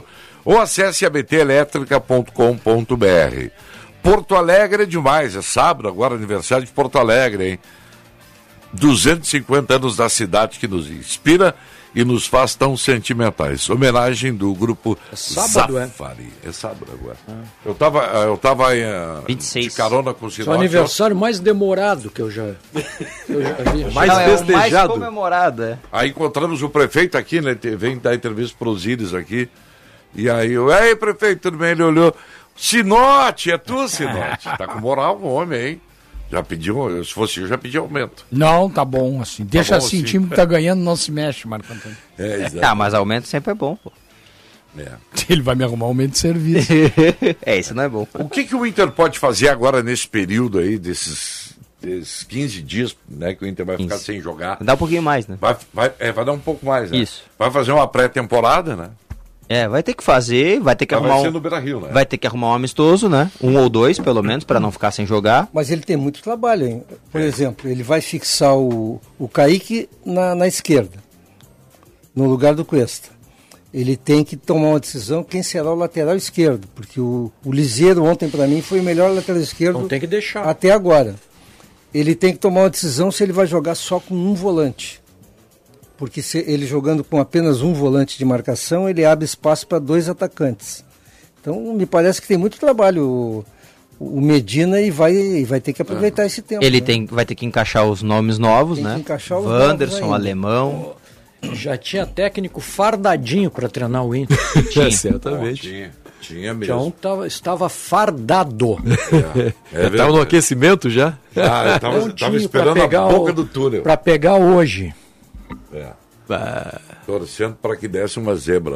ou acesse a b t elétrica ponto com ponto b r. Porto Alegre é demais, é sábado agora, aniversário de Porto Alegre, hein? duzentos e cinquenta anos da cidade que nos inspira e nos faz tão sentimentais. Homenagem do grupo é sábado, Zafari. É? é sábado agora. Ah. Eu tava, eu tava uh, vinte e seis. de carona com o Sinop. É o aniversário mais demorado que eu já, eu já vi. Mais Não, festejado. É o mais comemorado, é. Aí encontramos o prefeito aqui, né? Vem dar entrevista para os Íris aqui. E aí eu, ei, prefeito, tudo bem? Ele olhou. Sinote, é tu, Sinote. Tá com moral o homem, hein? Já pediu, se fosse eu, já pedi aumento. Não, tá bom assim. Deixa tá bom, assim, assim, o time que tá ganhando não se mexe, Marco Antônio. É, ah, mas aumento sempre é bom, pô. É. Ele vai me arrumar aumento de serviço. É, isso não é bom. O que, que o Inter pode fazer agora nesse período aí, desses, desses quinze dias, né, que o Inter vai ficar quinze. sem jogar? Dá um pouquinho mais, né? Vai, vai, é, vai dar um pouco mais, né? Isso. Vai fazer uma pré-temporada, né? É, vai ter que fazer, vai ter que vai arrumar ser um... no Beira-Rio, né? Vai ter que arrumar um amistoso, né? Um ou dois, pelo menos, para não ficar sem jogar. Mas ele tem muito trabalho, hein? Por é. exemplo, ele vai fixar o, o Kaique na, na esquerda, no lugar do Cuesta. Ele tem que tomar uma decisão quem será o lateral esquerdo, porque o, o Liseiro ontem, para mim, foi o melhor lateral esquerdo não tem que deixar. até agora. Ele tem que tomar uma decisão se ele vai jogar só com um volante. Porque se ele jogando com apenas um volante de marcação, ele abre espaço para dois atacantes. Então, me parece que tem muito trabalho o, o Medina e vai, vai ter que aproveitar ah. esse tempo. Ele né? tem, vai ter que encaixar os nomes novos, tem né? Que encaixar os Wanderson, novos Alemão. Já tinha técnico fardadinho para treinar o Inter. Tinha, certamente. Tinha, tinha mesmo. Então tava, estava fardado. É, é estava no aquecimento já? Ah, estava esperando a boca o, do túnel. Para pegar hoje. É. Ah. Torcendo para que desse uma zebra.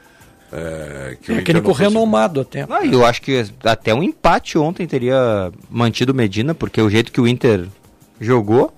É, que técnico renomado até. Ah, eu acho que até um empate ontem teria mantido o Medina, porque o jeito que o Inter jogou,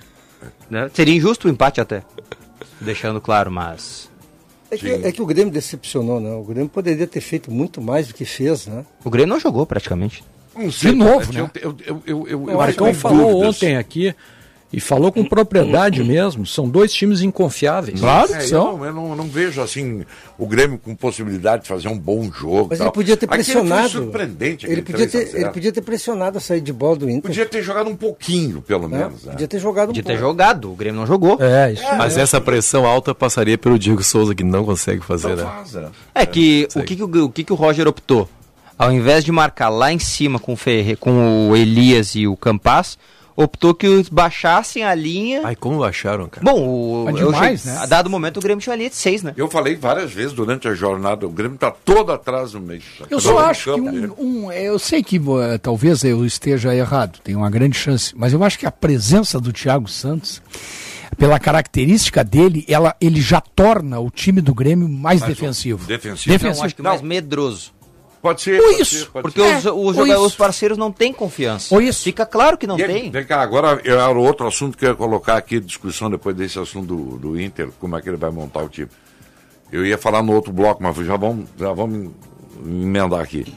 né, seria injusto o empate até. Deixando claro, mas... É que, é que o Grêmio decepcionou, né? O Grêmio poderia ter feito muito mais do que fez, né? O Grêmio não jogou praticamente. Não sei, de novo, né? Eu, eu, eu, eu, o Marcão falou dúvidas. ontem aqui, e falou com propriedade mesmo, são dois times inconfiáveis. Claro é, que são. Eu, não, eu, não, eu não vejo assim o Grêmio com possibilidade de fazer um bom jogo. Mas tal. ele podia ter pressionado. Foi surpreendente. Ele podia, ter, ele podia ter pressionado a saída de bola do Inter. Podia ter jogado um pouquinho, pelo é, menos. Podia ter jogado podia um ter pouco. jogado, o Grêmio não jogou. É, isso. É, Mas é. essa pressão alta passaria pelo Diego Souza, que não consegue fazer, não né? Faz, é. é que é, o, que, que, o, o que, que o Roger optou? Ao invés de marcar lá em cima com o, Ferre, com o Elias e o Campas, optou que os baixassem a linha. Ai, como baixaram, cara? Bom, o, Mas demais, eu, né? a dado momento o Grêmio tinha uma linha de seis, né? Eu falei várias vezes durante a jornada, o Grêmio está todo atrás do meio. Eu só acho que um, um, eu sei que uh, talvez eu esteja errado, tem uma grande chance, mas eu acho que a presença do Thiago Santos, pela característica dele, ela, ele já torna o time do Grêmio mais Mas defensivo. Defensivo. defensivo. Não, acho que mais medroso. Pode ser. Ou pode isso. ser, pode Porque ser. os, os, jogadores, os parceiros não têm confiança. Ou isso. Fica claro que não E, tem. Vem cá, agora era outro assunto que eu ia colocar aqui, discussão depois desse assunto do, do Inter, como é que ele vai montar o time. Eu ia falar no outro bloco, mas já vamos, já vamos emendar aqui.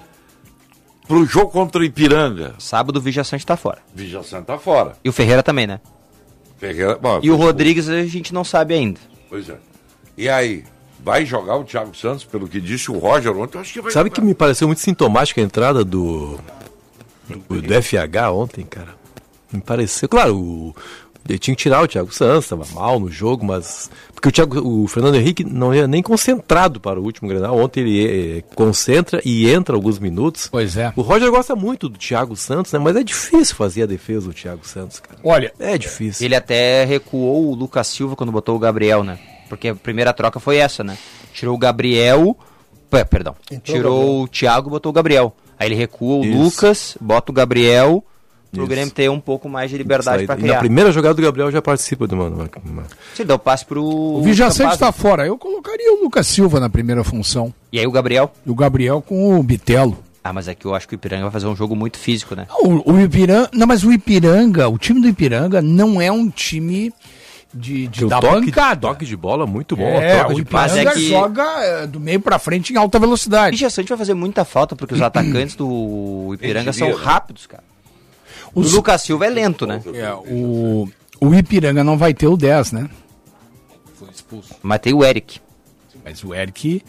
Pro jogo contra o Ipiranga. Sábado o Vigia Sante tá fora. Vigia Sante tá fora. E o Ferreira também, né? Ferreira, bom, e o Rodrigues a gente não sabe ainda. Pois é. E aí? Vai jogar o Thiago Santos, pelo que disse o Roger ontem, eu acho que vai Sabe jogar. que me pareceu muito sintomática a entrada do, do, do F H ontem, cara? Me pareceu, claro, o, ele tinha que tirar o Thiago Santos, estava mal no jogo, mas... Porque o, Thiago, o Fernando Henrique não ia nem concentrado para o último Grenal. Ontem ele é, concentra e entra alguns minutos. Pois é. O Roger gosta muito do Thiago Santos, né? Mas é difícil fazer a defesa do Thiago Santos, cara. Olha, é difícil. Ele até recuou o Lucas Silva quando botou o Gabriel, né? Porque a primeira troca foi essa, né? Tirou o Gabriel... P- perdão. Entrou Tirou o, Gabriel. o Thiago e botou o Gabriel. Aí ele recua o Isso. Lucas, bota o Gabriel... Pro Grêmio ter um pouco mais de liberdade para criar. Na primeira jogada do Gabriel já participa do mano. Você dá o passe pro... O Vigia Sante está fora. Eu colocaria o Lucas Silva na primeira função. E aí o Gabriel? E o Gabriel com o Bitelo. Ah, mas é que eu acho que o Ipiranga vai fazer um jogo muito físico, né? O, o Ipiranga... Não, mas o Ipiranga, o time do Ipiranga não é um time... De, de dar toque, bancada. Toque de bola muito bom. É, a troca o de Ipiranga é que... joga é, do meio pra frente em alta velocidade. O Vigia Sante vai fazer muita falta, porque os atacantes do Ipiranga são né? rápidos, cara. O Os... Lucas Silva é lento, né? É, o, o Ipiranga não vai ter o dez, né? Foi expulso. Mas tem o Eric. Mas o Eric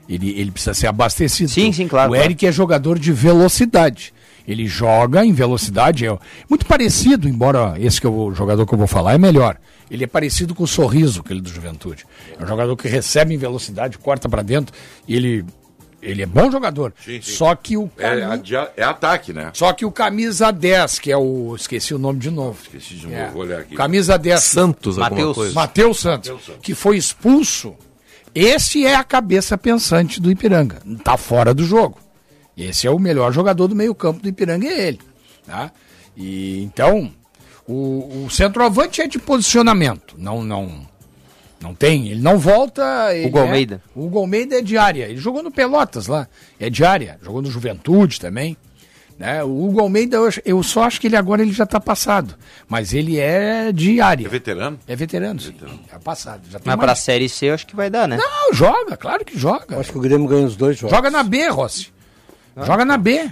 Ele, ele precisa ser abastecido. Sim, sim, claro. O claro. Eric é jogador de velocidade. Ele joga em velocidade, é muito parecido, embora esse que eu, o jogador que eu vou falar é melhor. Ele é parecido com o Sorriso, aquele do Juventude. É um jogador que recebe em velocidade, corta para dentro, e ele, ele é bom jogador. Sim, sim. Só que o... É, é, é ataque, né? Só que o camisa dez, que é o... Esqueci o nome de novo. Esqueci de novo, É. vou olhar aqui. Camisa dez. Santos, alguma Mateus, coisa. Mateus Santos, Mateus Santos. que foi expulso. Esse é a cabeça pensante do Ipiranga. Tá fora do jogo. Esse é o melhor jogador do meio campo do Ipiranga, é ele. Tá? E, então, o, o centroavante é de posicionamento. Não, não, não tem. Ele não volta. Ele Hugo é- Almeida. O Hugo Almeida é de área. Ele jogou no Pelotas lá. É de área. Jogou no Juventude também. Né? O Hugo Almeida, eu, acho- eu só acho que ele agora ele já está passado. Mas ele é de área. É veterano? É veterano, sim. É passado. Já tem Mas mais- pra Série C eu acho que vai dar, né? Não, joga, claro que joga. Acho que o Grêmio ganha os dois jogos. Joga na B, Rossi. Joga na B.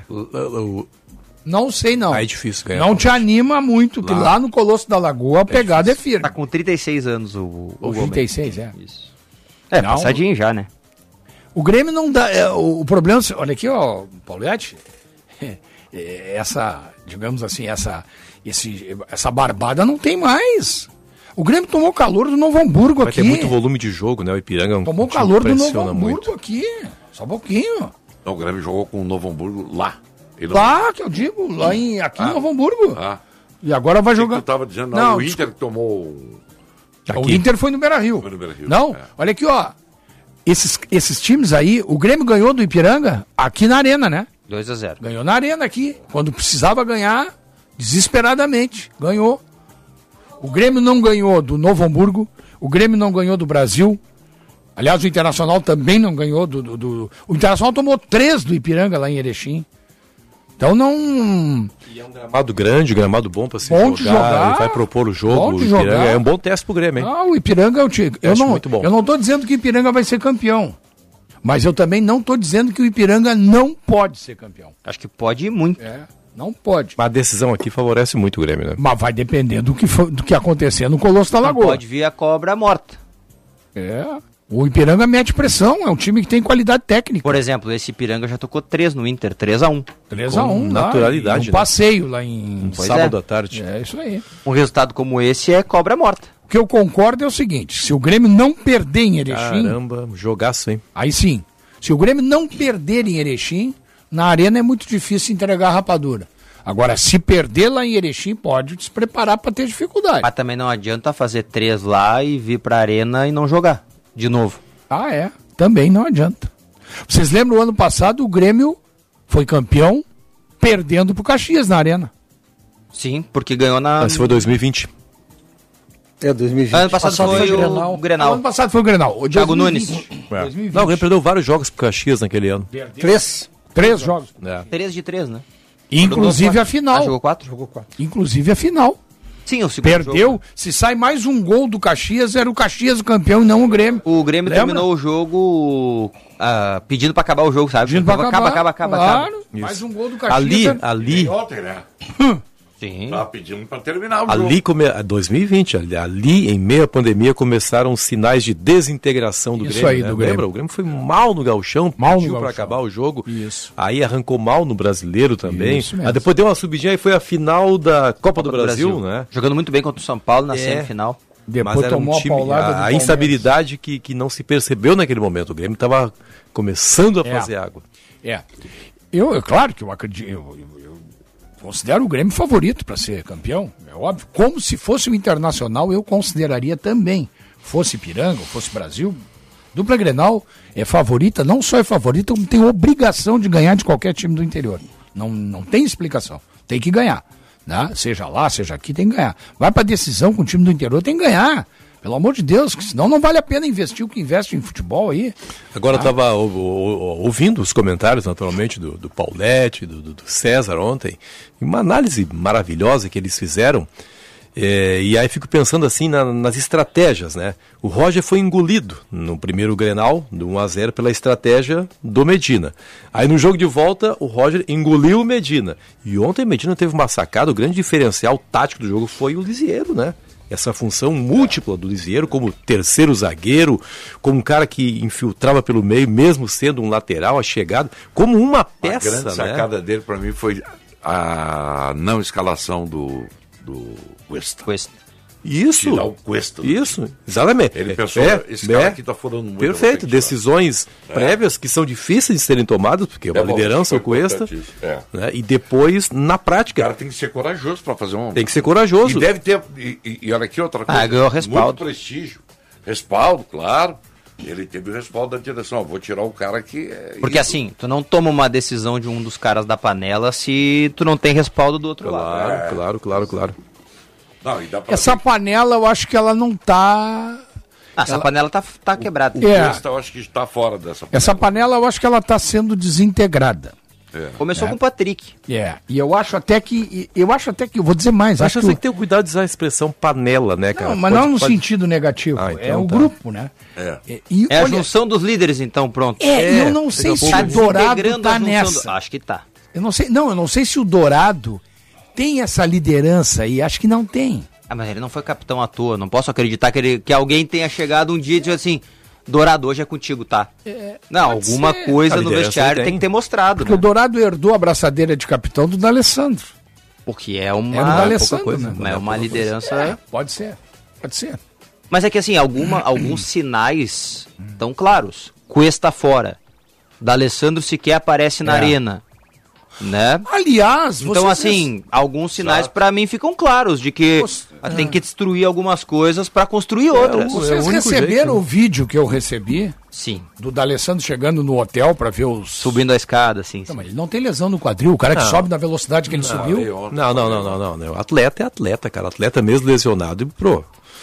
Não sei, não. Aí é difícil ganhar. Não te anima muito, que Lá. lá no Colosso da Lagoa a pegada é firme. Tá com trinta e seis anos o, o O Gomes. trinta e seis, é. Isso. É, Não. passadinho já, né? O Grêmio não dá. é, o, o problema, olha aqui, ó, Paulete, é, essa, digamos assim, essa, esse, essa barbada não tem mais. O Grêmio tomou calor do Novo Hamburgo Vai aqui. ter muito volume de jogo, né? O Ipiranga é um Tomou time calor que do Novo pressiona Hamburgo muito. aqui. Só um pouquinho. Não, o Grêmio jogou com o Novo Hamburgo lá. Ele não- Lá, que eu digo, lá em, aqui em Ah. Novo Hamburgo. Ah. E agora vai Achei jogar. que tu tava dizendo, não, Não, o desculpa. Inter que tomou... O Inter foi no Beira-Rio. Foi no Beira-Rio, Não, é. olha aqui, ó. Esses, esses times aí, o Grêmio ganhou do Ipiranga aqui na Arena, né? dois a zero. Ganhou na Arena aqui. Quando precisava ganhar, desesperadamente, ganhou. O Grêmio não ganhou do Novo Hamburgo. O Grêmio não ganhou do Brasil. Aliás, o Internacional também não ganhou do... do, do... O Internacional tomou três do Ipiranga lá em Erechim. Então não... Gramado grande, gramado bom pra se Bom jogar, de jogar. Ele vai propor o jogo. Bom O de Ipiranga jogar. é um bom teste pro Grêmio, hein? Ah, o Ipiranga, eu, te, eu, acho não, muito bom. eu não estou dizendo que o Ipiranga vai ser campeão. Mas eu também não estou dizendo que o Ipiranga não pode ser campeão. Acho que pode ir muito. É, não pode. Mas a decisão aqui favorece muito o Grêmio, né? Mas vai depender do que, for, do que acontecer no Colosso da Não Lagoa. pode vir a cobra morta. É. O Ipiranga mete pressão, é um time que tem qualidade técnica. Por exemplo, esse Ipiranga já tocou três no Inter, três a um. três a um, Com naturalidade, Um né? passeio lá em Pois Sábado é. à tarde. É isso aí. Um resultado como esse é cobra morta. O que eu concordo é o seguinte, se o Grêmio não perder em Erechim, Caramba, jogaço, hein? aí sim. Se o Grêmio não perder em Erechim, na Arena é muito difícil entregar a rapadura. Agora, se perder lá em Erechim, pode se preparar para ter dificuldade. Mas também não adianta fazer três lá e vir pra arena e não jogar de novo. Ah, é. Também não adianta. Vocês lembram, o ano passado o Grêmio foi campeão perdendo pro Caxias na Arena. Sim, porque ganhou na... Esse foi dois mil e vinte. É, dois mil e vinte. Ano passado, Passado foi foi o Grenal. o Grenal. Ano passado foi o Grenal. O Thiago dois mil e vinte. Nunes. dois mil e vinte. Não, o Grêmio perdeu vários jogos pro Caxias naquele ano. Três. Três jogos. É. Três de três, né? Inclusive Jogou a final. Ah, jogou quatro? Jogou quatro. Inclusive a final. Sim, o segundo Perdeu. jogo. Se sai mais um gol do Caxias, era o Caxias o campeão e não o Grêmio. O Grêmio Lembra? terminou o jogo ah, pedindo pra acabar o jogo, sabe? Pedindo pra acaba, acabar. acaba, acaba, acaba. Claro. Mais um gol do Caxias. Ali, era- ali, Ontem, né? Sim. Tava pedindo pra terminar o ali, jogo. come... dois mil e vinte, ali, ali, em meio à pandemia, começaram os sinais de desintegração do Isso Grêmio. aí, né? do Grêmio. Lembra? O Grêmio foi mal no Gauchão, Mal no pediu pra Gauchão. acabar o jogo. Isso. Aí arrancou mal no Brasileiro também. Isso mesmo. Aí depois deu uma subidinha e foi a final da Copa, do, Brasil, né? Jogando muito bem contra o São Paulo na É. semifinal. Depois Mas era tomou um a time, paulada do a, a Palmeiras. instabilidade que, que não se percebeu naquele momento. O Grêmio estava começando a É. fazer água. É. Eu, é claro que eu acredito. Eu, eu- eu considero o Grêmio favorito para ser campeão, é óbvio. Como se fosse o Internacional, eu consideraria também. Fosse Ipiranga, ou fosse Brasil. Dupla Grenal é favorita, não só é favorita, como tem obrigação de ganhar de qualquer time do interior. Não, não tem explicação. Tem que ganhar. Né? Seja lá, seja aqui, tem que ganhar. Vai para decisão com o time do interior, tem que ganhar. Pelo amor de Deus, que senão não vale a pena investir o que investe em futebol aí. Agora eu Ah. estava ouvindo os comentários, naturalmente, do, do Paulette, do, do- do César ontem. Uma análise maravilhosa que eles fizeram. É, e aí fico pensando assim na- nas estratégias, né? O Roger foi engolido no primeiro Grenal, do um a zero, pela estratégia do Medina. Aí no jogo de volta, o Roger engoliu o Medina. E ontem o Medina teve uma sacada, o grande diferencial tático do jogo foi o Lisieiro, né? essa função múltipla do Lisieiro como terceiro zagueiro, como um cara que infiltrava pelo meio, mesmo sendo um lateral, a chegada, como uma peça. A grande né? sacada dele para mim foi a não escalação do, do Cuesta. Cuesta. Isso, Tirar o Cuesta. Isso, exatamente. Ele pensou, é, esse é, cara aqui tá furando muito. Perfeito, decisões é. prévias que são difíceis de serem tomadas, porque é uma é bom, liderança o Cuesta, é. né, e depois, na prática... O cara tem que ser corajoso para fazer um... Tem que ser corajoso. E deve ter, e, e, e olha aqui outra coisa, ah, ganhou respaldo. Muito prestígio, respaldo, claro, ele teve o respaldo da direção, vou tirar o cara que... É porque isso. assim, tu não toma uma decisão de um dos caras da panela se tu não tem respaldo do outro claro, lado. Claro, claro, claro, claro. Não, e dá pra essa ver. panela, eu acho que ela não tá... Ah, essa ela... panela tá, tá quebrada. O É. Cuesta, eu acho que está fora dessa panela. Essa panela, eu acho que ela tá sendo desintegrada. É. Começou É. com o Patrick. É, e eu acho até que, eu acho até que, eu vou dizer mais, Acho acho que que... você tem que ter o cuidado de usar a expressão panela, né, cara? Não, mas Pode- não no pode- sentido negativo, Ah, é então o tá. grupo, né? É. E, e, É a olha, junção dos líderes, então, pronto. É, e eu É, não sei daqui a se pouco- o Dourado Desintegrando tá a junção nessa. do- Acho que tá. Eu não sei, não, eu não sei se o Dourado tem essa liderança aí, acho que não tem. Ah, mas ele não foi capitão à toa. Não posso acreditar que, ele, que alguém tenha chegado um dia e dito assim: Dourado, hoje é contigo, tá? É, não, pode alguma ser. coisa A no liderança vestiário ele tem tem. que ter mostrado. Porque Né? o Dourado herdou a braçadeira de capitão do D'Alessandro. Porque é uma, É do D'Alessandro, coisa, né? é uma liderança. É, pode ser, pode ser. Mas é que assim, alguma, alguns sinais tão claros. Cuesta fora. D'Alessandro sequer aparece na É. arena. Né? Aliás, Então, vocês- assim, alguns sinais Exato. pra mim ficam claros de que Você- tem que destruir algumas coisas pra construir outras. o- Vocês é o único receberam jeito, o vídeo que eu recebi Sim. do D'Alessandro chegando no hotel pra ver os... Subindo a escada, assim. Não, sim. mas ele não tem lesão no quadril, o cara que Não. sobe na velocidade que ele subiu... Eu- Não, não, não, não, não, não. Atleta é atleta, cara. Atleta mesmo lesionado e pro.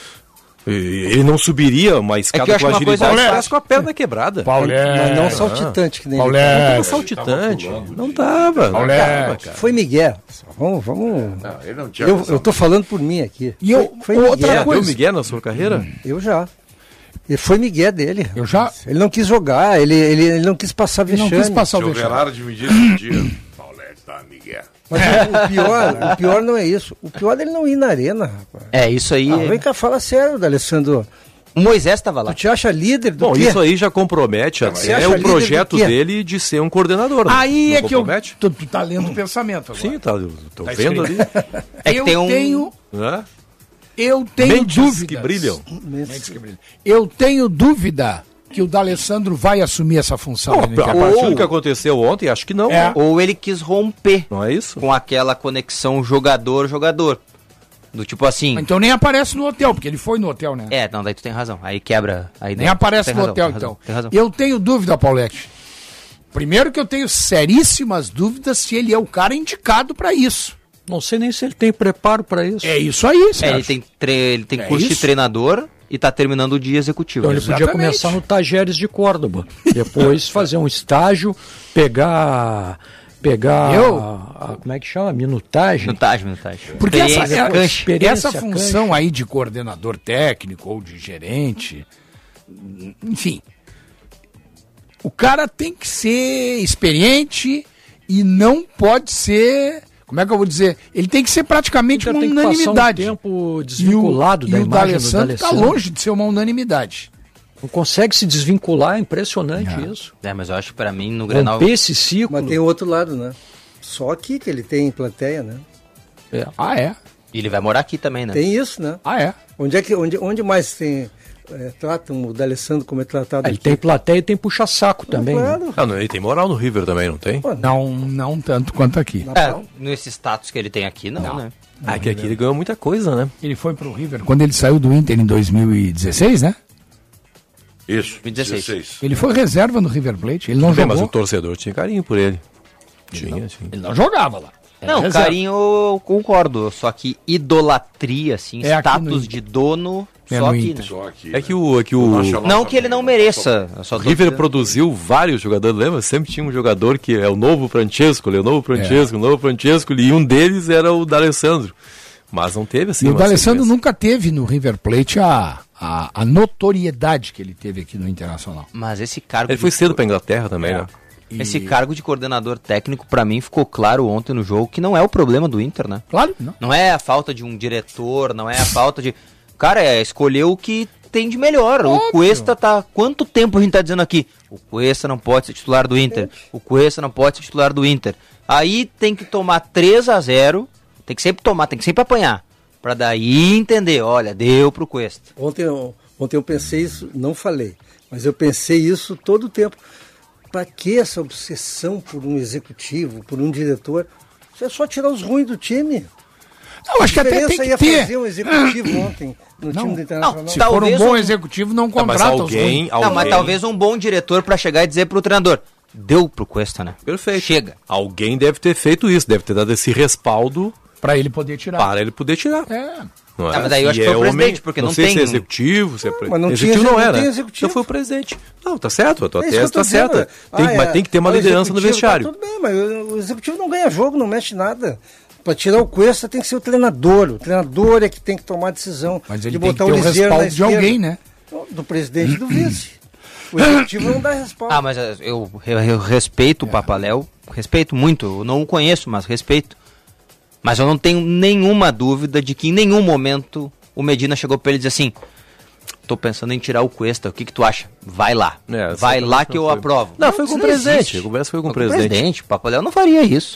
E Ele não subiria uma escada eu acho com uma coisa agilidade fácil. fácil com a perna quebrada. Paulé, Mas não saltitante, que nem ele Paulé, Não tava Ele saltitante. tava pulando. Não tava. Não Paulé. tava, cara. Foi Miguel. Vamos, vamos. Não, ele não tinha Eu, razão. eu tô falando por mim aqui. E eu, Foi outra Miguel. Deu coisa, Miguel na sua carreira? Eu já. E foi Miguel dele. eu já Ele não quis jogar, ele, ele, ele não quis passar não vexame. quis passar o Se o vexame. Velar dividir esse dia, Paulete tá, Miguel. Mas o, o pior, o pior não é isso. O pior é ele não ir na arena, rapaz. É, isso aí. Ah, vem cá, fala sério, D'Alessandro. O Moisés tava lá. Tu te acha líder do Bom, quê? isso aí já compromete Você até acha o líder projeto do quê? dele de ser um coordenador. né? Aí Não é que eu... compromete? Tu, tu tá lendo o pensamento agora. Sim, tá, eu tô Tá vendo ali. escrito. É que eu tem um- tenho... Né? Eu tenho Mentes dúvidas. que brilham. Mentes que brilham. Eu tenho dúvida que o D'Alessandro vai assumir essa função. Bom, né, que a é- partir Ou- do que aconteceu ontem, acho que não. É. né? Ou ele quis romper Não é isso? com aquela conexão jogador-jogador. Do tipo assim. Então nem aparece no hotel, porque ele foi no hotel, né? É, não, daí tu tem razão. Aí quebra. Aí Nem não, aparece tem no razão, hotel, tem razão, então. tem razão. Eu tenho dúvida, Paulette. Primeiro que eu tenho seríssimas dúvidas se ele é o cara indicado pra isso. Não sei nem se ele tem preparo para isso. É isso aí, É, Sérgio. ele tem, tre... ele tem É curso de isso? treinador e tá terminando o dia executivo. Então ele podia Exatamente. começar no Tajeres de Córdoba. Depois fazer um estágio, pegar. Pegar. Eu? a- a- como é que chama? Minutagem. Minutagem, minutagem. Porque essa, Experiência, é- cancha. experiência, essa função aí de coordenador técnico ou de gerente, enfim, o cara tem que ser experiente e não pode ser, como é que eu vou dizer, ele tem que ser praticamente Ele uma tem que passar um unanimidade. tempo desvinculado e o, da e o imagem do D'Alessandro está D'Alessandro. longe de ser uma unanimidade. Não consegue se desvincular, é impressionante isso. É, mas eu acho que pra mim no Grenal. Romper esse ciclo. Mas tem o outro lado, né? Só aqui que ele tem plateia, né? É. Ah, é? E ele vai morar aqui também, né? Tem isso, né? Ah, é? Onde, é que, onde, onde mais tem, é, tratam o D'Alessandro como é tratado Ele aqui? tem plateia e tem puxa-saco também. né? Claro. Ah, não, ele tem moral no River também, não tem? Não, não tanto quanto aqui. É, nesse status que ele tem aqui, não, né? Ah, que aqui ele ganhou muita coisa, né? Ele foi pro River quando ele saiu do Inter em dois mil e dezesseis, né? Isso, dois mil e dezesseis. dezesseis. Ele foi reserva no River Plate, ele não Bem, jogou. mas o torcedor tinha carinho por ele. Tinha, tinha. Ele não jogava lá. Era Não, reserva. carinho eu concordo. Só que idolatria, assim, É aqui no status Inter. de dono, É só no aqui, Inter. né? Só aqui. É que o, é que o, Nacional Não que ele não mereça. eu só o tô River dizendo. produziu vários jogadores, lembra? Sempre tinha um jogador que é o novo Francesco, é o novo Francesco, o novo Francesco, e um deles era o D'Alessandro. Mas não teve assim. E o uma D'Alessandro sequência. nunca teve no River Plate a, a, a notoriedade que ele teve aqui no Internacional. Mas esse cargo. Ele foi cedo pra Inglaterra também, né? Esse cargo de coordenador técnico, pra mim, ficou claro ontem no jogo que não é o problema do Inter, né? Claro, não. Não é a falta de um diretor, não é a falta de... Cara, é escolher o que tem de melhor. Óbvio. O Cuesta tá... Quanto tempo a gente tá dizendo aqui? O Cuesta não pode ser titular do Inter. O Cuesta não pode ser titular do Inter. Aí tem que tomar três a zero, tem que sempre tomar, tem que sempre apanhar. Pra daí entender, olha, deu pro Cuesta. Ontem eu, ontem eu pensei isso, não falei, mas eu pensei isso todo o tempo. Para que essa obsessão por um executivo, por um diretor? Isso é só tirar os ruins do time. Não, acho que até tem que ia ter. fazer um executivo ontem no não, time do Internacional. Não, se for um bom um... executivo, não contrata não, os ruins. Não, alguém... mas talvez um bom diretor para chegar e dizer pro treinador, deu pro Cuesta, né? Perfeito. Chega. Alguém deve ter feito isso, deve ter dado esse respaldo para ele poder tirar. Para ele poder tirar. É. Não é? Ah, mas daí eu acho que foi o presidente, homem, porque não, não sei tem... se é executivo, se é pre... mas não executivo tinha, não era. Não executivo. Então foi o presidente. Não, tá certo, a tua é tese tá certa. Tem, ah, é. Mas tem que ter uma o liderança no vestiário. Tá, tudo bem, mas o executivo não ganha jogo, não mexe nada. Para tirar o Cuesta tem que ser o treinador. O treinador é que tem que tomar a decisão mas ele de tem botar que ter o o respaldo de alguém, né? Do presidente e do vice. O executivo não dá respaldo. Ah, mas eu, eu, eu respeito é. o Papaléu, respeito muito, eu não o conheço, mas respeito. Mas eu não tenho nenhuma dúvida de que em nenhum momento o Medina chegou para ele e disse assim, tô pensando em tirar o Cuesta, o que que tu acha? Vai lá, é, vai lá que eu foi. aprovo. Não, não foi com o presidente, a conversa foi com o presidente. presidente. O Papaléu não faria isso.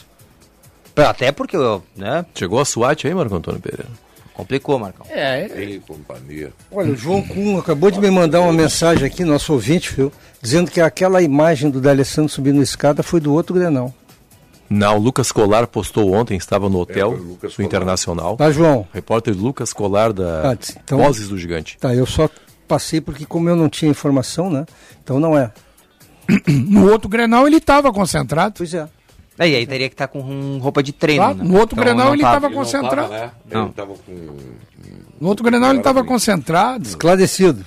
Até porque, né? Chegou a SWAT aí, Marco Antônio Pereira. Complicou, Marcão. É. Ei, companhia. Olha, o João Kuhn acabou de me mandar uma mensagem aqui, nosso ouvinte, viu? Dizendo que aquela imagem do D'Alessandro subindo a escada foi do outro Grenal. Não, o Lucas Colar postou ontem, estava no hotel é, do Internacional. Tá, João? Repórter Lucas Colar da ah, então, Vozes do Gigante. Tá, eu só passei porque como eu não tinha informação, né? Então não é. No outro Grenal ele estava concentrado. Pois é. É, e aí teria que estar tá com roupa de treino, ah, né? No outro então, Grenal ele estava ele concentrado. Não tava, né? Não. Ele tava com... No outro Grenal ele estava concentrado. Esclarecido.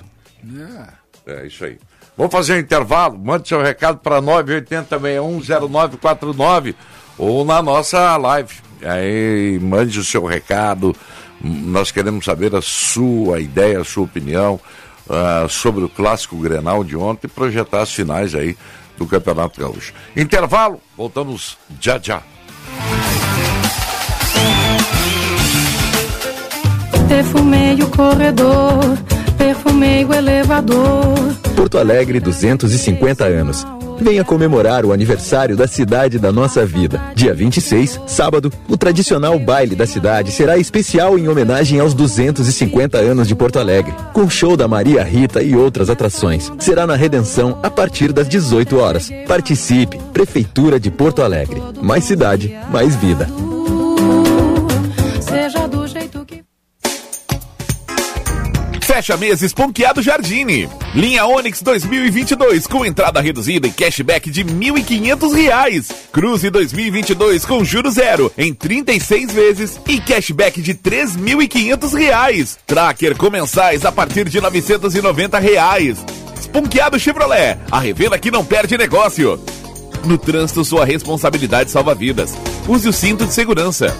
É. é isso aí. Vamos fazer um intervalo. Mande seu recado para nove oito zero, seis um zero nove quatro nove ou na nossa live. Aí mande o seu recado. Nós queremos saber a sua ideia, a sua opinião uh, sobre o clássico Grenal de ontem e projetar as finais aí do Campeonato Gaúcho. Intervalo, voltamos já já. Perfumei o corredor, perfumei o elevador. Porto Alegre, duzentos e cinquenta anos. Venha comemorar o aniversário da cidade da nossa vida. Dia vinte e seis, sábado, o tradicional baile da cidade será especial em homenagem aos duzentos e cinquenta anos de Porto Alegre, com show da Maria Rita e outras atrações. Será na Redenção a partir das dezoito horas. Participe, Prefeitura de Porto Alegre. Mais cidade, mais vida. Seja do jeito que... Fecha mês Esponqueado Jardine. Linha Onix dois mil e vinte e dois com entrada reduzida e cashback de mil e quinhentos reais. Cruze dois mil e vinte e dois com juros zero em trinta e seis vezes e cashback de três mil e quinhentos reais. Tracker com mensais a partir de novecentos e noventa reais. Esponqueado Chevrolet, a revenda que não perde negócio. No trânsito, sua responsabilidade salva vidas. Use o cinto de segurança.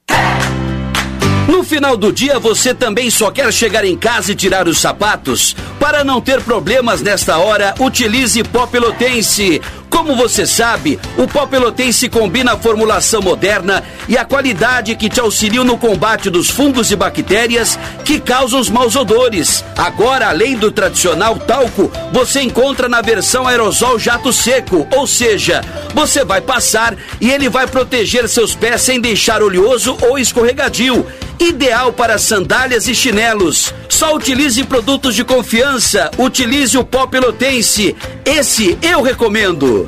No final do dia, você também só quer chegar em casa e tirar os sapatos? Para não ter problemas nesta hora, utilize Pó Pelotense. Como você sabe, o Pó Pelotense combina a formulação moderna e a qualidade que te auxiliam no combate dos fungos e bactérias que causam os maus odores. Agora, além do tradicional talco, você encontra na versão aerosol jato seco, ou seja, você vai passar e ele vai proteger seus pés sem deixar oleoso ou escorregadio. Ideal para sandálias e chinelos. Só utilize produtos de confiança. Utilize o Pó Pelotense. Esse eu recomendo.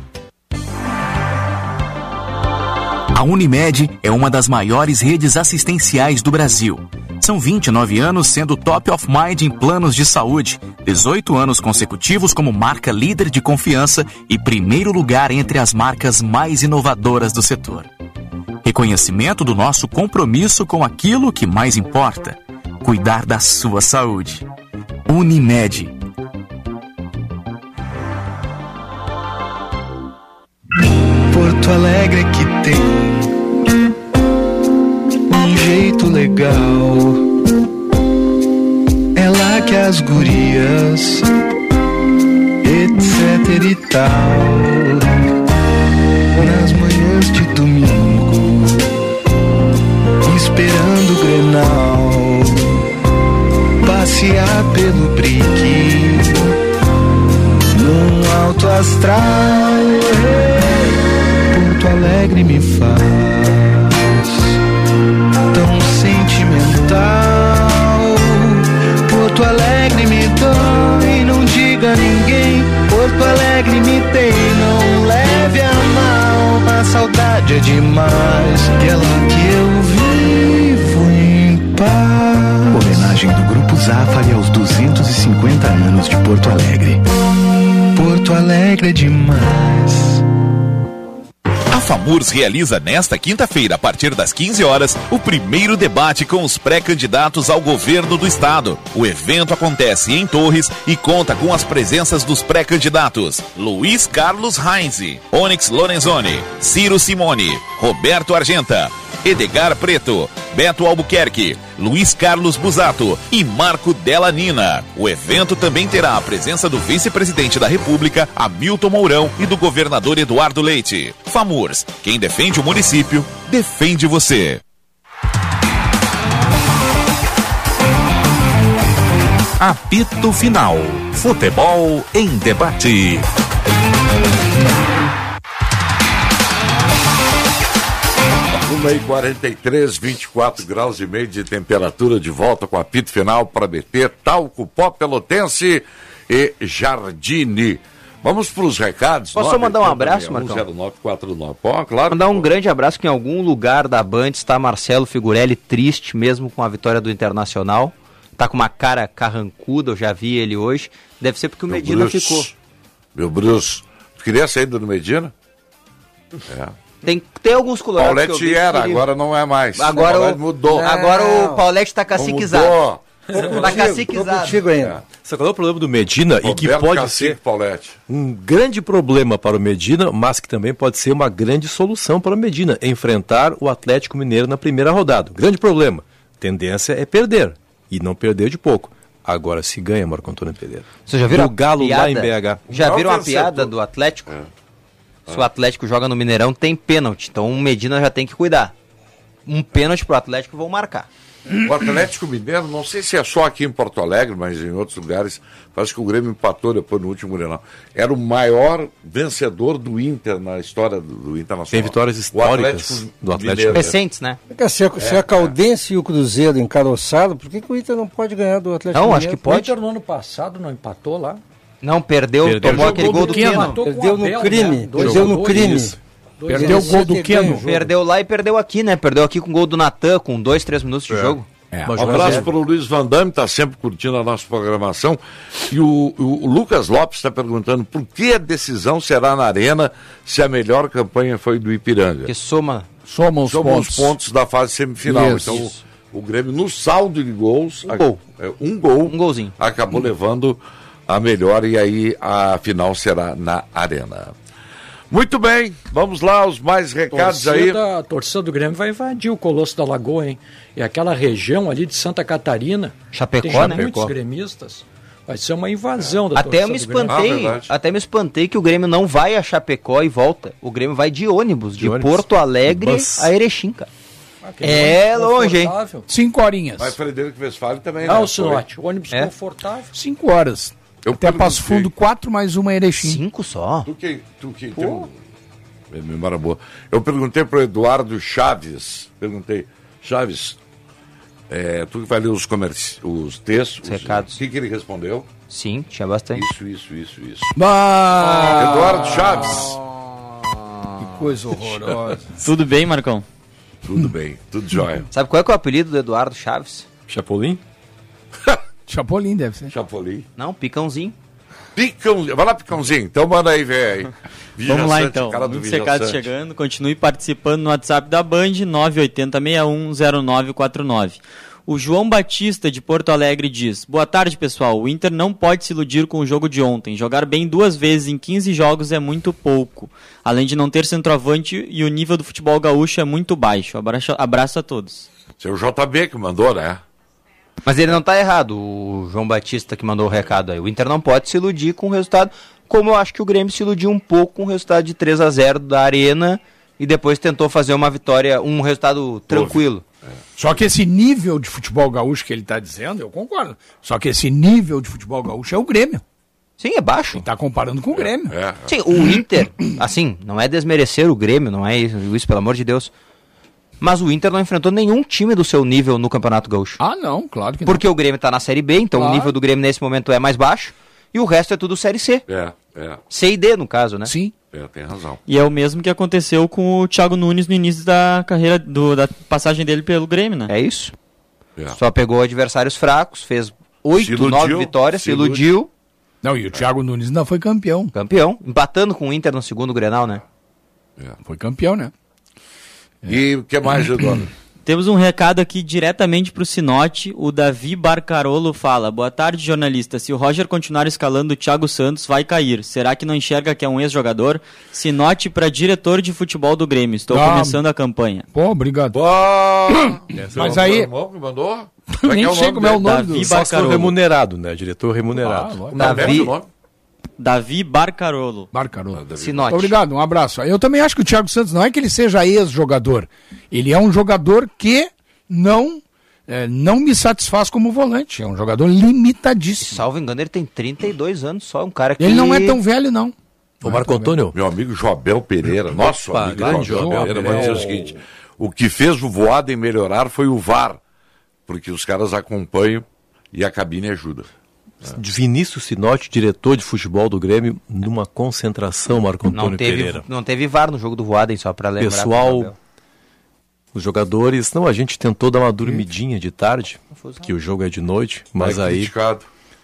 A Unimed é uma das maiores redes assistenciais do Brasil. São vinte e nove anos sendo top of mind em planos de saúde, dezoito anos consecutivos como marca líder de confiança e primeiro lugar entre as marcas mais inovadoras do setor. Reconhecimento do nosso compromisso com aquilo que mais importa: cuidar da sua saúde. Unimed. Porto Alegre que tem um jeito legal. É lá que as gurias, etc e tal, Alegre me faz tão sentimental. Porto Alegre me dói, não diga a ninguém. Porto Alegre me tem, não leve a mal. A saudade é demais, e é lá que eu vivo em paz. Homenagem do Grupo Zafari aos duzentos e cinquenta anos de Porto Alegre. Porto Alegre é demais. A FAMURS realiza nesta quinta-feira, a partir das quinze horas, o primeiro debate com os pré-candidatos ao governo do estado. O evento acontece em Torres e conta com as presenças dos pré-candidatos Luiz Carlos Heinze, Onyx Lorenzoni, Ciro Simone, Roberto Argenta, Edgar Preto, Beto Albuquerque, Luiz Carlos Busato e Marco Della Nina. O evento também terá a presença do vice-presidente da República, Hamilton Mourão, e do governador Eduardo Leite. FAMURS, quem defende o município, defende você. Apito Final. Futebol em debate. uma e quarenta e três, vinte e quatro graus e meio de temperatura, de volta com apito final para B T, Talco, Pó Pelotense e Jardine. Vamos para os recados. Posso só mandar um abraço, Marcão? zero nove quatro nove. Pô, claro. Mandar um grande abraço que em algum lugar da Band está Marcelo Figurelli triste, mesmo com a vitória do Internacional. Tá com uma cara carrancuda, eu já vi ele hoje. Deve ser porque o Meu Medina Bruce, ficou. Meu Bruce, tu queria sair do Medina? É. Tem, tem alguns colorados Paulete que eu vi era, que ele... agora não é mais. Agora o o... mudou. Agora o Paulete tá caciquizado. Mudou. Tá caciquizado. É. Sabe qual é o problema do Medina? Roberto e que pode Cacique ser Paulete. um grande problema para o Medina, mas que também pode ser uma grande solução para o Medina, enfrentar o Atlético Mineiro na primeira rodada. Grande problema. Tendência é perder. E não perder de pouco. Agora se ganha, Marco Antônio Pereira. Você já viram o Galo piada? lá em B H. Já viram a vencedor. piada do Atlético? É. Se o Atlético joga no Mineirão, tem pênalti. Então o Medina já tem que cuidar. Um pênalti pro Atlético vão marcar. O Atlético Mineiro, não sei se é só aqui em Porto Alegre, mas em outros lugares, parece que o Grêmio empatou depois no último Grenal. Era o maior vencedor do Inter na história do, do Internacional. Tem vitórias históricas do Atlético. Mineiro. Recentes, né? Se a, se a Caldense e o Cruzeiro encaroçaram, por que, que o Inter não pode ganhar do Atlético Não, Mineiro? acho que O pode. Inter no ano passado não empatou lá? Não, perdeu, Perdeu. tomou aquele gol do Keno. Perdeu no crime. Perdeu no crime. Perdeu o gol do Keno. Perdeu lá e perdeu aqui, né? Perdeu aqui com o gol do Natan, com dois, três minutos de É. jogo. É. Um abraço para o Luiz Van Damme, está sempre curtindo a nossa programação. E o, o, o Lucas Lopes está perguntando por que a decisão será na Arena se a melhor campanha foi do Ipiranga. Que soma. Soma os Soma pontos. os pontos da fase semifinal. Isso. Então o, o Grêmio, no saldo de gols, Um gol. é, um gol, Um golzinho. acabou levando a melhor e aí a final será na Arena. Muito bem, vamos lá, os mais recados aí. A torcida do Grêmio vai invadir o Colosso da Lagoa, hein? E aquela região ali de Santa Catarina, Chapecó, tem né? muitos Chapecó. gremistas. Vai ser uma invasão da Até eu me torcida do Grêmio. Ah, espantei, verdade. até me espantei que o Grêmio não vai a Chapecó e volta. O Grêmio vai de ônibus, de, De ônibus. Porto Alegre Bus. a Erechim, cara. Aquele É ônibus longe, hein? confortável. Cinco horinhas. Mas Frederico Westphalen também, Ah, né? o Sinote, ônibus É. confortável. Cinco horas. Eu Até Passo perguntei. Fundo, quatro mais uma Erechim. Cinco só? Tu que, tu que tem um... é, memória boa. Eu perguntei para o Eduardo Chaves, perguntei, Chaves, é, tu que vai ler os, comerci... os textos, Os recados. o que, que ele respondeu? Sim, tinha bastante. Isso, isso, isso, isso. Bah! Eduardo Chaves, Que coisa horrorosa. Tudo bem, Marcão? tudo bem, tudo jóia. Sabe qual é, que é o apelido do Eduardo Chaves? Chapolin? Chapolin deve ser. Chapolin. Não, Picãozinho. Picãozinho, vai lá, Picãozinho, então manda aí, velho. Vamos lá então, Cara do muitos recados Vijaçante. chegando, continue participando no WhatsApp da Band, nove oito zero seis um zero nove quatro nove. O João Batista de Porto Alegre diz: boa tarde pessoal, o Inter não pode se iludir com o jogo de ontem, jogar bem duas vezes em quinze jogos é muito pouco, além de não ter centroavante e o nível do futebol gaúcho é muito baixo. Abraço, abraço a todos. Seu J B que mandou, né? Mas ele não tá errado, o João Batista que mandou o recado aí. O Inter não pode se iludir com o resultado, como eu acho que o Grêmio se iludiu um pouco com o resultado de três a zero da Arena e depois tentou fazer uma vitória, um resultado tranquilo. Só que esse nível de futebol gaúcho que ele está dizendo, eu concordo. Só que esse nível de futebol gaúcho é o Grêmio. Sim, é baixo. Tá comparando com o Grêmio. É, é. Sim, o Inter, assim, não é desmerecer o Grêmio, não é isso, isso, pelo amor de Deus. Mas o Inter não enfrentou nenhum time do seu nível no Campeonato Gaúcho. Ah, não, claro que não. Porque o Grêmio tá na Série B, então Claro. o nível do Grêmio nesse momento é mais baixo. E o resto é tudo Série C. É, é. C e D, no caso, né? Sim. É, tem razão. E é o mesmo que aconteceu com o Thiago Nunes no início da carreira, do, da passagem dele pelo Grêmio, né? É isso. É. Só pegou adversários fracos, fez Se oito, iludiu, nove vitórias, se se iludiu. Não, e o Thiago Nunes ainda foi campeão. Campeão, empatando com o Inter no segundo Grenal, né? É. Foi campeão, né? E o que mais, Eduardo? Temos um recado aqui diretamente para o Sinote. O Davi Barcarolo fala: boa tarde, jornalista. Se o Roger continuar escalando o Thiago Santos, vai cair. Será que não enxerga que é um ex-jogador? Sinote para diretor de futebol do Grêmio. Estou Ah, começando a campanha. Pô, obrado. Mas aí- que mandou? Nem sei como é o nome Davi do... Só se for Barcarolo. remunerado, né? Diretor remunerado. Ah, lógico. Davi, Davi Barcarolo. Barcarolo. Sinote. Obrigado, um abraço. Eu também acho que o Thiago Santos não é que ele seja ex-jogador. Ele é um jogador que não, é, não me satisfaz como volante. É um jogador limitadíssimo. Salvo engano, ele tem trinta e dois anos só, um cara que... Ele não é tão velho, não. Ô, Marco Antônio. Meu amigo Jobel Pereira, nosso Opa, amigo grande Jobel Jobel Pereira, vai dizer o seguinte: o que fez o Voaden melhorar foi o V A R, porque os caras acompanham e a cabine ajuda. De Vinícius Sinote, diretor de futebol do Grêmio, numa concentração, Marco Antônio Não teve, Pereira. não teve V A R no jogo do Voaden, só pra lembrar. pro Pessoal, Abel. os jogadores... Não, a gente tentou dar uma dormidinha de tarde, que o jogo é de noite, mas É aí... criticado.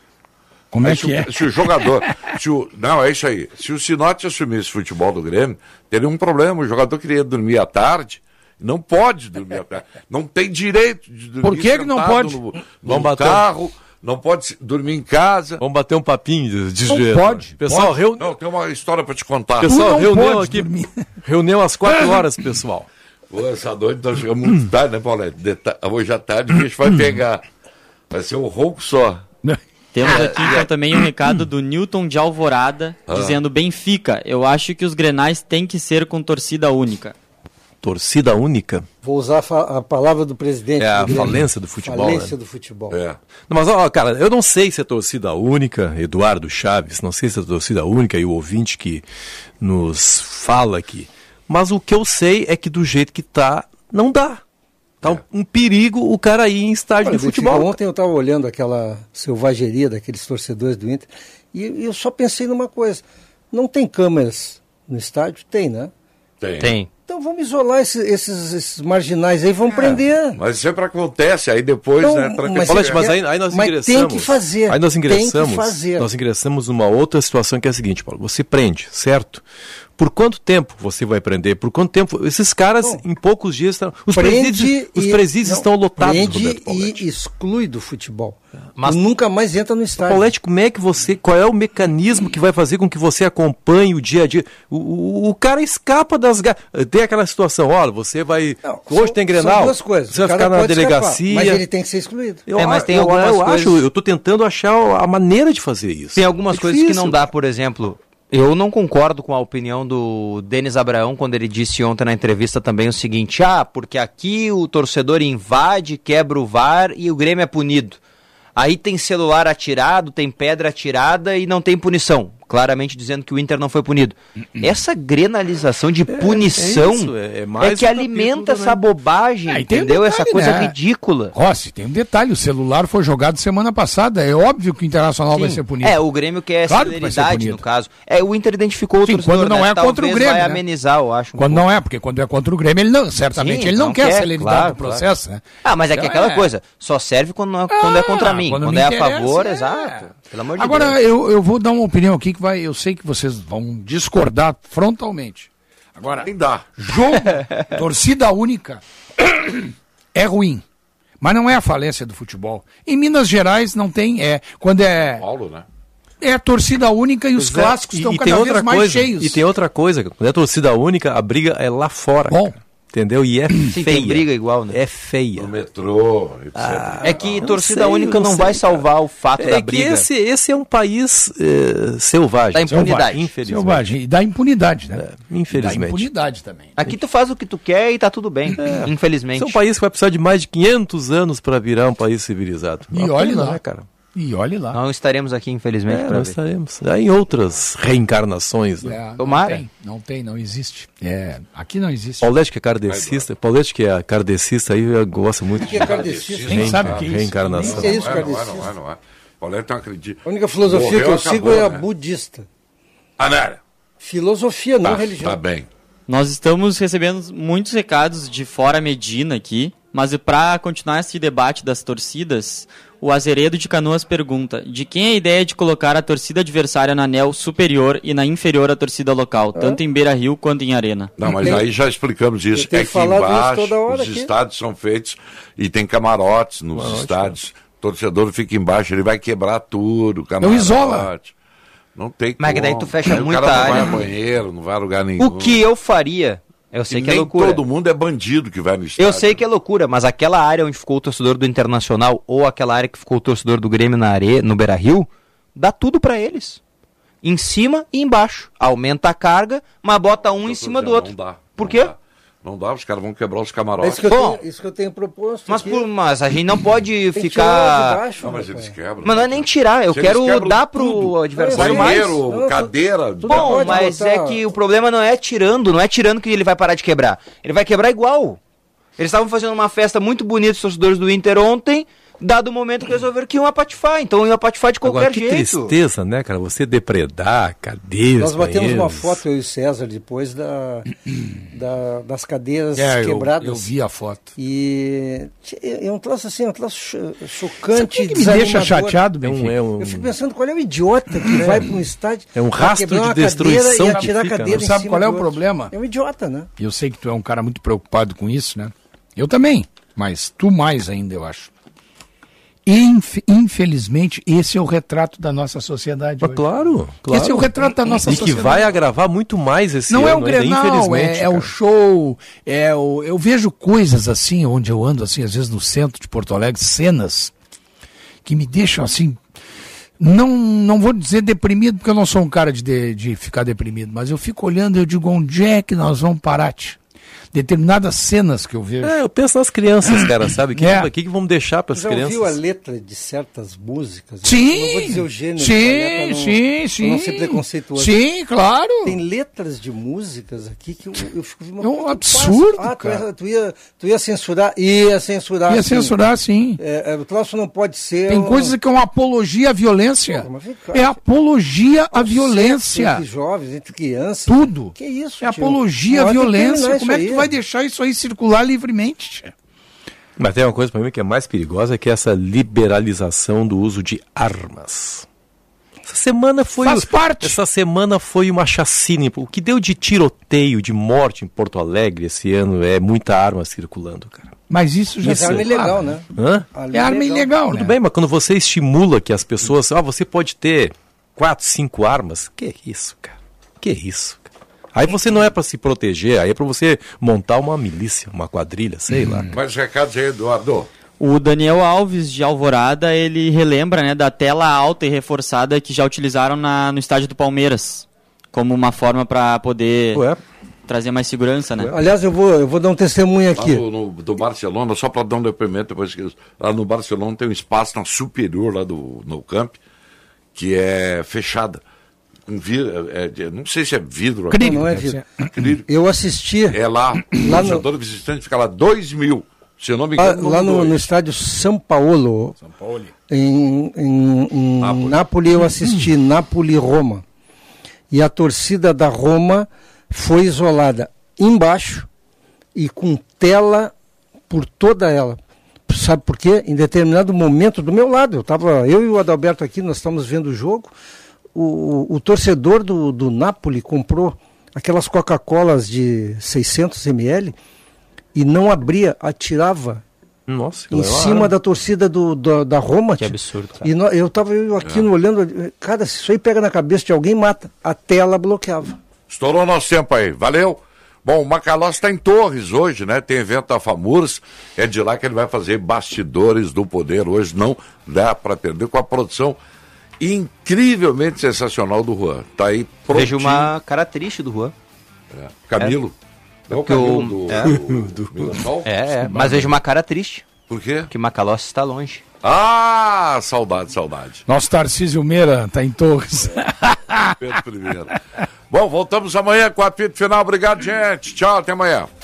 Como é se que o- é? Se o jogador. se o, não, é isso aí. Se o Sinote assumisse o futebol do Grêmio, teria um problema. O jogador queria dormir à tarde. Não pode dormir à tarde. Não tem direito de dormir Por que que não sentado pode? No, no Vamos bater. carro, não pode se- dormir em casa. Vamos bater um papinho de, de Não de- pode, Pessoal, pode. reu... Não, tem uma história para te contar. pessoal não reunião pode aqui. dormir. Reunião às quatro horas, pessoal. Pô, essa noite nós chegamos muito tarde, né, Paulete? De ta- Hoje à tarde a gente vai pegar. Vai ser um rouco só. Temos aqui então também um recado do Newton de Alvorada, Ah. dizendo: Benfica, eu acho que os Grenais têm que ser com torcida única. Torcida única. Vou usar a, fa- a palavra do presidente. É a do Grêmio. falência do futebol, Falência né? do futebol. É. Não, mas, ó, cara, eu não sei se é torcida única, Eduardo Chaves, não sei se é torcida única e o ouvinte que nos fala aqui. Mas o que eu sei é que do jeito que tá, não dá. Tá um, um perigo o cara ir em estádio Olha, de futebol. Benfica, ontem eu estava olhando aquela selvageria daqueles torcedores do Inter e eu só pensei numa coisa. Não tem câmeras no estádio? Tem, né? Tem. Tem. Então vamos isolar esse- esses, esses marginais aí, vamos prender. Mas sempre acontece, aí depois, Então, né? tranca- mas Olha, mas é- aí, aí nós mas ingressamos. tem que fazer, Aí nós tem que ingressamos. fazer. Nós ingressamos numa outra situação que é a seguinte, Paulo. Você prende, certo? Por quanto tempo você vai prender? Por quanto tempo? Esses caras, Bom, em poucos dias, estão. Os Prende presídios, os e- presídios não, estão lotados, Prende Roberto Pauletti. e exclui do futebol. Mas- E nunca mais entra no estádio. Paulete, como é que você. Qual é o mecanismo que vai fazer com que você acompanhe o dia a dia? O, o, o cara escapa das. ga- Tem aquela situação, olha, você vai. Não, hoje são- tem Grenal. São duas coisas. Você vai O cara ficar na pode escapar, delegacia. mas ele tem que ser excluído. Eu, É, mas tem eu, algumas eu coisas- acho, eu tô tentando achar a maneira de fazer isso. Tem algumas É coisas que difícil. não dá, por exemplo. Eu não concordo com a opinião do Denis Abraão quando ele disse ontem na entrevista também o seguinte: ah, porque aqui o torcedor invade, quebra o V A R e o Grêmio é punido. Aí tem celular atirado, tem pedra atirada e não tem punição. Claramente dizendo que o Inter não foi punido. Essa grenalização de punição é isso, é- é mais é que um alimenta capítulo essa bobagem, Aí tem um entendeu? Essa detalhe, coisa né? ridícula. Rossi, tem um detalhe, o celular foi jogado semana passada, é óbvio que o Internacional vai Sim. ser punido. É, o Grêmio quer Claro que vai ser celeridade, punido. no caso. É, o Inter identificou o Sim, torcedor, quando não né? é contra o Talvez Grêmio, vai né? amenizar, eu acho. um Quando pouco. não é, porque quando é contra o Grêmio, ele não, certamente, Sim, ele não, não quer, quer, a celeridade claro, do processo, né? Ah, mas é que Então, aquela é. coisa, só serve quando, não é, quando é contra Ah, mim. quando Quando, me é a interessa, favor, é. exato. Pelo amor de Agora, Deus. eu, eu vou dar uma opinião aqui que vai, eu sei que vocês vão discordar frontalmente. Agora, Nem dá. jogo, torcida única, é ruim. Mas não é a falência do futebol. Em Minas Gerais não tem, é, quando é, Paulo, né? é torcida única e os Pois é, clássicos e- estão e cada tem vez outra mais coisa, cheios. E tem outra coisa, quando é torcida única, a briga é lá fora. Bom. cara. Entendeu? E é Sim, feia. tem briga igual, né? É feia. No metrô, etcétera. Ah, É que não torcida sei, única não não sei, vai salvar o fato É da que briga. esse, esse é um país eh, selvagem. Da impunidade. Selvagem, infelizmente. Selvagem. E dá impunidade, né? É, infelizmente. Dá impunidade também. Aqui tu faz o que tu quer e tá tudo bem, É. infelizmente. Esse é um país que vai precisar de mais de quinhentos anos para virar um país civilizado. E Uma olha pena, lá. né, cara? E olhe lá. Não estaremos aqui, infelizmente, É, para nós ver. estaremos. É, em outras reencarnações, né? É, não Tomara. tem, não tem, não existe. É, aqui não existe. Paulete que é kardecista, Paulete que é kardecista aí gosta muito O que é kardecista? Quem sabe o que é isso? reencarnação. O que é isso, Não é, não é, kardecista? não é, não é. Paulete não acredita. A única filosofia Morreu, que eu acabou, sigo é a né? budista. Ah, não. Filosofia, não Tá, religião. tá bem. Nós estamos recebendo muitos recados de fora Medina aqui, mas para continuar esse debate das torcidas, o Azeredo de Canoas pergunta: de quem é a ideia de colocar a torcida adversária na anel superior e na inferior à torcida local, tanto em Beira-Rio quanto em Arena? Não, mas aí já explicamos isso. Eu tenho É que falado isso embaixo toda hora os aqui. estádios são feitos e tem camarotes nos Camarote, estádios. O torcedor fica embaixo, ele vai quebrar tudo. Camarote. isola. Não tem Mas que daí como. tu fecha Aí muita o cara não área. vai ao banheiro, não vai a lugar nenhum. O que eu faria, eu sei E que é nem loucura. todo mundo é bandido que vai no estádio. Eu sei que é loucura, mas aquela área onde ficou o torcedor do Internacional ou aquela área que ficou o torcedor do Grêmio na are... no Beira-Rio, dá tudo pra eles. Em cima e embaixo. Aumenta a carga, mas bota um em cima do outro. Não dá. Por não quê? dá. Não dá, os caras vão quebrar os É camarotes. isso que eu, Bom, tenho, isso que eu tenho proposto. Mas, aqui. por, mas a gente não pode Tem que tirar ficar... de baixo, Não, mas rapaz. eles quebram. Mas não é nem tirar, eu Se eles quero quebram dar pro tudo. adversário mais. Banheiro, Não, cadeira. tudo Bom, pode mas botar- é que o problema não é tirando, não é tirando que ele vai parar de quebrar. Ele vai quebrar igual. Eles estavam fazendo uma festa muito bonita, os torcedores do Inter ontem, dado o momento que resolveram que iam apatifar. Então iam apatifar de qualquer Agora, que jeito. tristeza, né, cara? Você depredar cadeiras. Nós batemos uma banheiros. foto, eu e o César, depois da, da- das cadeiras É, eu, quebradas. eu vi a foto. E tch, é um troço assim, um troço cho- Sabe o chocante, que, que me deixa desanimador. chateado, É um, Benfica? é um, Eu fico pensando qual é o idiota que vai para um estádio. É um pra rastro quebrar de uma cadeira destruição e que atirar fica, a cadeira né? em Sabe cima qual é do o outro. problema? É um idiota, né? Eu sei que tu é um cara muito preocupado com isso, né? Eu também, mas tu mais ainda, eu acho. Inf- infelizmente, esse é o retrato da nossa sociedade Mas hoje. claro, claro. Esse é o retrato da nossa E que sociedade. vai agravar muito mais esse Não ano é o ainda, Grenal, infelizmente. é, é o cara. show, é o... Eu vejo coisas assim, onde eu ando, assim, às vezes no centro de Porto Alegre, cenas que me deixam, assim... Não, não vou dizer deprimido, porque eu não sou um cara de, de, de ficar deprimido, mas eu fico olhando e eu digo, onde é que nós vamos parar, tch? Determinadas cenas que eu vejo. É, eu penso nas crianças, cara, sabe? O que, É. que, que vamos deixar para as Já crianças? ouviu a letra de certas músicas? Sim, Eu não vou dizer o gênero. sim, né, pra não, sim, pra sim. não ser preconceituoso. Sim, claro. Tem letras de músicas aqui que eu, eu fico... É um absurdo, Ah, tu cara. ia, tu, ia, tu ia censurar? Ia censurar, Ia sim. censurar, sim. É, é, o troço não pode ser... Tem um- coisas que é uma apologia à violência. Pô, mas vem cá, É apologia à violência. Entre jovens, entre crianças. Tudo. Que isso, É tio? apologia à Pode violência. terminar Como é isso que tu aí. vai deixar isso aí circular livremente? tia? Mas tem uma coisa para mim que é mais perigosa, que é essa liberalização do uso de armas. Essa semana foi Faz parte. Essa semana foi uma chacina. O que deu de tiroteio, de morte em Porto Alegre esse ano é muita arma circulando, cara. Mas isso já Mas é arma ilegal, né? Hã? Ali É arma ilegal, Tudo né? bem, mas quando você estimula que as pessoas, ah, você pode ter quatro, cinco armas, que isso, cara? Que isso, cara? Aí você não é para se proteger, aí é para você montar uma milícia, uma quadrilha, sei lá. Mais recados aí, Eduardo. O Daniel Alves, de Alvorada, ele relembra, né, da tela alta e reforçada que já utilizaram na, no estádio do Palmeiras, como uma forma para poder Ué? trazer mais segurança, né? Aliás, eu vou, eu vou dar um testemunho Lá aqui. no, no- do Barcelona, só para dar um depoimento, depois que lá no Barcelona tem um espaço na superior lá do no camp que é fechada. Um vidro, é, é, não sei se é vidro. Acrílico, Não é deve vidro. ser. acrílico. Eu assisti É lá, o Lá no- torcedor visitante fica lá dois mil. Se eu não me lá, engano, lá mudou no, no isso. estádio São Paulo, São Paulo. em, em, em Nápoles. Nápoles, eu assisti Nápoles e Roma. E a torcida da Roma foi isolada embaixo e com tela por toda ela. Sabe por quê? Em determinado momento, do meu lado, eu tava, eu e o Adalberto aqui, nós estamos vendo o jogo, o, o, o torcedor do, do Napoli comprou aquelas Coca-Colas de seiscentos mililitros e não abria, atirava Nossa, que em legal, cima né? da torcida do, da, da Roma. Que tio. absurdo, cara. E nó- eu estava aqui no olhando, cara, se isso aí pega na cabeça de alguém, mata. A tela bloqueava. Estourou nosso tempo aí, valeu. Bom, o Macalós está em Torres hoje, né? Tem evento da FAMURS, é de lá que ele vai fazer Bastidores do Poder. Hoje não dá para perder, com a produção incrivelmente sensacional do Juan. Tá aí prontinho. Vejo uma cara triste do Juan. É. Camilo. É, o Que o- Camilo do, é. do, do Mirassol? É, é, mas vejo uma cara triste. Por quê? Que Macalossi está longe. Ah, saudade, saudade. Nosso Tarcísio Meira tá em Torres. Pedro primeiro. Bom, voltamos amanhã com a apito final. Obrigado, gente. Tchau, até amanhã.